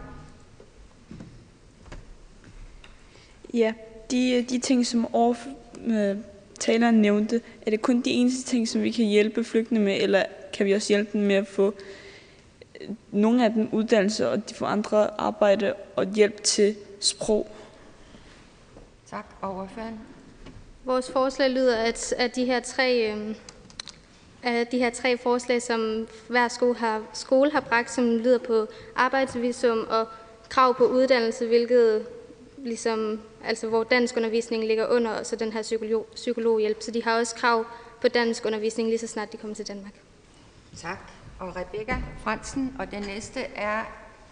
[SPEAKER 9] Ja, de ting, som taleren nævnte, er det kun de eneste ting, som vi kan hjælpe flygtninge med, eller kan vi også hjælpe dem med at få nogle af dem uddannelse, og de får andre arbejde og hjælp til sprog?
[SPEAKER 17] Tak, og ordføreren.
[SPEAKER 18] Vores forslag lyder, at de her tre forslag, som hver skole har bragt, som lyder på arbejdsvisum og krav på uddannelse, hvilket ligesom, altså hvor danskundervisningen ligger under, og så den her psykologhjælp. Så de har også krav på danskundervisning, lige så snart de kommer til Danmark.
[SPEAKER 17] Tak. Og Rebecca Fransen, og den næste er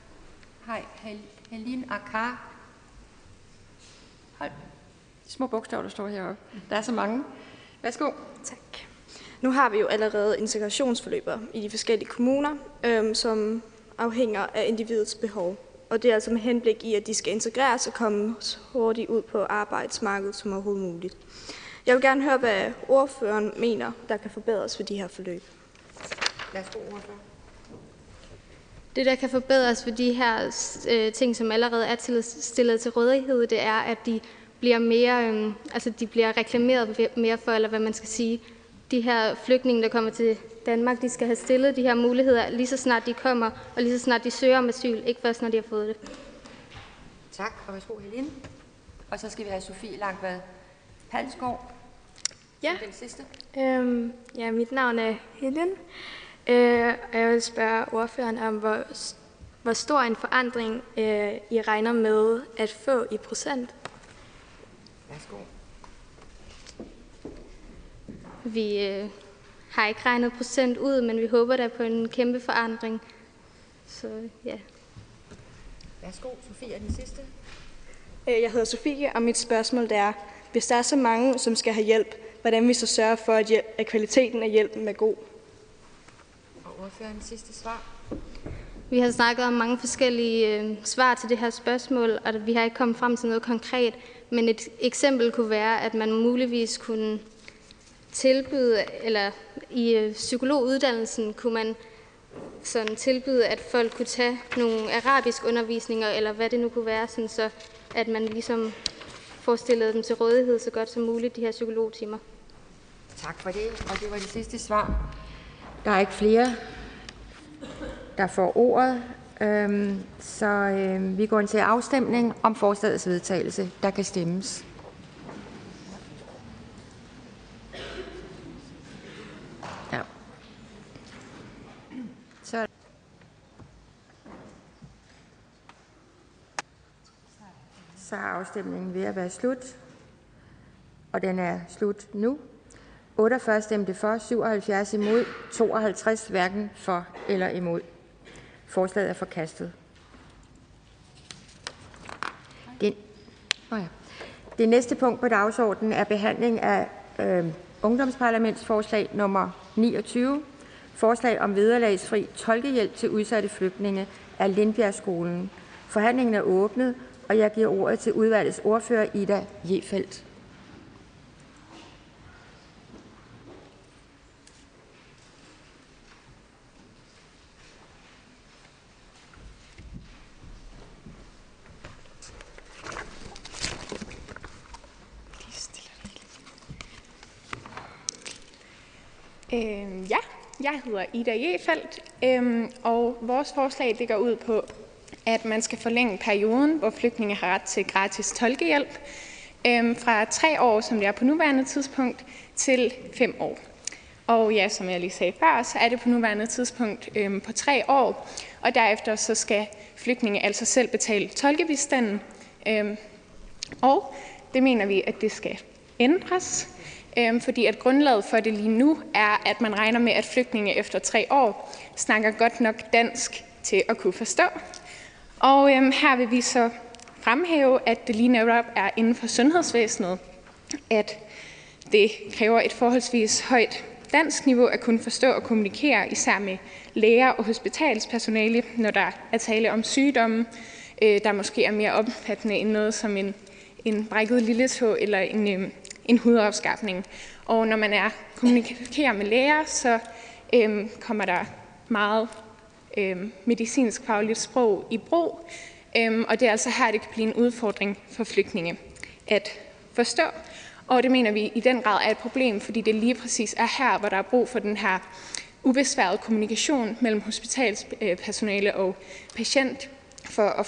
[SPEAKER 17] Helene Akar. Hold. Små bogstaver, der står heroppe. Der er så mange. Værsgo.
[SPEAKER 23] Tak. Nu har vi jo allerede integrationsforløber i de forskellige kommuner, som afhænger af individets behov. Og det er altså med henblik i, at de skal integreres og komme hurtigt ud på arbejdsmarkedet som overhovedet muligt. Jeg vil gerne høre, hvad ordføreren mener, der kan forbedres ved de her forløb.
[SPEAKER 17] Værsgo, ordfører.
[SPEAKER 18] Det, der kan forbedres ved de her ting, som allerede er stillet til rådighed, det er, at de bliver mere, de bliver reklameret mere for, eller hvad man skal sige. De her flygtninge, der kommer til Danmark, de skal have stillet de her muligheder, lige så snart de kommer, og lige så snart de søger om asyl, ikke først, når de har fået det.
[SPEAKER 17] Tak, og værsgo, Helene. Og så skal vi have Sofie Langvad Palsgaard.
[SPEAKER 21] Ja.
[SPEAKER 17] Den sidste.
[SPEAKER 21] Ja, mit navn er Helen. Og jeg vil spørge ordføreren om, hvor stor en forandring I regner med at få i procent.
[SPEAKER 17] Værsgo.
[SPEAKER 18] Vi har ikke regnet procent ud, men vi håber da på en kæmpe forandring. Så ja.
[SPEAKER 17] Værsgo, Sofie er den sidste.
[SPEAKER 23] Jeg hedder Sofie, og mit spørgsmål er, hvis der er så mange, som skal have hjælp, hvordan vi så sørger for, at kvaliteten af hjælpen er god?
[SPEAKER 17] Og ordførerens sidste svar.
[SPEAKER 18] Vi har snakket om mange forskellige svar til det her spørgsmål, og vi har ikke kommet frem til noget konkret. Men et eksempel kunne være, at man muligvis kunne tilbyde, eller i psykologuddannelsen kunne man sådan tilbyde, at folk kunne tage nogle arabisk undervisninger, eller hvad det nu kunne være, sådan så at man ligesom får stillet dem til rådighed så godt som muligt, de her psykologtimer.
[SPEAKER 17] Tak for det, og det var det sidste svar. Der er ikke flere, der får ordet, så vi går ind til afstemning om forslagets vedtagelse. Der kan stemmes. Ja. Så er afstemningen ved at være slut. og den er slut nu. 48 stemte for, 77 imod, 52 hverken for eller imod. Forslaget er forkastet. Det næste punkt på dagsordenen er behandling af ungdomsparlamentsforslag nummer 29. Forslag om vederlagsfri tolkehjælp til udsatte flygtninge af Lindbjergskolen. Forhandlingen er åbnet, og jeg giver ordet til udvalgets ordfører Ida Jefelt.
[SPEAKER 10] Jeg hedder Ida Jefelt, og vores forslag det går ud på, at man skal forlænge perioden, hvor flygtninge har ret til gratis tolkehjælp, fra 3 år, som det er på nuværende tidspunkt, til 5 år. Og ja, som jeg lige sagde før, så er det på nuværende tidspunkt på 3 år, og derefter så skal flygtninge altså selv betale tolkebistanden, og det mener vi, at det skal ændres. Fordi at grundlaget for det lige nu er, at man regner med, at flygtninge efter 3 år snakker godt nok dansk til at kunne forstå. Og her vil vi så fremhæve, at det lige netop er inden for sundhedsvæsenet, at det kræver et forholdsvis højt dansk niveau at kunne forstå og kommunikere, især med læger og hospitalspersonale, når der er tale om sygdomme, der måske er mere omfattende end noget som en brækket lilletå eller en hudafskarpning. Og når man kommunikerer med læger, så kommer der meget medicinsk fagligt sprog i brug, og det er altså her, det kan blive en udfordring for flygtninge at forstå. Og det mener vi i den grad er et problem, fordi det lige præcis er her, hvor der er brug for den her ubesværede kommunikation mellem hospitalspersonale og patient for at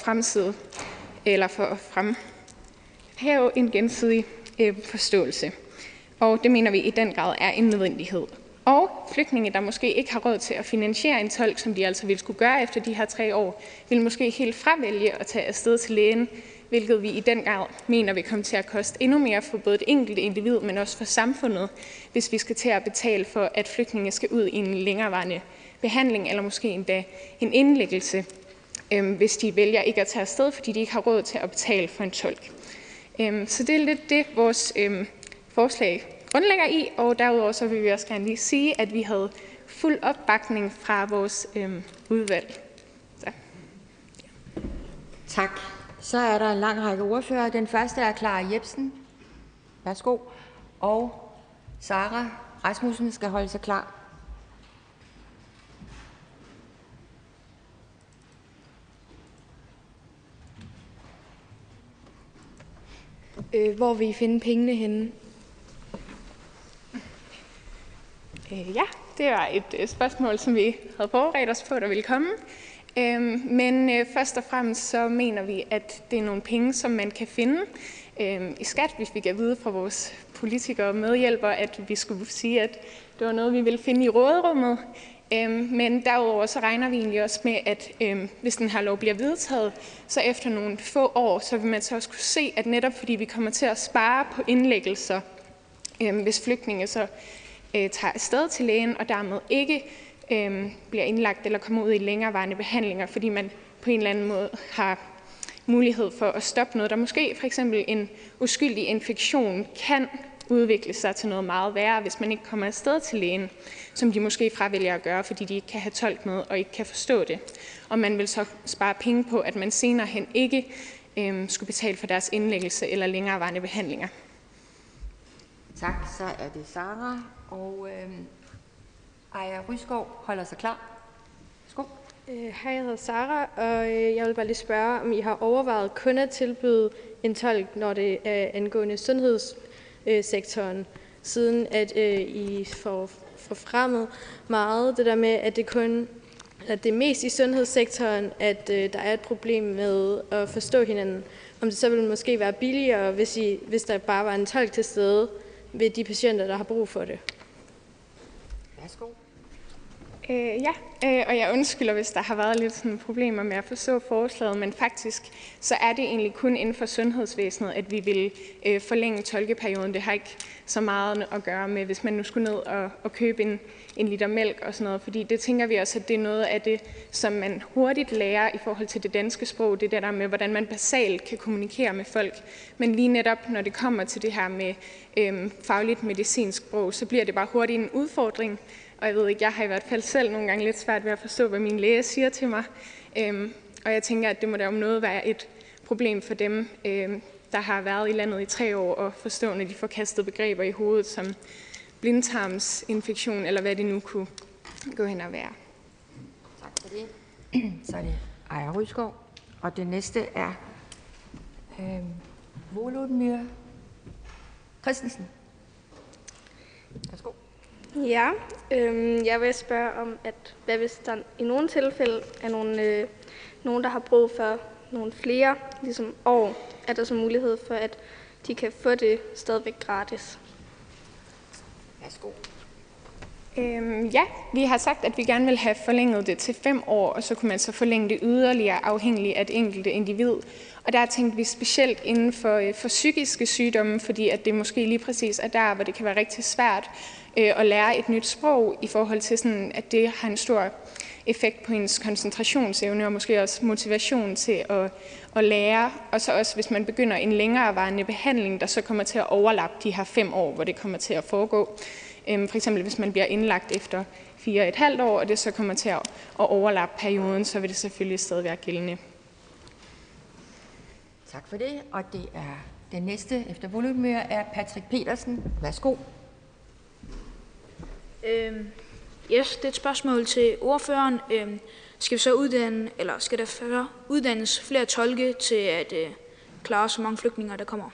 [SPEAKER 10] fremhæve en gensidig forståelse. Og det mener vi i den grad er en nødvendighed. Og flygtninge, der måske ikke har råd til at finansiere en tolk, som de altså ville skulle gøre efter de her 3 år, vil måske helt fravælge at tage afsted til lægen, hvilket vi i den grad mener vil komme til at koste endnu mere for både det enkelte individ, men også for samfundet, hvis vi skal til at betale for, at flygtninge skal ud i en længerevarende behandling, eller måske endda en indlæggelse, hvis de vælger ikke at tage afsted, fordi de ikke har råd til at betale for en tolk. Så det er lidt det, vores forslag grundlægger i, og derudover så vil vi også gerne lige sige, at vi havde fuld opbakning fra vores udvalg. Så.
[SPEAKER 17] Tak. Så er der en lang række ordførere. Den første er Clara Jepsen. Værsgo. Og Sara Rasmussen skal holde sig klar.
[SPEAKER 20] Hvor vil I finde pengene henne?
[SPEAKER 10] Ja, det var et spørgsmål, som vi havde forberedt os på, der ville komme. Men først og fremmest så mener vi, at det er nogle penge, som man kan finde i skat, hvis vi kan vide fra vores politikere og medhjælpere, at vi skulle sige, at det var noget, vi ville finde i råderummet. Men derudover så regner vi egentlig også med, at hvis den her lov bliver vedtaget, så efter nogle få år, så vil man så også kunne se, at netop fordi vi kommer til at spare på indlæggelser, hvis flygtninge så tager afsted til lægen, og dermed ikke bliver indlagt eller kommer ud i længerevarende behandlinger, fordi man på en eller anden måde har mulighed for at stoppe noget, der måske for eksempel en uskyldig infektion kan udvikle sig til noget meget værre, hvis man ikke kommer afsted til lægen, som de måske fravælger at gøre, fordi de ikke kan have tolk med og ikke kan forstå det. Og man vil så spare penge på, at man senere hen ikke skulle betale for deres indlæggelse eller længerevarende behandlinger.
[SPEAKER 17] Tak, så er det Sara, og Aya Ryskov holder sig klar. Værsgo.
[SPEAKER 2] Hej, jeg hedder Sara, og jeg vil bare lige spørge, om I har overvejet kun at tilbyde en tolk, når det er angående sundhedssektoren, siden at I får forfremmet meget det der med, at det er mest i sundhedssektoren, at der er et problem med at forstå hinanden. Om det så ville måske være billigere, hvis der bare var en tolk til stede ved de patienter, der har brug for det.
[SPEAKER 17] Værsgo.
[SPEAKER 10] Og jeg undskylder, hvis der har været lidt sådan problemer med at forstå forslaget, men faktisk så er det egentlig kun inden for sundhedsvæsenet, at vi vil forlænge tolkeperioden. Det har ikke så meget at gøre med, hvis man nu skulle ned og købe en liter mælk og sådan noget, fordi det tænker vi også, at det er noget af det, som man hurtigt lærer i forhold til det danske sprog. Det er det der med, hvordan man basalt kan kommunikere med folk. Men lige netop, når det kommer til det her med fagligt medicinsk sprog, så bliver det bare hurtigt en udfordring. Og jeg ved ikke, jeg har i hvert fald selv nogle gange lidt svært ved at forstå, hvad min læge siger til mig. Og jeg tænker, at det må da om noget være et problem for dem, der har været i landet i 3 år og forstå, når de får kastet begreber i hovedet som blindtarmsinfektion, eller hvad det nu kunne gå hen og være.
[SPEAKER 17] Tak for det. Så er det Aya Rydskov, og det næste er Volodymyr Christensen. Værsgo.
[SPEAKER 7] Ja, jeg vil spørge om, hvad hvis der i nogle tilfælde er nogen, der har brug for nogle flere ligesom år, er der så mulighed for, at de kan få det stadigvæk gratis?
[SPEAKER 17] Værsgo.
[SPEAKER 10] Ja, vi har sagt, at vi gerne vil have forlænget det til 5 år, og så kunne man så forlænge det yderligere afhængigt af det enkelte individ. Og der tænkte vi specielt inden for psykiske sygdomme, fordi at det måske lige præcis er der, hvor det kan være rigtig svært at lære et nyt sprog, i forhold til sådan, at det har en stor effekt på ens koncentrationsevne og måske også motivation til at lære. Og så også, hvis man begynder en længerevarende behandling, der så kommer til at overlappe de her 5 år, hvor det kommer til at foregå. For eksempel hvis man bliver indlagt efter 4,5 år, og det så kommer til at overlappe perioden, så vil det selvfølgelig stadig være gældende.
[SPEAKER 17] Tak for det, og det er den næste efter Volodymyr er Patrick Petersen. Værsgo.
[SPEAKER 15] Yes, det er et spørgsmål til ordføreren. Skal vi så skal der uddannes flere tolke til at klare så mange flygtninge, der kommer?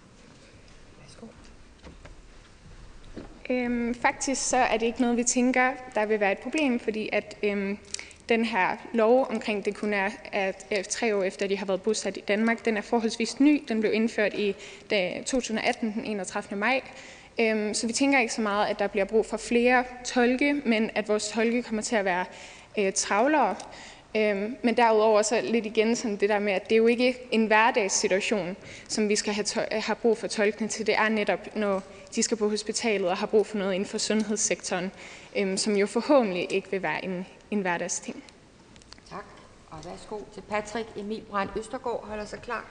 [SPEAKER 10] Faktisk så er det ikke noget, vi tænker, der vil være et problem, fordi at den her lov omkring det kun er 3 år efter, de har været bosat i Danmark, den er forholdsvis ny. Den blev indført i 2018, den 31. maj. Så vi tænker ikke så meget, at der bliver brug for flere tolke, men at vores tolke kommer til at være travlere. Men derudover så lidt igen sådan det der med, at det er jo ikke en hverdagssituation, som vi skal have brug for tolkene til. Det er netop, når de skal på hospitalet og har brug for noget inden for sundhedssektoren, som jo forhåbentlig ikke vil være en hverdagsting.
[SPEAKER 17] Tak, og værsgo til Patrick. Emil Brandt Østergaard holder sig klar.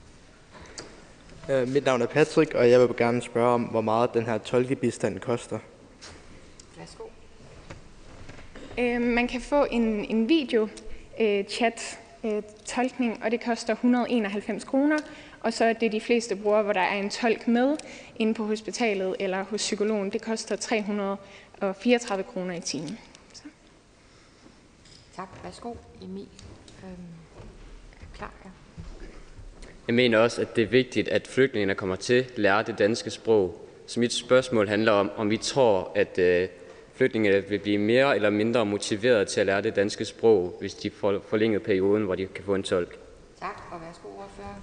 [SPEAKER 16] Mit navn er Patrick, og jeg vil gerne spørge om, hvor meget den her tolkebistand koster.
[SPEAKER 17] Værsgo.
[SPEAKER 10] Man kan få en video chat tolkning, og det koster 191 kroner, og så er det de fleste bruger, hvor der er en tolk med inde på hospitalet eller hos psykologen. Det koster 334 kroner i timen. Så.
[SPEAKER 17] Tak. Værsgo, Emil. Klar, ja.
[SPEAKER 22] Jeg mener også, at det er vigtigt, at flygtningene kommer til at lære det danske sprog. Så mit spørgsmål handler om vi tror, at flygtningene vil blive mere eller mindre motiveret til at lære det danske sprog, hvis de får forlænget perioden, hvor de kan få en tolk.
[SPEAKER 17] Tak, og værsgo, ordfører.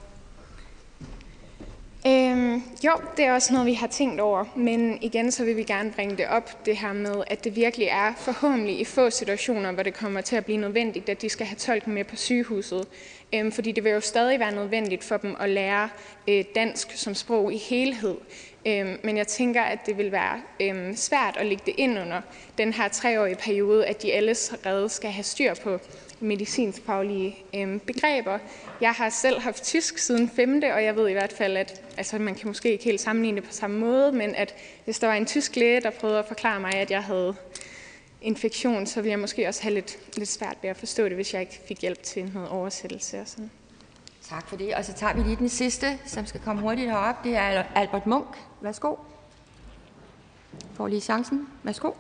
[SPEAKER 10] Jo, det er også noget, vi har tænkt over, men igen så vil vi gerne bringe det op, det her med, at det virkelig er forhåbentlig i få situationer, hvor det kommer til at blive nødvendigt, at de skal have tolken med på sygehuset. Fordi det vil jo stadig være nødvendigt for dem at lære dansk som sprog i helhed. Men jeg tænker, at det vil være svært at lægge det ind under den her 3-årige periode, at de allerede skal have styr på medicinskfaglige begreber. Jeg har selv haft tysk siden 5. og jeg ved i hvert fald, at man kan måske ikke helt sammenligne det på samme måde, men at hvis der var en tysk læge, der prøvede at forklare mig, at jeg havde infektion, så ville jeg måske også have lidt svært ved at forstå det, hvis jeg ikke fik hjælp til noget oversættelse og sådan.
[SPEAKER 17] Tak for det, og så tager vi lige den sidste, som skal komme hurtigt herop. Det er Albert Munk. Værsgo. Får lige chancen. Værsgo.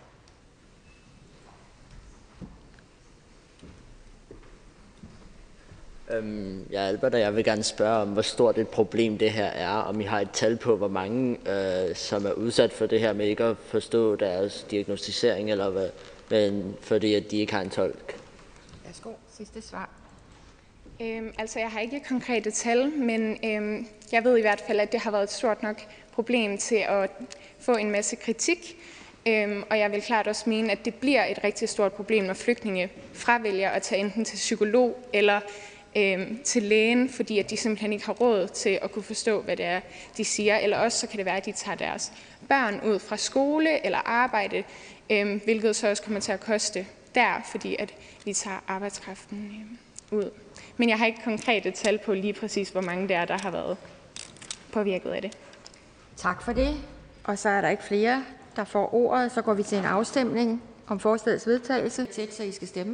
[SPEAKER 24] Jeg er Albert, og jeg vil gerne spørge om, hvor stort et problem det her er, om I har et tal på, hvor mange, som er udsat for det her med ikke at forstå deres diagnostisering, eller hvad, men fordi at de ikke har en tolk.
[SPEAKER 17] Værsgo, sidste svar.
[SPEAKER 10] Altså, jeg har ikke konkrete tal, men jeg ved i hvert fald, at det har været et stort nok problem til at få en masse kritik. Og jeg vil klart også mene, at det bliver et rigtig stort problem, når flygtninge fravælger at tage enten til psykolog eller til lægen, fordi at de simpelthen ikke har råd til at kunne forstå, hvad det er, de siger. Eller også så kan det være, at de tager deres børn ud fra skole eller arbejde, hvilket så også kommer til at koste der, fordi at vi tager arbejdskraften ud. Men jeg har ikke konkrete tal på lige præcis, hvor mange det er, der har været påvirket af det.
[SPEAKER 17] Tak for det. Og så er der ikke flere, der får ordet. Så går vi til en afstemning om forslagets vedtagelse. Så I skal stemme.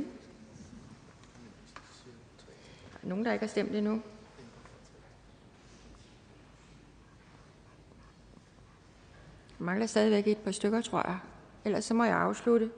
[SPEAKER 17] Der er nogen, der ikke har stemt endnu. Der mangler stadigvæk et par stykker, tror jeg. Ellers så må jeg afslutte.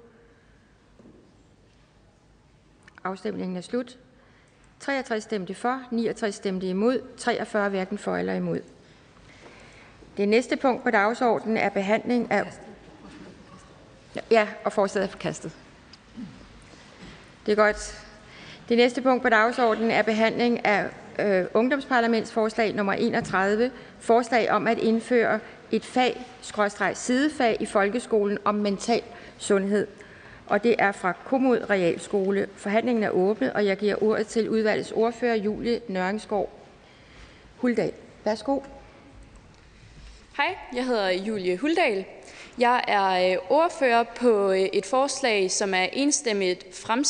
[SPEAKER 17] Afstemningen er slut. 63 stemte for, 69 stemte imod, 43 hverken for eller imod. Det næste punkt på dagsordenen er behandling af... Ja, og forslaget er forkastet. Det er godt. Det næste punkt på dagsordenen er behandling af ungdomsparlamentsforslag nummer 31. Forslag om at indføre et fag/sidefag i folkeskolen om mental sundhed. Og det er fra Komod Realskole. Forhandlingen er åbnet, og jeg giver ordet til udvalgets ordfører, Julie Nørringsgaard Huldal. Værsgo.
[SPEAKER 8] Hej, jeg hedder Julie Huldal. Jeg er ordfører på et forslag, som er enstemmigt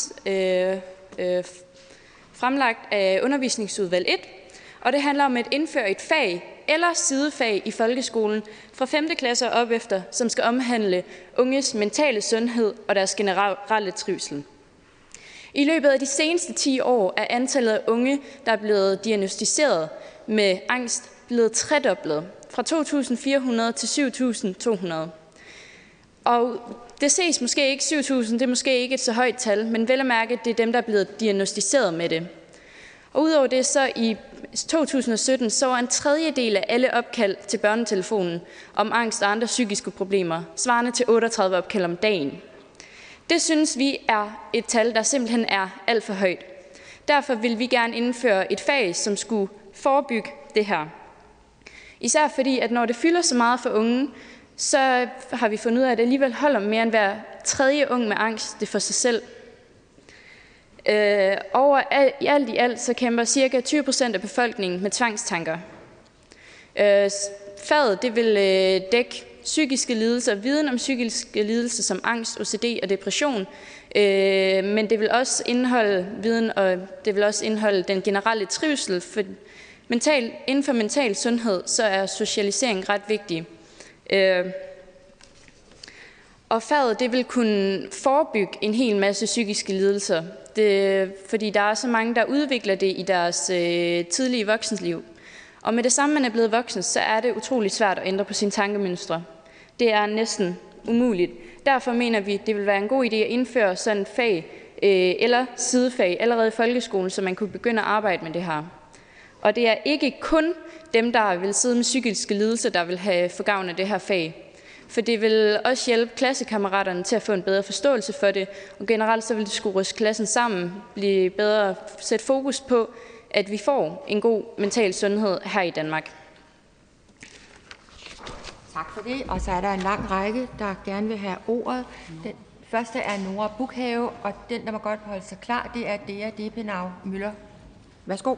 [SPEAKER 8] fremlagt af Undervisningsudvalg 1, og det handler om at indføre et fag eller sidefag i folkeskolen fra 5. klasse op efter, som skal omhandle unges mentale sundhed og deres generelle trivsel. I løbet af de seneste 10 år er antallet af unge, der er blevet diagnosticeret med angst, blevet tredoblet fra 2.400 til 7.200. Og det ses måske ikke 7.000, det er måske ikke et så højt tal, men vel at mærke, det er dem, der er blevet diagnosticeret med det. Og udover det, så i 2017, så var en tredjedel af alle opkald til børnetelefonen om angst og andre psykiske problemer, svarende til 38 opkald om dagen. Det synes vi er et tal, der simpelthen er alt for højt. Derfor vil vi gerne indføre et fag, som skulle forebygge det her. Især fordi, at når det fylder så meget for unge, så har vi fundet ud af, at det alligevel holder mere end hver tredje ung med angst det for sig selv. Alt i alt så kæmper ca. 20% af befolkningen med tvangstanker. Faget det vil dække psykiske lidelser, viden om psykiske lidelser som angst, OCD og depression, men det vil også indeholde viden, og det vil også indeholde den generelle trivsel. For inden for mental sundhed, så er socialisering ret vigtig. Og faget det vil kunne forebygge en hel masse psykiske lidelser, fordi der er så mange, der udvikler det i deres tidlige voksensliv. Og med det samme, man er blevet voksen, så er det utroligt svært at ændre på sine tankemønstre. Det er næsten umuligt. Derfor mener vi, det vil være en god idé at indføre sådan et fag eller sidefag allerede i folkeskolen, så man kunne begynde at arbejde med det her. Og det er ikke kun dem, der vil sidde med psykiske lidelser, der vil have få gavn af det her fag. For det vil også hjælpe klassekammeraterne til at få en bedre forståelse for det, og generelt så vil det skulle ryste klassen sammen, blive bedre, sætte fokus på, at vi får en god mental sundhed her i Danmark.
[SPEAKER 17] Tak for det, og så er der en lang række, der gerne vil have ordet. Den første er Nora Bukhave, og den, der må godt holde sig klar, det er Dea Depenau Møller. Værsgo.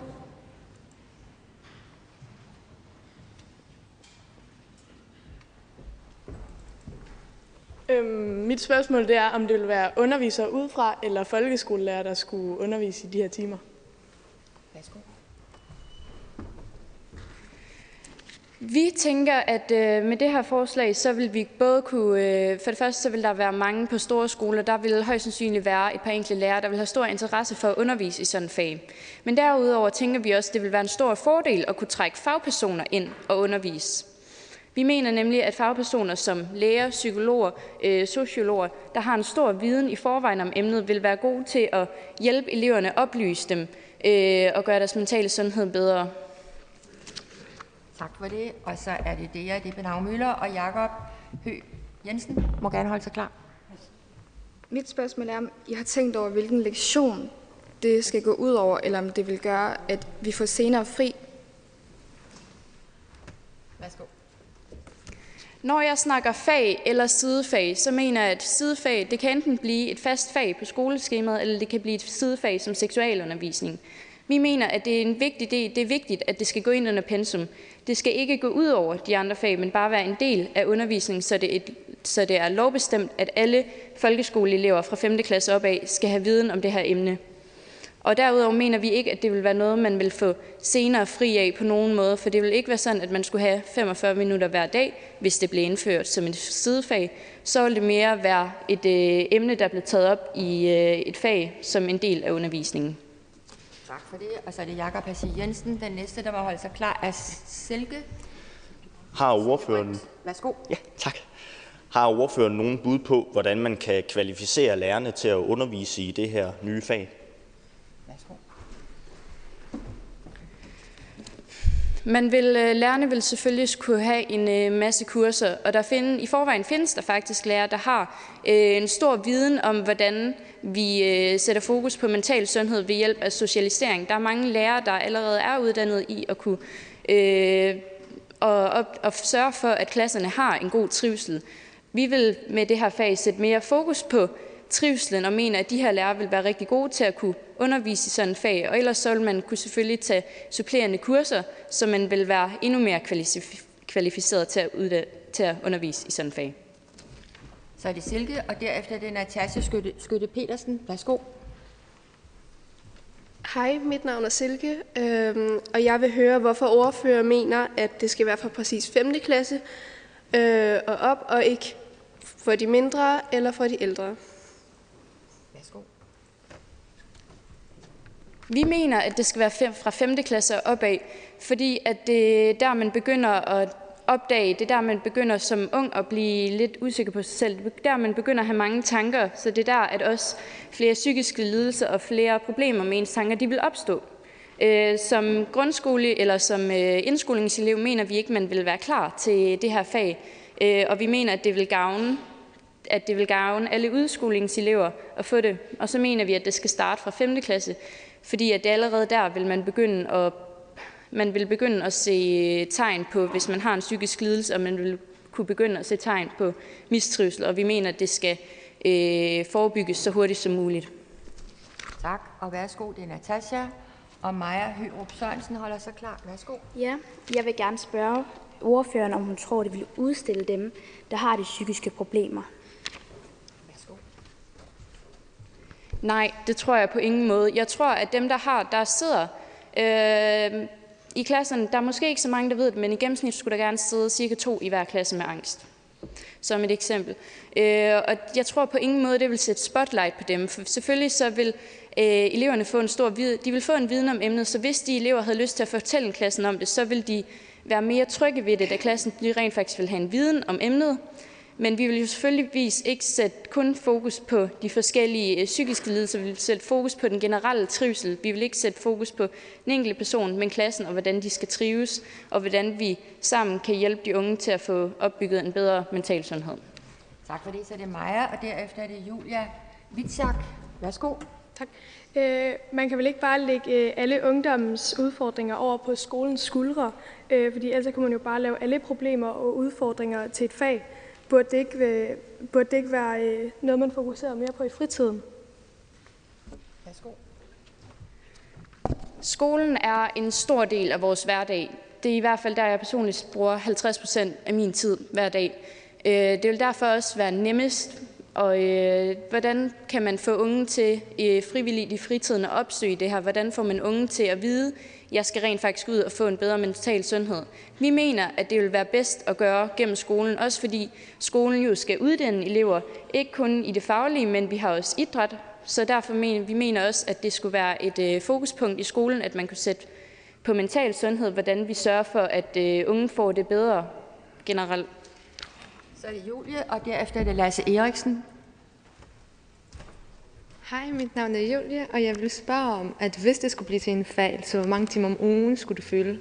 [SPEAKER 1] Mit spørgsmål det er, om det vil være undervisere udefra eller folkeskolelærer, der skulle undervise i de her timer.
[SPEAKER 17] Værsgo.
[SPEAKER 8] Vi tænker, at med det her forslag, så vil vi både kunne, for det første så vil der være mange på store skoler, der vil højst sandsynligt være et par enkelte lærere, der vil have stor interesse for at undervise i sådan et fag. Men derudover tænker vi også, at det vil være en stor fordel at kunne trække fagpersoner ind og undervise. Vi mener nemlig, at fagpersoner som læger, psykologer, sociologer, der har en stor viden i forvejen om emnet, vil være gode til at hjælpe eleverne, oplyse dem og gøre deres mentale sundhed bedre.
[SPEAKER 17] Tak for det. Og så er det Dea Depenau Møller og Jakob Høgh Jensen. Må gerne holde sig klar.
[SPEAKER 12] Mit spørgsmål er, om I har tænkt over, hvilken lektion det skal gå ud over, eller om det vil gøre, at vi får senere fri.
[SPEAKER 17] Værsgo.
[SPEAKER 8] Når jeg snakker fag eller sidefag, så mener jeg, at sidefag det kan enten blive et fast fag på skoleskemaet, eller det kan blive et sidefag som seksualundervisning. Vi mener, at det er en vigtig del. Det er vigtigt, at det skal gå ind under pensum. Det skal ikke gå ud over de andre fag, men bare være en del af undervisningen, så det er lovbestemt, at alle folkeskoleelever fra 5. klasse opad skal have viden om det her emne. Og derudover mener vi ikke, at det vil være noget, man vil få senere fri af på nogen måde, for det vil ikke være sådan, at man skulle have 45 minutter hver dag, hvis det blev indført som et sidefag. Så vil det mere være et emne, der bliver taget op i et fag som en del af undervisningen.
[SPEAKER 17] Tak for det. Og så er det Jakob Hassi Jensen. Den næste, der må holde sig klar, er Silke.
[SPEAKER 3] Har ordføreren...
[SPEAKER 17] Værsgo.
[SPEAKER 3] Ja, tak. Har ordføreren nogen bud på, hvordan man kan kvalificere lærerne til at undervise i det her nye fag?
[SPEAKER 17] Værsgo.
[SPEAKER 8] Lærerne vil selvfølgelig skulle have en masse kurser, og i forvejen findes der faktisk lærere, der har en stor viden om, hvordan vi sætter fokus på mental sundhed ved hjælp af socialisering. Der er mange lærere, der allerede er uddannet i at kunne og sørge for, at klasserne har en god trivsel. Vi vil med det her fag sætte mere fokus på trivslen og mener, at de her lærere vil være rigtig gode til at kunne undervise i sådan et fag. Og ellers så vil man kunne selvfølgelig tage supplerende kurser, så man vil være endnu mere kvalificeret til at undervise i sådan et fag.
[SPEAKER 17] Så er det Silke, og derefter er det Natasja Skytte Petersen. Værsgo.
[SPEAKER 7] Hej, mit navn er Silke, og jeg vil høre, hvorfor ordfører mener, at det skal være fra præcis 5. klasse og op, og ikke for de mindre eller for de ældre.
[SPEAKER 17] Værsgo.
[SPEAKER 8] Vi mener, at det skal være fra 5. klasse og opad, fordi at det er der, man begynder at opdage, det er der, man begynder som ung at blive lidt usikker på sig selv. Det er der, man begynder at have mange tanker, så det er der, at også flere psykiske lidelser og flere problemer med ens tanker, de vil opstå. Som grundskole eller som indskolingselev mener vi ikke, man vil være klar til det her fag, og vi mener, at det vil gavne alle udskolingselever at få det. Og så mener vi, at det skal starte fra 5. klasse, fordi at det allerede der vil man vil begynde at se tegn på, hvis man har en psykisk lidelse, og man vil kunne begynde at se tegn på mistrivsel, og vi mener, at det skal forebygges så hurtigt som muligt.
[SPEAKER 17] Tak, og værsgo, det er Natasja. Og Maja Hørup Sørensen holder sig klar. Værsgo.
[SPEAKER 6] Ja, jeg vil gerne spørge ordføreren, om hun tror, det vil udstille dem, der har de psykiske problemer.
[SPEAKER 17] Værsgo.
[SPEAKER 8] Nej, det tror jeg på ingen måde. Jeg tror, at dem, der sidder i klasserne, der er måske ikke så mange, der ved det, men i gennemsnit skulle der gerne sidde cirka 2 i hver klasse med angst. Som et eksempel. Og jeg tror på ingen måde, det vil sætte spotlight på dem. For selvfølgelig så vil eleverne få en viden om emnet, så hvis de elever havde lyst til at fortælle klassen om det, så vil de være mere trygge ved det, da klassen rent faktisk vil have en viden om emnet. Men vi vil jo selvfølgelig ikke sætte kun fokus på de forskellige psykiske lidelser, vi vil sætte fokus på den generelle trivsel. Vi vil ikke sætte fokus på den enkelte person, men klassen og hvordan de skal trives, og hvordan vi sammen kan hjælpe de unge til at få opbygget en bedre mental sundhed.
[SPEAKER 17] Tak for det, så er det Maja, og derefter er det Julia Witzak. Værsgo.
[SPEAKER 11] Tak. Man kan vel ikke bare lægge alle ungdommens udfordringer over på skolens skuldre, fordi ellers kan man jo bare lave alle problemer og udfordringer til et fag. Burde det ikke være noget, man fokuserer mere på i fritiden?
[SPEAKER 17] Værsgo.
[SPEAKER 8] Skolen er en stor del af vores hverdag. Det er i hvert fald der, jeg personligt bruger 50% af min tid hver dag. Det vil derfor også være nemmest, og hvordan kan man få unge til frivilligt i fritiden at opsøge det her? Hvordan får man unge til at vide, at jeg skal rent faktisk ud og få en bedre mental sundhed? Vi mener, at det vil være bedst at gøre gennem skolen, også fordi skolen jo skal uddanne elever, ikke kun i det faglige, men vi har også idræt. Så derfor mener vi også, at det skulle være et fokuspunkt i skolen, at man kunne sætte på mental sundhed, hvordan vi sørger for, at unge får det bedre generelt.
[SPEAKER 17] Så er det Julie, og derefter er det Lasse Eriksen.
[SPEAKER 13] Hej, mit navn er Julie, og jeg vil spørge om, at hvis det skulle blive til en fag, så hvor mange timer om ugen skulle du fylde?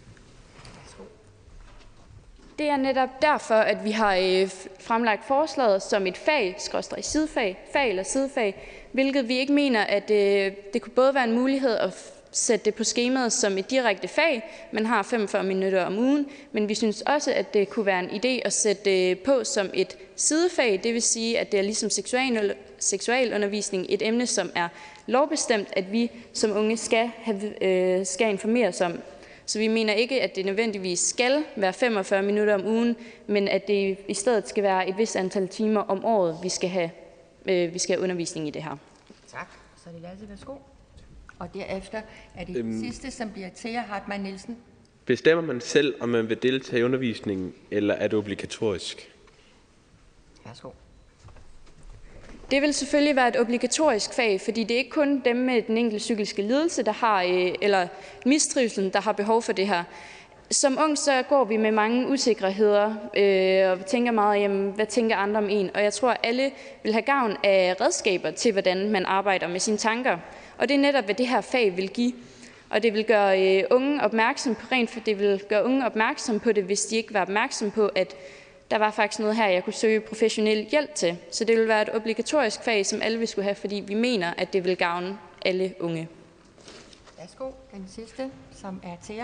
[SPEAKER 8] Det er netop derfor, at vi har fremlagt forslaget som et fag eller sidefag, hvilket vi ikke mener, at det kunne både være en mulighed sætte det på skemaet som et direkte fag. Man har 45 minutter om ugen, men vi synes også, at det kunne være en idé at sætte det på som et sidefag. Det vil sige, at det er ligesom seksualundervisning, et emne, som er lovbestemt, at vi som unge skal informeres om. Så vi mener ikke, at det nødvendigvis skal være 45 minutter om ugen, men at det i stedet skal være et vist antal timer om året, vi skal have undervisning i det her.
[SPEAKER 17] Tak. Så er det Lasse, værsgo. Og derefter er det sidste, som bliver Thea Hartmann Nielsen.
[SPEAKER 4] Bestemmer man selv, om man vil deltage i undervisningen, eller er det obligatorisk?
[SPEAKER 17] Værsgo.
[SPEAKER 8] Det vil selvfølgelig være et obligatorisk fag, fordi det er ikke kun dem med den enkelte psykiske lidelse, der har, eller mistrivselen, der har behov for det her. Som ung, så går vi med mange usikkerheder, og tænker meget, jamen, hvad tænker andre om en? Og jeg tror, at alle vil have gavn af redskaber til, hvordan man arbejder med sine tanker. Og det er netop, hvad det her fag vil give. Og det vil gøre unge opmærksom på det, hvis de ikke var opmærksom på, at der var faktisk noget her, jeg kunne søge professionel hjælp til. Så det vil være et obligatorisk fag, som alle vil skulle have, fordi vi mener, at det vil gavne alle unge.
[SPEAKER 17] Værsgo, den sidste, som er Thea.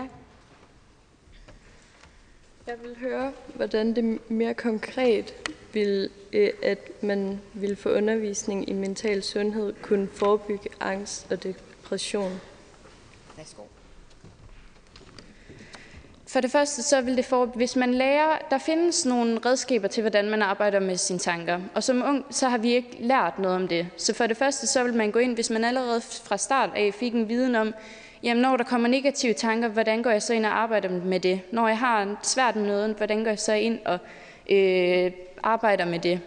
[SPEAKER 2] Jeg vil høre, hvordan det mere konkret vil, at man vil få undervisning i mental sundhed, kunne forebygge angst og depression.
[SPEAKER 17] Værsgo.
[SPEAKER 8] For det første, så vil det hvis man lærer, der findes nogle redskaber til, hvordan man arbejder med sine tanker. Og som ung, så har vi ikke lært noget om det. Så for det første, så vil man gå ind, hvis man allerede fra start af fik en viden om, jamen når der kommer negative tanker, hvordan går jeg så ind og arbejder med det? Når jeg har svært med noget, hvordan går jeg så ind og arbejder med det?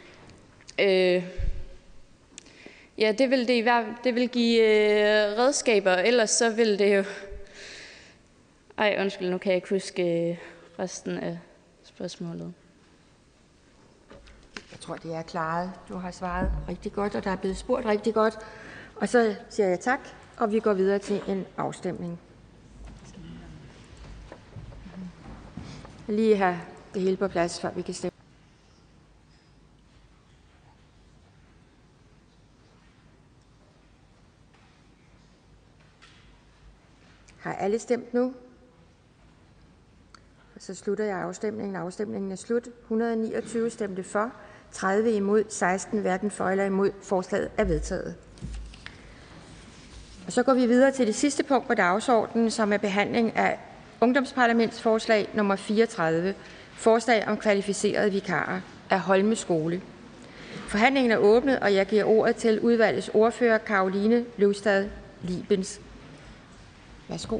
[SPEAKER 8] Ja, det vil give redskaber, ellers så vil det jo... Undskyld, nu kan jeg ikke huske resten af spørgsmålet.
[SPEAKER 17] Jeg tror, det er klaret. Du har svaret rigtig godt, og der er blevet spurgt rigtig godt. Og så siger jeg tak, og vi går videre til en afstemning. Lige have det hele på plads, før vi kan stemme. Har alle stemt nu? Så slutter jeg afstemningen. Afstemningen er slut. 129 stemte for, 30 imod, 16 hverken for eller imod. Forslaget er vedtaget. Og så går vi videre til det sidste punkt på dagsordenen, som er behandling af ungdomsparlamentsforslag nummer 34. Forslag om kvalificerede vikarer af Holme Skole. Forhandlingen er åbnet, og jeg giver ordet til udvalgets ordfører, Caroline Løvstad Libens. Værsgo.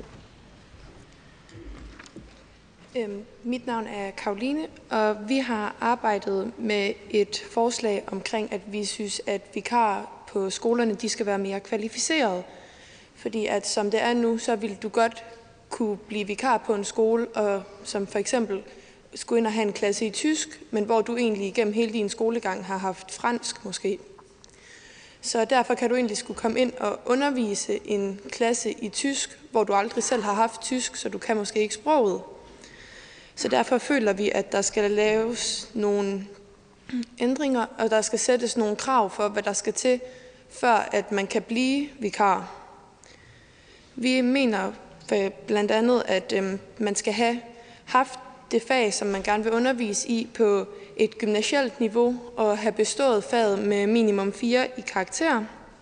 [SPEAKER 11] Mit navn er Caroline, og vi har arbejdet med et forslag omkring, at vi synes, at vikarer på skolerne, de skal være mere kvalificerede. Fordi at som det er nu, så vil du godt kunne blive vikar på en skole, og som for eksempel skulle ind og have en klasse i tysk, men hvor du egentlig igennem hele din skolegang har haft fransk måske. Så derfor kan du egentlig skulle komme ind og undervise en klasse i tysk, hvor du aldrig selv har haft tysk, så du kan måske ikke sproget. Så derfor føler vi, at der skal laves nogle ændringer, og der skal sættes nogle krav for, hvad der skal til, før at man kan blive vikar. Vi mener blandt andet, at man skal have haft det fag, som man gerne vil undervise i på et gymnasielt niveau, og have bestået faget med minimum 4 i karakter.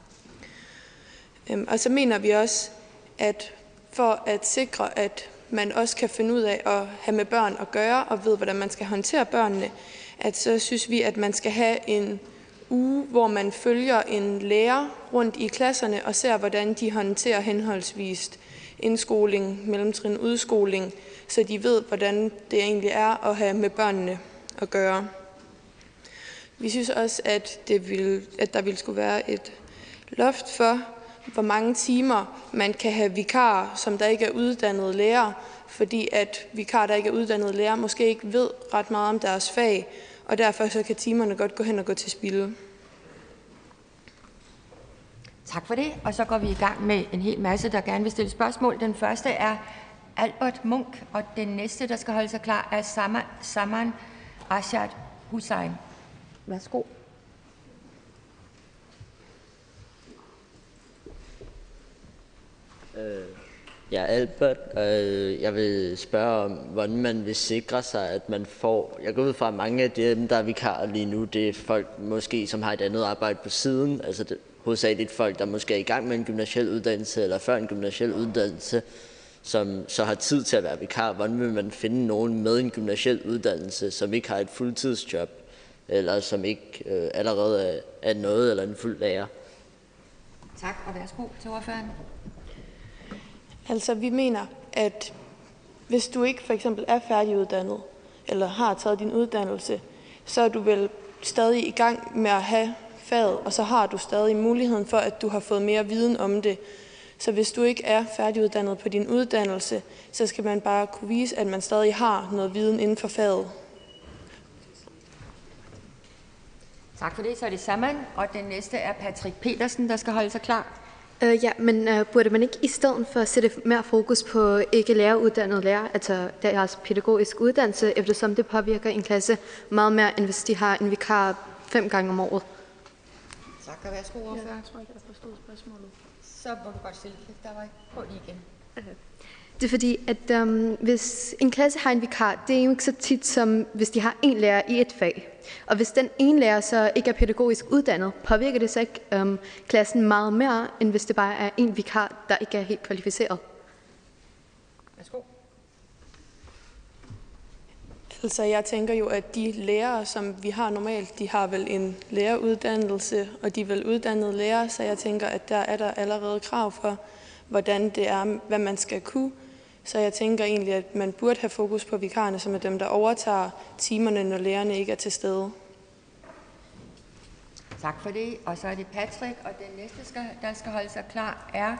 [SPEAKER 11] Og så mener vi også, at for at sikre, at man også kan finde ud af at have med børn at gøre, og ved, hvordan man skal håndtere børnene, at så synes vi, at man skal have en uge, hvor man følger en lærer rundt i klasserne og ser, hvordan de håndterer henholdsvist indskoling, mellemtrin, udskoling, så de ved, hvordan det egentlig er at have med børnene at gøre. Vi synes også, at der ville skulle være et loft for, hvor mange timer man kan have vikarer, som der ikke er uddannede lærere, fordi at vikarer, der ikke er uddannede lærere, måske ikke ved ret meget om deres fag, og derfor så kan timerne godt gå hen og gå til spilde.
[SPEAKER 17] Tak for det, og så går vi i gang med en hel masse, der gerne vil stille spørgsmål. Den første er Albert Munk, og den næste, der skal holde sig klar, er Saman Rashad Hussain. Værsgo.
[SPEAKER 24] Jeg er Albert, og jeg vil spørge om, hvordan man vil sikre sig, at man får... Jeg går ud fra, at mange af dem, der er vikarer lige nu, det er folk måske, som har et andet arbejde på siden. Altså det, hovedsageligt folk, der måske er i gang med en gymnasiel uddannelse, eller før en gymnasiel uddannelse, som så har tid til at være vikar. Hvordan vil man finde nogen med en gymnasiel uddannelse, som ikke har et fuldtidsjob, eller som ikke allerede er noget eller en fuld lærer?
[SPEAKER 17] Tak, og værsgo til ordføreren.
[SPEAKER 1] Altså, vi mener, at hvis du ikke for eksempel er færdiguddannet, eller har taget din uddannelse, så er du vel stadig i gang med at have faget, og så har du stadig muligheden for, at du har fået mere viden om det. Så hvis du ikke er færdiguddannet på din uddannelse, så skal man bare kunne vise, at man stadig har noget viden inden for faget.
[SPEAKER 17] Tak for det. Så er det Saman, og den næste er Patrick Petersen, der skal holde sig klar.
[SPEAKER 18] Men burde man ikke i stedet for sætte mere fokus på ikke læreruddannede lærere, altså deres pædagogisk uddannelse, eftersom det påvirker en klasse meget mere, end hvis de har en vikar 5 gange om året?
[SPEAKER 17] Tak, og værsgo, ordfører.
[SPEAKER 11] Jeg tror ikke, jeg forstod spørgsmålet.
[SPEAKER 17] Så må du godt stille det. Der var ikke. Prøv lige igen.
[SPEAKER 18] Det er fordi, at hvis en klasse har en vikar, det er jo ikke så tit, som hvis de har en lærer i et fag. Og hvis den ene lærer så ikke er pædagogisk uddannet, påvirker det så ikke klassen meget mere, end hvis det bare er en vikar, der ikke er helt kvalificeret.
[SPEAKER 17] Værsgo.
[SPEAKER 1] Altså, jeg tænker jo, at de lærere, som vi har normalt, de har vel en læreruddannelse, og de er vel uddannede lærere, så jeg tænker, at der er der allerede krav for, hvordan det er, hvad man skal kunne. Så jeg tænker egentlig, at man burde have fokus på vikarerne, som er dem, der overtager timerne, når lærerne ikke er til stede.
[SPEAKER 17] Tak for det. Og så er det Patrick, og den næste, der skal holde sig klar, er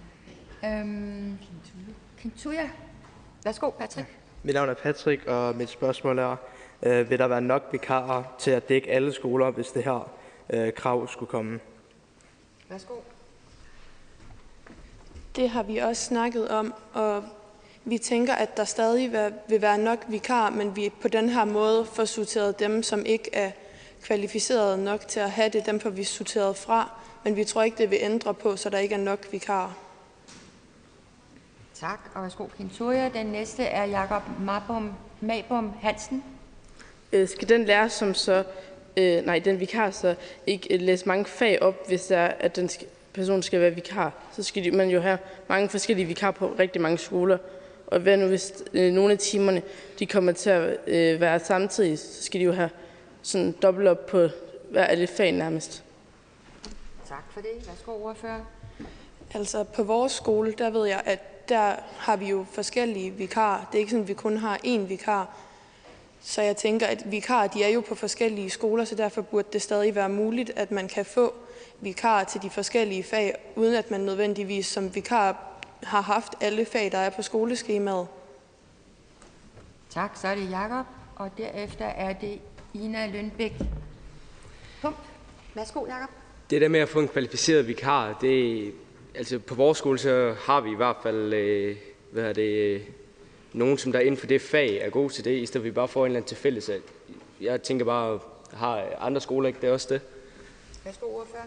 [SPEAKER 17] Kintuya. Værsgo, Patrick.
[SPEAKER 16] Mit navn er Patrick, og mit spørgsmål er, vil der være nok vikarer til at dække alle skoler, hvis det her krav skulle komme?
[SPEAKER 17] Værsgo.
[SPEAKER 1] Det har vi også snakket om, og vi tænker, at der stadig vil være nok vikar, men vi på den her måde får sorteret dem, som ikke er kvalificerede nok til at have det, dem får vi sorteret fra, men vi tror ikke, det vil ændre på, så der ikke er nok vikarer.
[SPEAKER 17] Tak, og værsgo, Kintuya. Den næste er Jakob Mabum Hansen.
[SPEAKER 5] Skal den lærer, som så, den vikar så ikke læse mange fag op, hvis det er, at den person skal være vikar, så skal man jo have mange forskellige vikarer på rigtig mange skoler. Og hvad nu, hvis nogle af timerne de kommer til at være samtidig, så skal de jo have sådan dobbelt op på hver af det fag nærmest.
[SPEAKER 17] Tak for det. Værsgo, ordfører.
[SPEAKER 1] Altså på vores skole, der ved jeg, at der har vi jo forskellige vikarer. Det er ikke sådan, at vi kun har én vikar. Så jeg tænker, at vikarer, de er jo på forskellige skoler, så derfor burde det stadig være muligt, at man kan få vikarer til de forskellige fag, uden at man nødvendigvis som vikar har haft alle fag, der er på skoleskemaet.
[SPEAKER 17] Tak, så er det Jakob, og derefter er det Ina Lønbæk. Pump. Værsgo, Jakob.
[SPEAKER 9] Det der med at få en kvalificeret vikar, altså på vores skole, så har vi i hvert fald nogen, som der inden for det fag er gode til det, i stedet for at vi bare får en eller anden tilfældes. Jeg tænker bare, har andre skoler ikke det også det?
[SPEAKER 17] Værsgo, ordfører.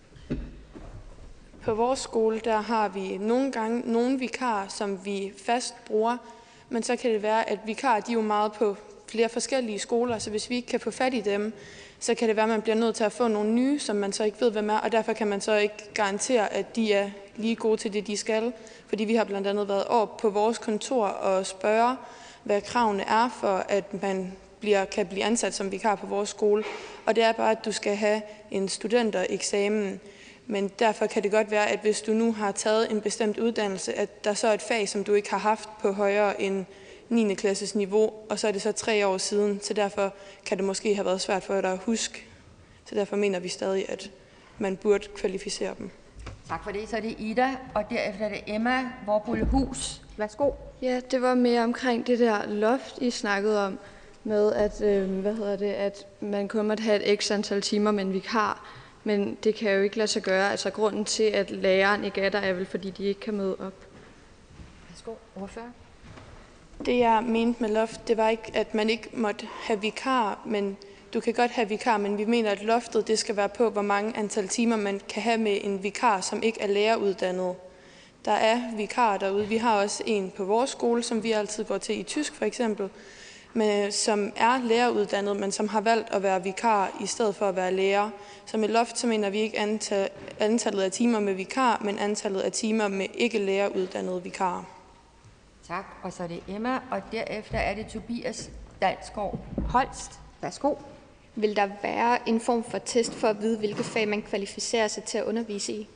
[SPEAKER 1] På vores skole, der har vi nogle gange nogle vikarer, som vi fast bruger, men så kan det være, at vikarer, de er jo meget på flere forskellige skoler, så hvis vi ikke kan få fat i dem, så kan det være, at man bliver nødt til at få nogle nye, som man så ikke ved, hvem er, og derfor kan man så ikke garantere, at de er lige gode til det, de skal. Fordi vi har blandt andet været op på vores kontor og spørge, hvad kravene er for, at man kan blive ansat som vikar på vores skole. Og det er bare, at du skal have en studentereksamen. Men derfor kan det godt være, at hvis du nu har taget en bestemt uddannelse, at der så er et fag, som du ikke har haft på højere end 9. klasses niveau, og så er det så 3 år siden, så derfor kan det måske have været svært for dig at huske. Så derfor mener vi stadig, at man burde kvalificere dem.
[SPEAKER 17] Tak for det. Så er det Ida, og derefter er det Emma Vorbulle-Hus. Værsgo.
[SPEAKER 2] Ja, det var mere omkring det der loft, I snakkede om, med at, at man kun måtte have et x antal timer med en vikar. Men det kan jo ikke lade sig gøre. Altså grunden til, at læreren ikke er der, er vel, fordi de ikke kan møde op.
[SPEAKER 17] Værsgo, ordfører.
[SPEAKER 1] Det jeg mente med loft, det var ikke, at man ikke måtte have vikar, men du kan godt have vikar, men vi mener, at loftet det skal være på, hvor mange antal timer man kan have med en vikar, som ikke er læreruddannet. der er vikarer derude. Vi har også en på vores skole, som vi altid går til i tysk for eksempel, men som er læreruddannet, men som har valgt at være vikar i stedet for at være lærer. Så med loft, så mener vi ikke antallet af timer med vikar, men antallet af timer med ikke læreruddannede vikarer.
[SPEAKER 17] Tak, og så er det Emma, og derefter er det Tobias Dalsgaard Holst. Værsgo.
[SPEAKER 20] Vil der være en form for test for at vide, hvilke fag man kvalificerer sig til at undervise i?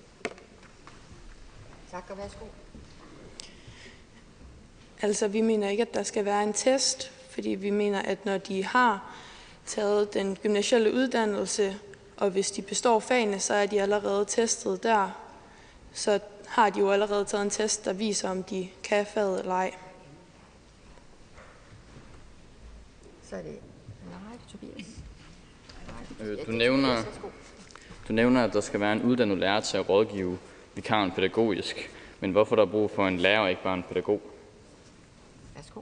[SPEAKER 17] Tak, og værsgo.
[SPEAKER 1] Altså, vi mener ikke, at der skal være en test, fordi vi mener, at når de har taget den gymnasiale uddannelse, og hvis de består fagene, så er de allerede testet der. Så har de jo allerede taget en test, der viser, om de kan faget eller ej.
[SPEAKER 17] Så er det Tobias.
[SPEAKER 14] Du nævner, at der skal være en uddannet lærer til at rådgive vikaren pædagogisk. Men hvorfor er der brug for en lærer og ikke bare en pædagog?
[SPEAKER 17] Værsgo.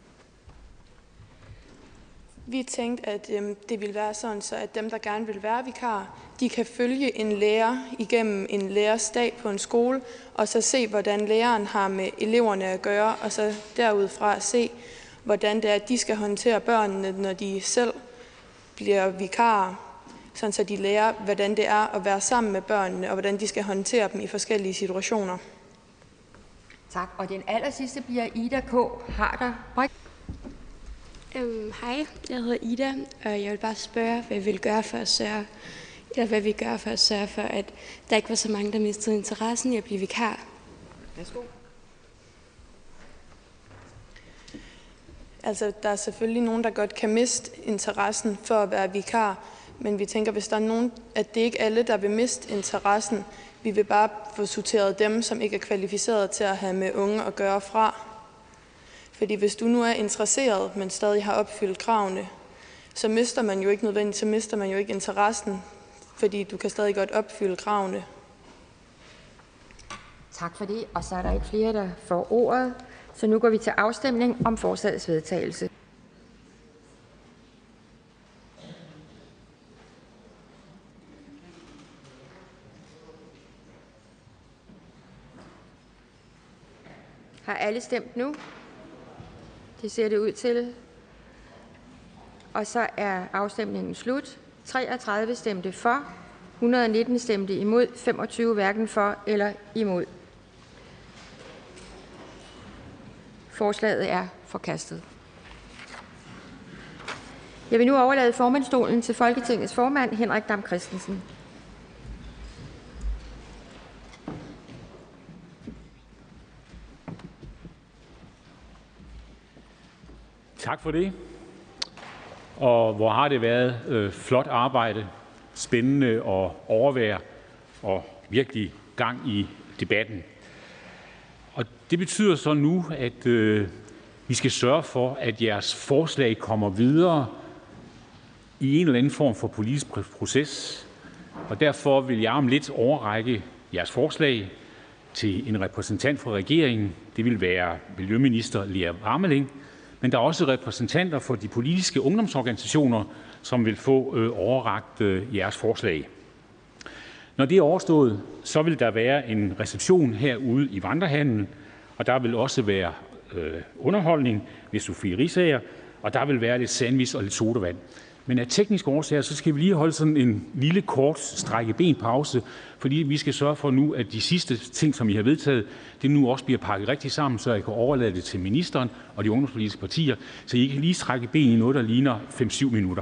[SPEAKER 1] Vi tænkte, at det ville være sådan, så at dem, der gerne vil være vikar, de kan følge en lærer igennem en lærersdag på en skole, og så se, hvordan læreren har med eleverne at gøre, og så derudfra se, hvordan det er, at de skal håndtere børnene, når de selv bliver vikarer, sådan så de lærer, hvordan det er at være sammen med børnene, og hvordan de skal håndtere dem i forskellige situationer.
[SPEAKER 17] Tak, og den aller sidste bliver Ida K. Harder.
[SPEAKER 19] Hej, jeg hedder Ida, og jeg vil bare spørge, hvad vi gør for at sørge for, at der ikke var så mange, der mistede interessen i at blive vikar.
[SPEAKER 17] Værsgo.
[SPEAKER 1] Altså, der er selvfølgelig nogen, der godt kan miste interessen for at være vikar, men vi tænker, hvis der er nogen, at det ikke er alle, der vil miste interessen. Vi vil bare få sorteret dem, som ikke er kvalificeret til at have med unge at gøre fra. Fordi hvis du nu er interesseret, men stadig har opfyldt kravene, så mister man jo ikke nødvendigt, så mister man jo ikke interessen, fordi du kan stadig godt opfylde kravene.
[SPEAKER 17] Tak for det, og så er der ikke flere, der får ordet. Så nu går vi til afstemning om forslagets vedtagelse. Har alle stemt nu? Det ser det ud til. Og så er afstemningen slut. 33 stemte for, 119 stemte imod, 25 hverken for eller imod. Forslaget er forkastet. Jeg vil nu overlade formandsstolen til Folketingets formand, Henrik Dam Kristensen.
[SPEAKER 21] Tak for det. Og hvor har det været flot arbejde, spændende at overvære og virkelig gang i debatten. Og det betyder så nu, at vi skal sørge for, at jeres forslag kommer videre i en eller anden form for politisk proces. Og derfor vil jeg om lidt overrække jeres forslag til en repræsentant fra regeringen. Det vil være Miljøminister Lea Wermelin. Men der er også repræsentanter for de politiske ungdomsorganisationer, som vil få overrakt jeres forslag. Når det er overstået, så vil der være en reception herude i Vandrehallen, og der vil også være underholdning ved Sofie Risager, og der vil være lidt sandwich og lidt sodavand. Men af tekniske årsager, så skal vi lige holde sådan en lille kort strække benpause, fordi vi skal sørge for nu, at de sidste ting, som I har vedtaget, det nu også bliver pakket rigtig sammen, så jeg kan overlade det til ministeren og de ungdomspolitiske partier, så I kan lige strække ben i noget, der ligner 5-7 minutter.